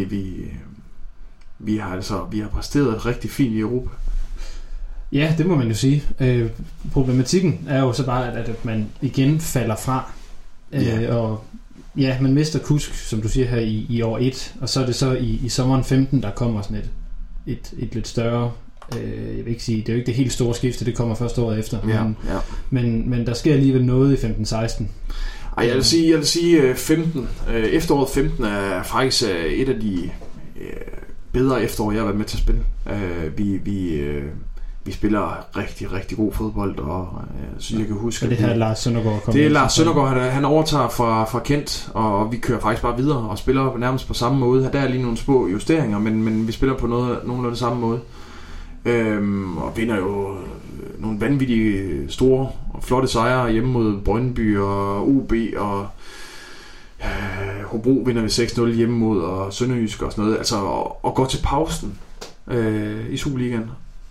vi har præsteret rigtig fint i Europa. Ja, det må man jo sige. Problematikken er jo så bare, at man igen falder fra, og ja, man mister Kusk, som du siger her i år 1, og så er det så i sommeren 15, der kommer sådan et lidt større, jeg vil ikke sige, det er jo ikke det helt store skifte, det kommer først året efter, men der sker alligevel noget i 15-16. Jeg vil sige 15. Efteråret 15 er faktisk et af de bedre efterår, jeg har været med til at spille. Vi spiller rigtig, rigtig god fodbold, og synes jeg kan huske... Og det her Lars Søndergaard? Det er Lars Søndergaard, han overtager fra Kent, og vi kører faktisk bare videre og spiller nærmest på samme måde. Der er lige nogle små justeringer, men vi spiller på nogenlunde samme måde. Og vinder jo nogle vanvittige store og flotte sejre hjemme mod Brøndby og UB, og Hobro vinder vi 6-0 hjemme mod, og Sønderjysk og sådan noget. Altså, og går til pausen i Superligaen.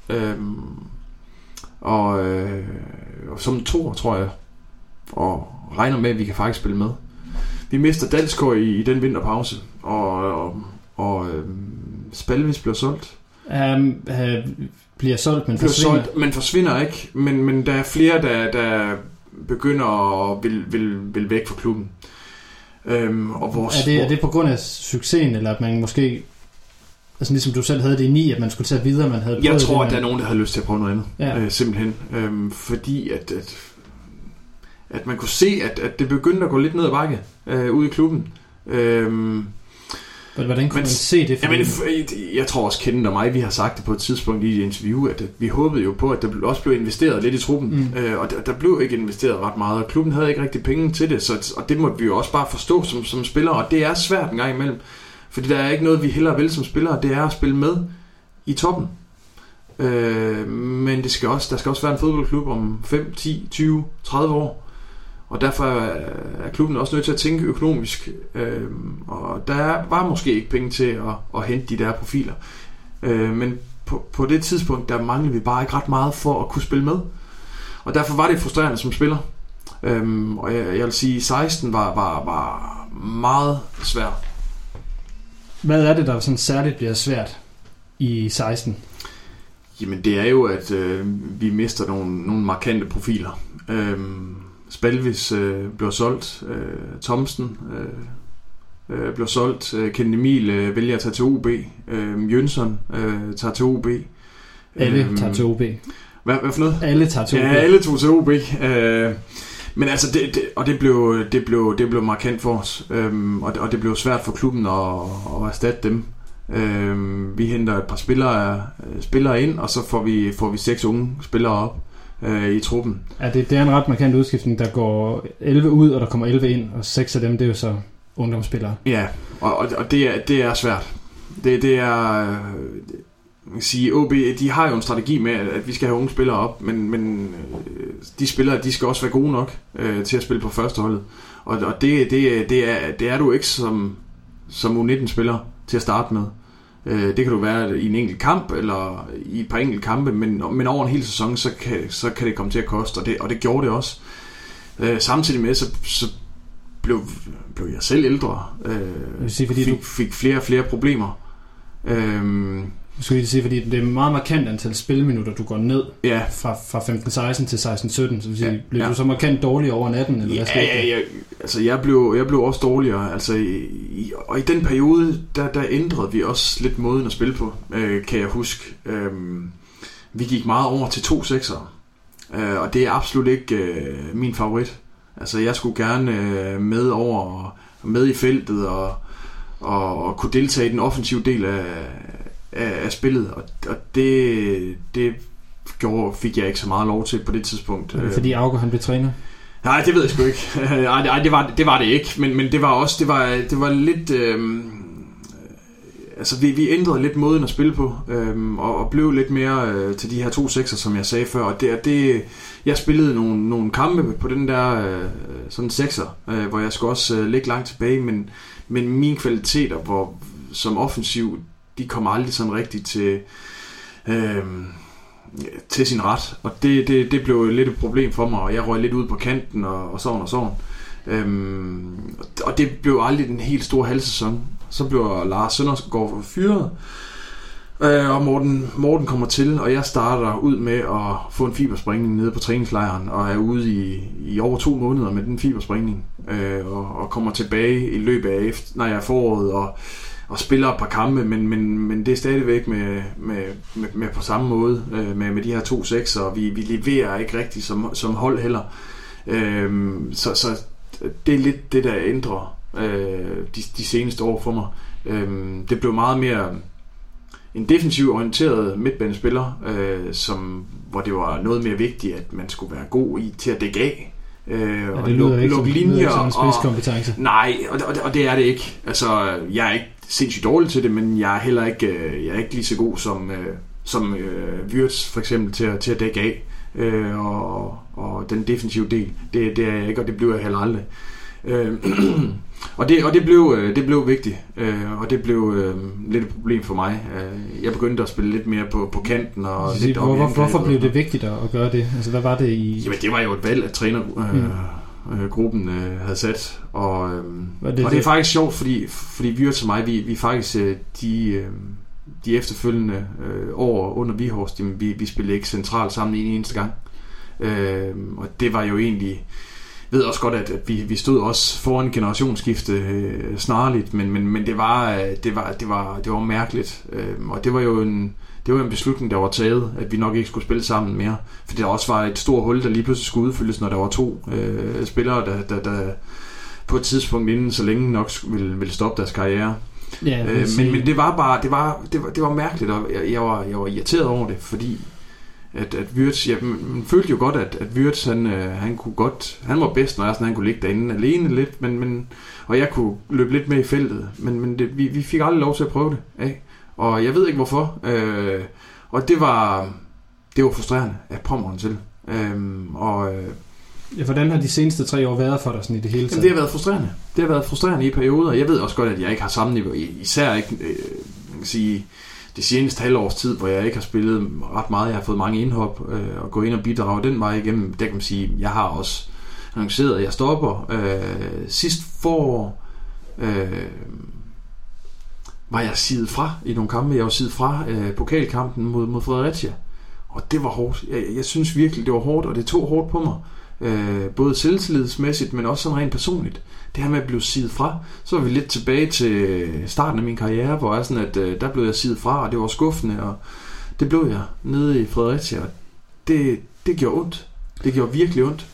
Og som 2, tror jeg, og regner med, at vi kan faktisk spille med. Vi mister Dalsgaard i den vinterpause, og Spalvis bliver solgt. Bliver solgt, men forsvinder. Men forsvinder ikke. Men der er flere, der begynder at vil væk fra klubben. Og er det på grund af succesen, eller at man måske, altså ligesom du selv havde det i 9, at man skulle tage videre, man havde prøvet? Jeg tror, at der er nogen, der havde lyst til at prøve noget andet. Ja. Simpelthen. Fordi at man kunne se, at det begyndte at gå lidt ned ad bakke ude i klubben. Hvordan kunne man se det? Jeg tror også, Kenneth og mig, vi har sagt det på et tidspunkt i et interview, at vi håbede jo på, at der også blev investeret lidt i truppen, og der blev ikke investeret ret meget, og klubben havde ikke rigtig penge til det, og det måtte vi jo også bare forstå som spillere, og det er svært en gang imellem, fordi der er ikke noget, vi hellere vil som spillere, det er at spille med i toppen. Men der skal også være en fodboldklub om 5, 10, 20, 30 år. Og derfor er klubben også nødt til at tænke økonomisk. Og der var måske ikke penge til at hente de der profiler. Men på det tidspunkt, der manglede vi bare ikke ret meget for at kunne spille med. Og derfor var det frustrerende som spiller. Og jeg vil sige, 16 var meget svært. Hvad er det, der sådan særligt bliver svært i 16? Jamen det er jo, at vi mister nogle markante profiler. Spalvis blev solgt, Thomsen blev solgt, Kenneth Emil vælger at tage til OB, Jønsson tager til OB. Alle tager til OB. Hvad for noget? Alle tager til OB. Ja, alle tog til OB. Men altså, det blev markant for os, og det blev svært for klubben at erstatte dem. Vi henter et par spillere ind, og så får vi 6 unge spillere op i truppen. Ja, det er en ret markant udskiftning. Der går 11 ud, og der kommer 11 ind, og 6 af dem, det er jo så ungdomsspillere. Ja, og det er svært. Det er... Man kan sige, OB, de har jo en strategi med, at vi skal have unge spillere op, men de spillere, de skal også være gode nok til at spille på førsteholdet. Og det er du ikke som U19-spiller til at starte med. Det kan du være i en enkelt kamp, eller i et par enkelte kampe, men over en hel sæson, så kan det komme til at koste, og det gjorde det også. Samtidig med, så blev jeg selv ældre. Sige, fordi fik flere og flere problemer. Skulle jeg sige, fordi det er meget markant antal spilminutter, du går ned fra 15-16 til 16-17, så vil sige, blev du så markant dårlig over natten, eller hvad skete der? Altså jeg blev også dårligere, altså og i den periode, der ændrede vi også lidt måden at spille på, kan jeg huske. Vi gik meget over til 2 sekser, og det er absolut ikke min favorit. Altså jeg skulle gerne med over, med i feltet, og kunne deltage i den offensive del af spillet, og det fik jeg ikke så meget lov til på det tidspunkt. Er det fordi Auger han blev træner? Nej, det ved jeg sgu ikke. Nej, det var det ikke, men det var også, det var lidt, altså vi ændrede lidt måden at spille på, og blev lidt mere til de her 2 sekser, som jeg sagde før, og jeg spillede nogle kampe på den der sådan sekser, hvor jeg skulle også ligge langt tilbage, men mine kvaliteter som offensiv, de kom aldrig sådan rigtigt til sin ret, og det blev lidt et problem for mig, og jeg røg lidt ud på kanten og sådan og sådan. Og det blev aldrig den helt store halvsæson. Så blev Lars Søndergaard fyret, og Morten kommer til, og jeg starter ud med at få en fibersprængning nede på træningslejren, og er ude i over 2 måneder med den fibersprængning, og kommer tilbage i løbet af foråret, og spiller et par kampe, men det er stadigvæk med på samme måde med de her 2 sekser, og vi leverer ikke rigtigt som hold heller. Så det er lidt det, der ændrer de seneste år for mig. Det blev meget mere en defensiv orienteret midtbanespiller, hvor det var noget mere vigtigt, at man skulle være god til at dække af. Og lukke linjer som en spidskompetence. Nej, og det er det ikke. Altså, jeg er ikke sindssygt dårlig til det, men jeg er heller ikke, lige så god som Wirtz for eksempel til at dække af. Og den defensive del, det er jeg ikke, og det bliver jeg heller aldrig. Og det blev vigtigt, og det blev lidt et problem for mig. Jeg begyndte at spille lidt mere på kanten og lidt op i angrebet. Hvorfor blev det vigtigt at gøre det? Altså hvad var det i? Jamen det var jo et valg, at trænergruppen havde sat, og det er faktisk sjovt, fordi Wirtz og mig, vi faktisk de efterfølgende år under Vihorst, vi spillede ikke centralt sammen en eneste gang, og det var jo egentlig, ved også godt, at vi stod også foran generationsskifte snarligt, men det var mærkeligt, og det var jo en beslutning, der var taget, at vi nok ikke skulle spille sammen mere, for der også var et stort hul, der lige pludselig skulle udfyldes, når der var 2 spillere, der på et tidspunkt inden så længe nok ville stoppe deres karriere. Ja, men det var bare det var mærkeligt, og jeg var irriteret over det, fordi at Wirtz, man følte jo godt, at Wirtz han kunne godt, han var bedst, når han kunne ligge derinde alene lidt, men og jeg kunne løbe lidt med i feltet, men vi fik aldrig lov til at prøve det, ikke? Og jeg ved ikke hvorfor, og det var frustrerende at pommeren til, hvordan har de seneste 3 år været for dig sådan i det hele taget? Det har været frustrerende. Det har været frustrerende i perioder. Jeg ved også godt, at jeg ikke har samme niveau. Især ikke, kan sige, det seneste halvårs tid, hvor jeg ikke har spillet ret meget. Jeg har fået mange indhop og gå ind og bidrage den vej igennem. Det kan man sige, jeg har også annonceret, at jeg stopper. Sidst forår var jeg sidet fra i nogle kampe. Jeg var sidet fra pokalkampen mod Fredericia. Og det var hårdt. Jeg synes virkelig, det var hårdt, og det tog hårdt på mig. Både selvtillidsmæssigt, men også sådan rent personligt. Det her med at blive sidet fra, så var vi lidt tilbage til starten af min karriere, hvor jeg sådan, at der blev jeg sidet fra, og det var skuffende, og det blev jeg nede i Fredericia, og det gjorde ondt. Det gjorde virkelig ondt.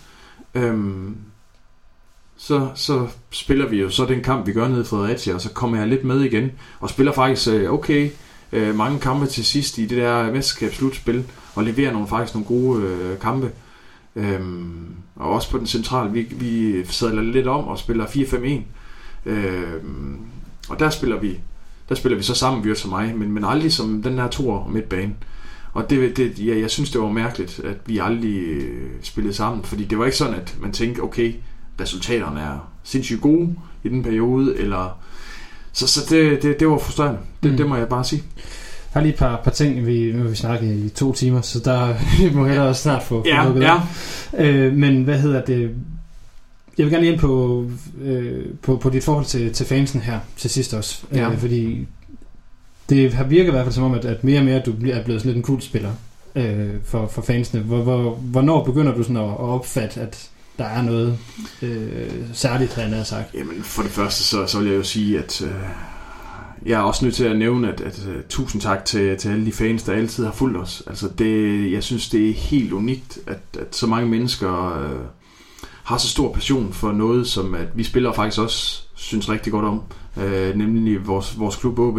Så spiller vi jo så den kamp, vi gør nede i Fredericia, og så kommer jeg lidt med igen, og spiller faktisk mange kampe til sidst i det der mesterskabsslutspil, og leverer nogle gode kampe. Og også på den centrale, vi sadler lidt om og spiller 4-5-1, og der spiller vi så sammen, Wirtz og mig, men aldrig som den her toer midtbane. Og jeg synes det var mærkeligt, at vi aldrig spillede sammen, fordi det var ikke sådan, at man tænkte, okay, resultaterne er sindssygt gode i den periode, eller så det var frustrerende. Det må jeg bare sige. Jeg har lige et par ting, nu har vi snakket i 2 timer, så der må jeg også snart få lukket op. Men hvad hedder det? Jeg vil gerne ind på dit forhold til fansen her til sidst også. Fordi det har virket i hvert fald som om, at mere og mere du er blevet sådan lidt en cool spiller for fansene. Hvornår begynder du sådan at opfatte, at der er noget særligt, han har sagt? Jamen, for det første, så vil jeg jo sige, at jeg er også nødt til at nævne, at tusind tak til alle de fans, der altid har fulgt os. Altså jeg synes, det er helt unikt, at så mange mennesker har så stor passion for noget, som at vi spillere faktisk også synes rigtig godt om, nemlig vores klub OB.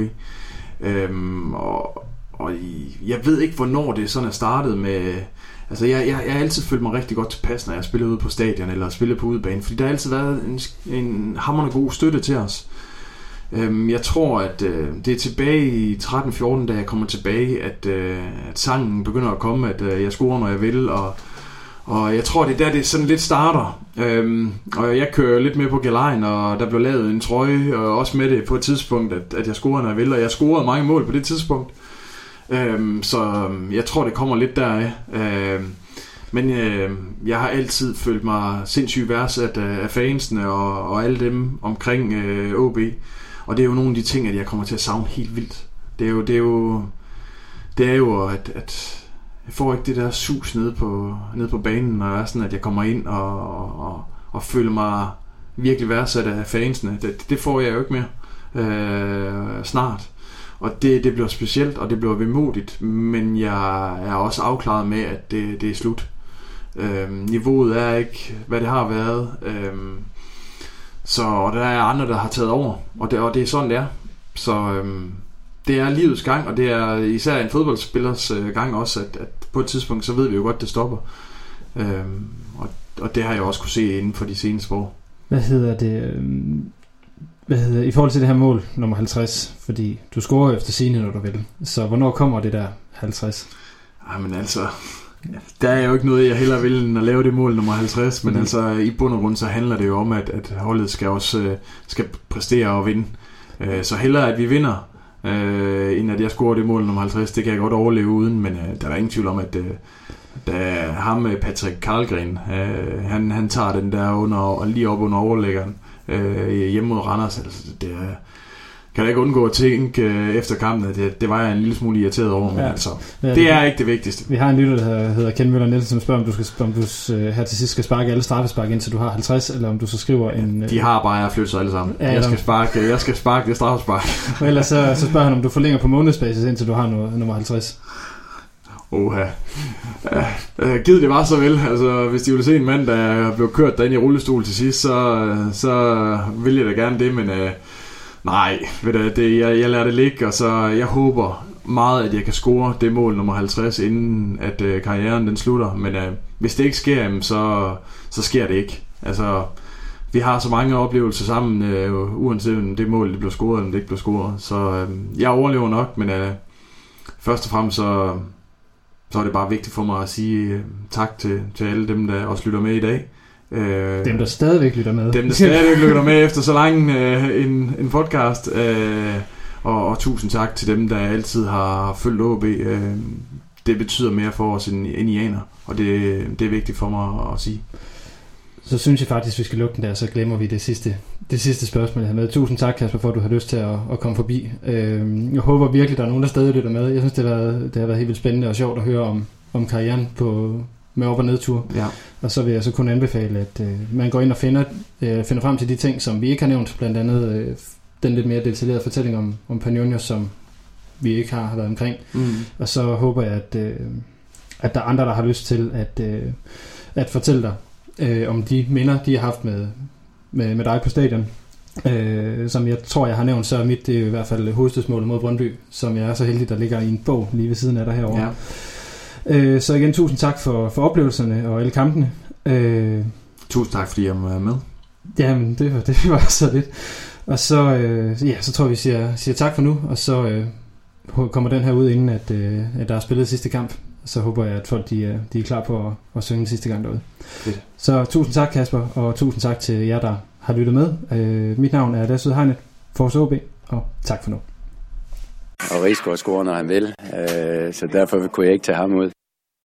Og jeg ved ikke, hvornår det sådan er startet med. Altså jeg har altid følt mig rigtig godt tilpas, når jeg spiller ude på stadion eller spiller på udebane, fordi der har altid været en hamrende god støtte til os. Jeg tror, at det er tilbage i 13-14, da jeg kommer tilbage, at sangen begynder at komme, at jeg scorer, når jeg vil, og jeg tror, det er der, det sådan lidt starter. Og jeg kører lidt med på galejen, og der blev lavet en trøje, og også med det på et tidspunkt, at jeg scorer, når jeg vil, og jeg scorede mange mål på det tidspunkt. Så jeg tror, det kommer lidt deraf. Men jeg har altid følt mig sindssygt værdsat af fansene og alle dem omkring OB. Og det er jo nogle af de ting, at jeg kommer til at savne helt vildt. Det er jo at jeg får ikke det der sus nede på banen, når jeg er sådan, at jeg kommer ind og føler mig virkelig værdsat af fansene. Det får jeg jo ikke mere snart. Og det bliver specielt, og det bliver vemodigt, men jeg er også afklaret med, at det er slut. Niveauet er ikke, hvad det har været. Så og der er andre, der har taget over, og det er sådan, det er. Så det er livets gang, og det er især en fodboldspillers gang også, at på et tidspunkt, så ved vi jo godt, det stopper. Og det har jeg også kunne se inden for de seneste år. Hvad hedder det i forhold til det her mål, nummer 50? Fordi du scorer efter sigende, når du vil. Så hvornår kommer det der 50? Jamen altså, der er jo ikke noget, jeg hellere vil end at lave det mål nummer 50, men altså i bund og grund, så handler det jo om, at holdet skal også skal præstere og vinde. Så hellere, at vi vinder, end at jeg scorer det mål nummer 50, det kan jeg godt overleve uden, men der er ingen tvivl om, at da ham, Patrick Karlgren, han tager den der lige op under overlæggeren hjemme mod Randers, altså det kan jeg ikke undgå at tænke efter kampen, at det var jeg en lille smule irriteret over, men altså, det er ikke det vigtigste. Vi har en lytter, der hedder Ken Møller Nielsen, som spørger, om du her til sidst skal sparke alle straffespark, indtil du har 50, eller om du så skriver en... De har bare flyttet sig alle sammen. Ja, jeg skal sparke det straffespark. Og ellers så spørger han, om du forlænger på månedsbasis, indtil du har nummer 50. Oha. Givet det var så vel. Altså, hvis de ville se en mand, der blev kørt derinde i rullestol til sidst, så vil jeg da gerne det, men nej, ved du, jeg lader det ligge, og så jeg håber meget, at jeg kan score det mål nummer 50, inden at karrieren den slutter, men hvis det ikke sker, så sker det ikke. Altså, vi har så mange oplevelser sammen, uanset om det mål det bliver scoret, eller det ikke bliver scoret, så jeg overlever nok, men først og fremmest så er det bare vigtigt for mig at sige tak til alle dem, der også lytter med i dag. Dem, der stadigvæk lytter med. Dem, der stadigvæk lytter med efter så lang en podcast. Og tusind tak til dem, der altid har følgt OB. Det betyder mere for os end indianer, og det er vigtigt for mig at sige. Så synes jeg faktisk, vi skal lukke den der, så glemmer vi det sidste spørgsmål, jeg har med. Tusind tak, Kasper, for at du har lyst til at komme forbi. Jeg håber virkelig, der er nogen, der stadig lytter med. Jeg synes, det har været helt vildt spændende og sjovt at høre om karrieren med op- og nedtur. Ja. Og så vil jeg så kun anbefale, at man går ind og finder frem til de ting, som vi ikke har nævnt. Blandt andet den lidt mere detaljerede fortælling om Panionios, som vi ikke har været omkring. Og så håber jeg, at der er andre, der har lyst til at fortælle dig om de minder, de har haft med dig på stadion. Som jeg tror, jeg har nævnt, så er mit det er i hvert fald hovedstødsmålet mod Brøndby, som jeg er så heldig, der ligger i en bog lige ved siden af dig herovre. Ja. Så igen, tusind tak for oplevelserne og alle kampene. Tusind tak, fordi jeg var med. Jamen, det var så lidt. Og så tror vi siger tak for nu, og så kommer den her ud, inden at der er spillet sidste kamp. Så håber jeg, at folk de er klar på at synge sidste gang derude. Fedt. Så tusind tak, Kasper, og tusind tak til jer, der har lyttet med. Mit navn er Lasse Hegnet, Force OB, og tak for nu. Og Rigsgaard scorer, når han vil, så derfor kunne jeg ikke tage ham ud.